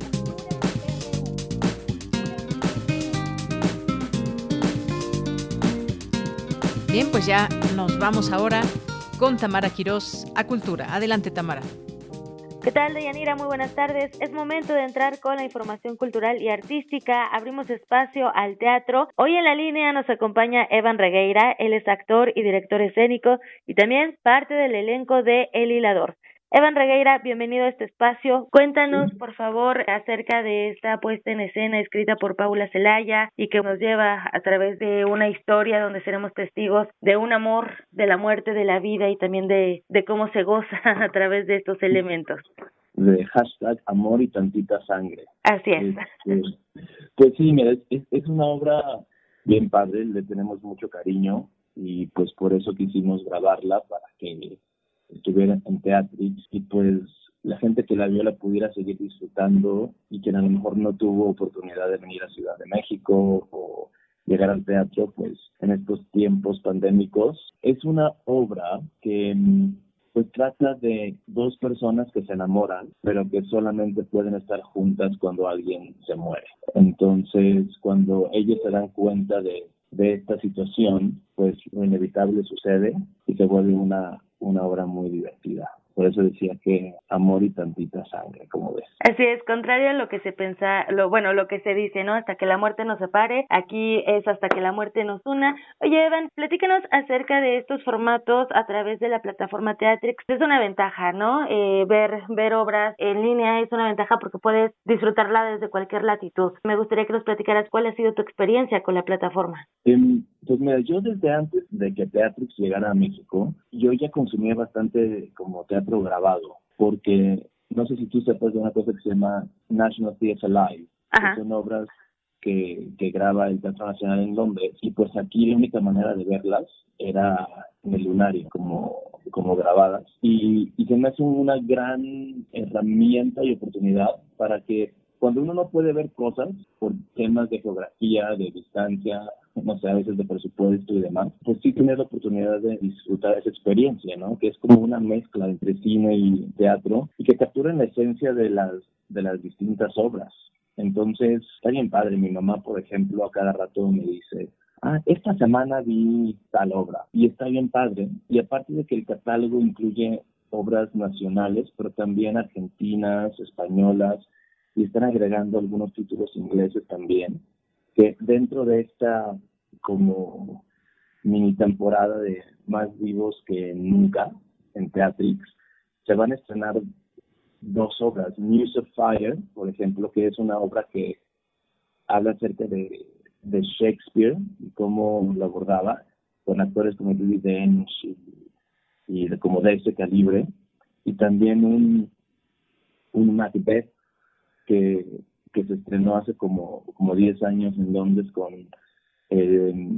Bien, pues ya nos vamos ahora con Tamara Quirós a Cultura. Adelante, Tamara. ¿Qué tal, Deyanira? Muy buenas tardes. Es momento de entrar con la información cultural y artística. Abrimos espacio al teatro. Hoy en la línea nos acompaña Evan Regueira. Él es actor y director escénico y también parte del elenco de El Hilador. Evan Regueira, bienvenido a este espacio. Cuéntanos, por favor, acerca de esta puesta en escena escrita por Paula Celaya y que nos lleva a través de una historia donde seremos testigos de un amor, de la muerte, de la vida y también de, de cómo se goza a través de estos elementos. De hashtag amor y tantita sangre. Así es. Este, pues sí, mira, es, es una obra bien padre, le tenemos mucho cariño y pues por eso quisimos grabarla para que estuviera en Teatrix y pues la gente que la vio la pudiera seguir disfrutando y quien a lo mejor no tuvo oportunidad de venir a Ciudad de México o llegar al teatro pues en estos tiempos pandémicos. Es una obra que pues trata de dos personas que se enamoran pero que solamente pueden estar juntas cuando alguien se muere. Entonces cuando ellos se dan cuenta de, de esta situación pues lo inevitable sucede y se vuelve una una obra muy divertida. Por eso decía que amor y tantita sangre, como ves. Así es, contrario a lo que se piensa, lo bueno, lo que se dice, ¿no? Hasta que la muerte nos separe, aquí es hasta que la muerte nos una. Oye, Evan, platícanos acerca de estos formatos a través de la plataforma Teatrix. Es una ventaja, ¿no? Eh, ver ver obras en línea es una ventaja porque puedes disfrutarla desde cualquier latitud. Me gustaría que nos platicaras cuál ha sido tu experiencia con la plataforma. Eh, pues mira, yo desde antes de que Teatrix llegara a México, yo ya consumía bastante como teatro grabado, porque no sé si tú sepas de una cosa que se llama National Theatre Live, Ajá. que son obras que, que graba el Teatro Nacional en Londres, y pues aquí la única manera de verlas era en el lunario, como, como grabadas, y, y se me hace una gran herramienta y oportunidad para que cuando uno no puede ver cosas por temas de geografía, de distancia, no sé, a veces de presupuesto y demás, pues sí tienes la oportunidad de disfrutar esa experiencia, ¿no? Que es como una mezcla entre cine y teatro y que capturan la esencia de las de las distintas obras. Entonces, está bien padre. Mi mamá, por ejemplo, a cada rato me dice, ah, esta semana vi tal obra y está bien padre. Y aparte de que el catálogo incluye obras nacionales, pero también argentinas, españolas, y están agregando algunos títulos ingleses también, que dentro de esta como mini temporada de Más Vivos que Nunca en Teatrix, se van a estrenar dos obras. Muse of Fire, por ejemplo, que es una obra que habla acerca de, de Shakespeare y cómo lo abordaba, con actores como Judy Dench y, y de, como de ese calibre, y también un, un Macbeth, que, que se estrenó hace como como diez años en Londres con eh,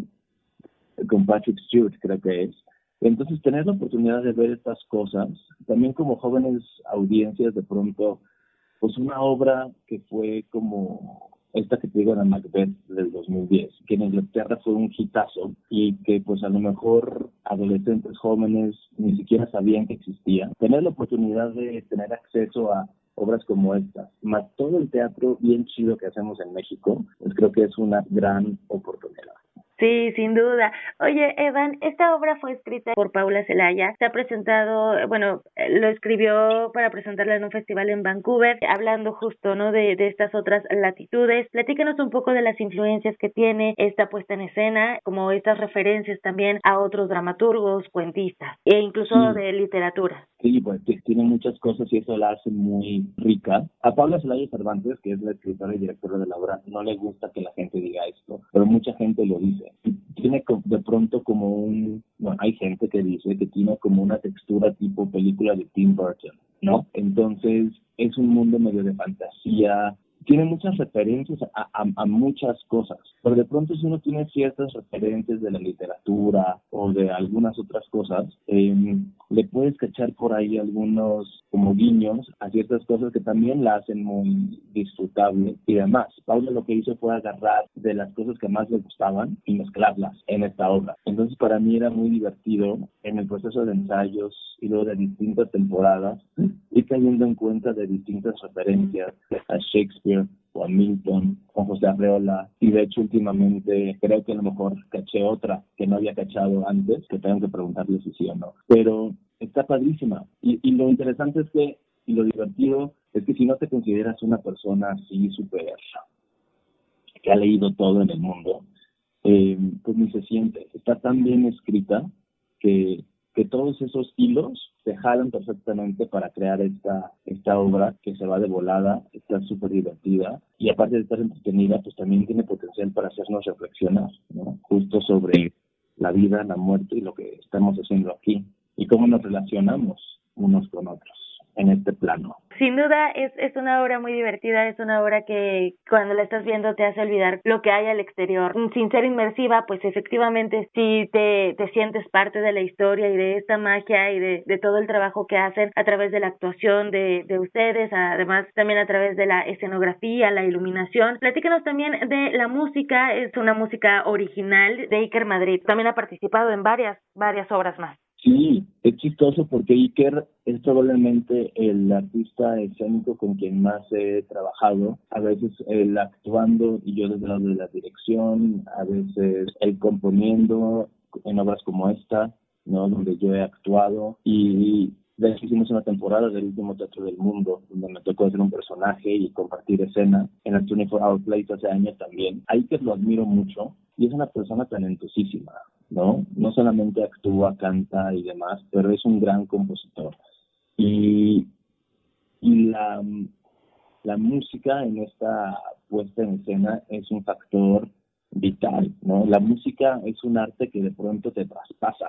con Patrick Stewart, creo que es. Entonces, tener la oportunidad de ver estas cosas, también como jóvenes audiencias, de pronto, pues una obra que fue como esta que te digo, la Macbeth del dos mil diez, que en Inglaterra fue un hitazo y que pues a lo mejor adolescentes jóvenes ni siquiera sabían que existía. Tener la oportunidad de tener acceso a obras como estas, más todo el teatro bien chido que hacemos en México, pues creo que es una gran oportunidad. Sí, sin duda. Oye, Evan, esta obra fue escrita por Paula Celaya. Se ha presentado, bueno, lo escribió para presentarla en un festival en Vancouver, hablando justo, ¿no?, de, de estas otras latitudes. Platícanos un poco de las influencias que tiene esta puesta en escena, como estas referencias también a otros dramaturgos, cuentistas, e incluso sí. de literatura. Sí, pues tiene muchas cosas y eso la hace muy rica. A Paula Celaya Cervantes, que es la escritora y directora de la obra, no le gusta que la gente diga esto, pero mucha gente lo dice. Tiene de pronto como un... Bueno, hay gente que dice que tiene como una textura tipo película de Tim Burton, ¿no? Entonces, es un mundo medio de fantasía. Tiene muchas referencias a, a, a muchas cosas, pero de pronto si uno tiene ciertas referencias de la literatura o de algunas otras cosas, eh, le puedes cachar por ahí algunos como guiños a ciertas cosas que también la hacen muy disfrutable y demás. Paula lo que hizo fue agarrar de las cosas que más le gustaban y mezclarlas en esta obra. Entonces para mí era muy divertido en el proceso de ensayos y luego de distintas temporadas y cayendo en cuenta de distintas referencias a Shakespeare o a Milton, o José Arreola, y de hecho últimamente creo que a lo mejor caché otra que no había cachado antes, que tengo que preguntarle si sí o no, pero está padrísima, y, y lo interesante es que, y lo divertido, es que si no te consideras una persona así súper, que ha leído todo en el mundo, eh, pues ni se siente, está tan bien escrita que que todos esos hilos se jalan perfectamente para crear esta esta obra que se va de volada, está súper divertida y aparte de estar entretenida, pues también tiene potencial para hacernos reflexionar, ¿no? Justo sobre la vida, la muerte y lo que estamos haciendo aquí y cómo nos relacionamos unos con otros en este plano. Sin duda es, es una obra muy divertida, es una obra que cuando la estás viendo te hace olvidar lo que hay al exterior. Sin ser inmersiva, pues efectivamente sí te, te sientes parte de la historia y de esta magia y de, de todo el trabajo que hacen a través de la actuación de, de ustedes, además también a través de la escenografía, la iluminación. Platícanos también de la música, es una música original de Iker Madrid. También ha participado en varias, varias obras más. Sí, es chistoso porque Iker es probablemente el artista escénico con quien más he trabajado. A veces él actuando y yo desde el lado de la dirección, a veces él componiendo en obras como esta, ¿no? Donde yo he actuado. Y de hecho hicimos una temporada del Último Teatro del Mundo, donde me tocó hacer un personaje y compartir escena en el veinticuatro Hour Place hace años también. A Iker lo admiro mucho y es una persona talentosísima, ¿no? No solamente actúa, canta y demás, pero es un gran compositor. Y, y la, la música en esta puesta en escena es un factor vital, ¿no? La música es un arte que de pronto te traspasa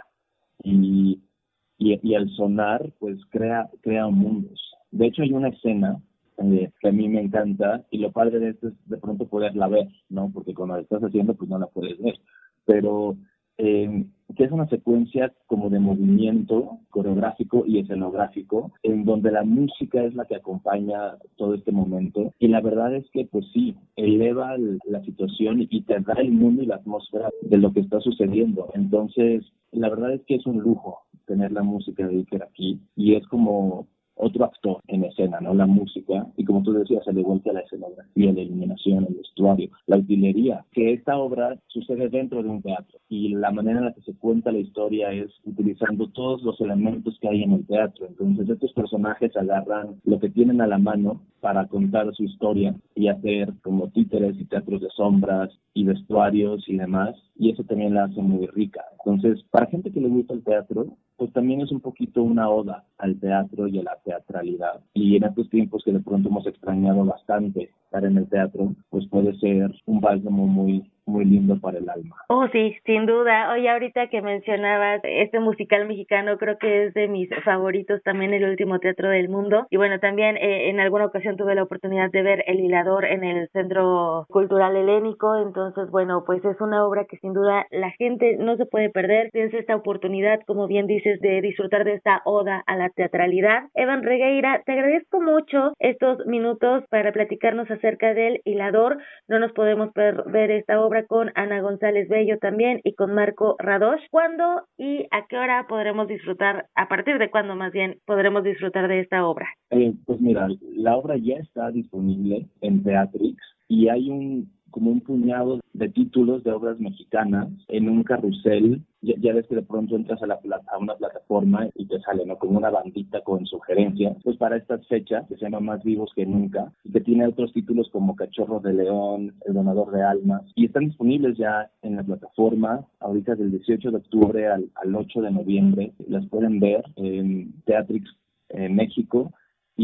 y, y, y al sonar, pues crea, crea mundos. De hecho, hay una escena eh, que a mí me encanta y lo padre de esto es de pronto poderla ver, ¿no? Porque cuando la estás haciendo, pues no la puedes ver. Pero Eh, que es una secuencia como de movimiento coreográfico y escenográfico, en donde la música es la que acompaña todo este momento, y la verdad es que pues sí, eleva el, la situación y te da el mundo y la atmósfera de lo que está sucediendo. Entonces, la verdad es que es un lujo tener la música de Iker aquí, y es como otro actor en escena, ¿no? La música, y como tú decías, al igual que la escenografía, la iluminación, el vestuario, la utilería, que esta obra sucede dentro de un teatro, y la manera en la que se cuenta la historia es utilizando todos los elementos que hay en el teatro. Entonces estos personajes agarran lo que tienen a la mano para contar su historia y hacer como títeres y teatros de sombras y vestuarios y demás, y eso también la hace muy rica. Entonces, para gente que le gusta el teatro, pues también es un poquito una oda al teatro y a la teatralidad. Y en estos tiempos que de pronto hemos extrañado bastante estar en el teatro, pues puede ser un bálsamo muy muy lindo para el alma. Oh, sí, sin duda. Oye, ahorita que mencionabas este musical mexicano, creo que es de mis favoritos también, El Último Teatro del Mundo. Y bueno, también eh, en alguna ocasión tuve la oportunidad de ver El Hilador en el Centro Cultural Helénico. Entonces, bueno, pues es una obra que sin duda la gente no se puede perder. Tienes esta oportunidad, como bien dices, de disfrutar de esta oda a la teatralidad. Evan Regueira, te agradezco mucho estos minutos para platicarnos acerca del Hilador. No nos podemos perder esta obra con Ana González Bello también y con Marco Radosh. ¿Cuándo y a qué hora podremos disfrutar, a partir de cuándo más bien, podremos disfrutar de esta obra? Eh, pues mira, la obra ya está disponible en Teatrix y hay un como un puñado de títulos de obras mexicanas en un carrusel. Ya, ya ves que de pronto entras a, la, a una plataforma y te sale, ¿no? Como una bandita con sugerencias. Pues para estas fechas, que se llama Más Vivos que Nunca, y que tiene otros títulos como Cachorro de León, El Donador de Almas, y están disponibles ya en la plataforma, ahorita del dieciocho de octubre al, al ocho de noviembre. Las pueden ver en Teatrix en México,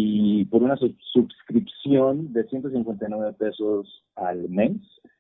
y por una sub- suscripción de ciento cincuenta y nueve pesos al mes,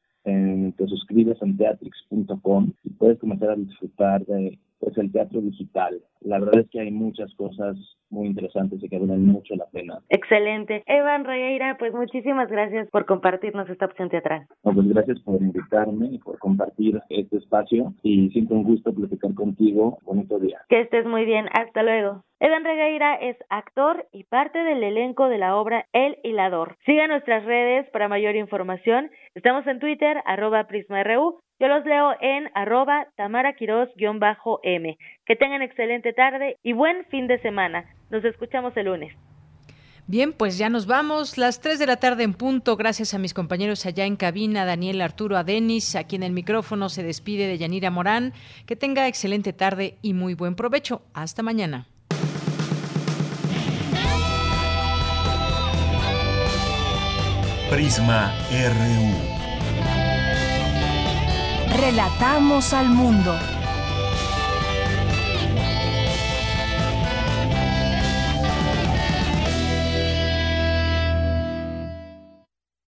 en, te suscribes en teatrix punto com y puedes comenzar a disfrutar de pues el teatro digital. La verdad es que hay muchas cosas muy interesantes y que valen mucho la pena. Excelente. Evan Regueira, pues muchísimas gracias por compartirnos esta opción teatral. No, pues gracias por invitarme y por compartir este espacio, y siempre un gusto platicar contigo. Bonito día. Que estés muy bien. Hasta luego. Evan Regueira es actor y parte del elenco de la obra El Hilador. Siga nuestras redes para mayor información. Estamos en Twitter, arroba PrismaRU. Yo los leo en arroba Tamara Quiroz-M. Que tengan excelente tarde y buen fin de semana. Nos escuchamos el lunes. Bien, pues ya nos vamos, las tres de la tarde en punto, gracias a mis compañeros allá en cabina, Daniel, Arturo, a Denis, aquí en el micrófono se despide de Yanira Morán, que tenga excelente tarde y muy buen provecho, hasta mañana. Prisma R U. Relatamos al mundo.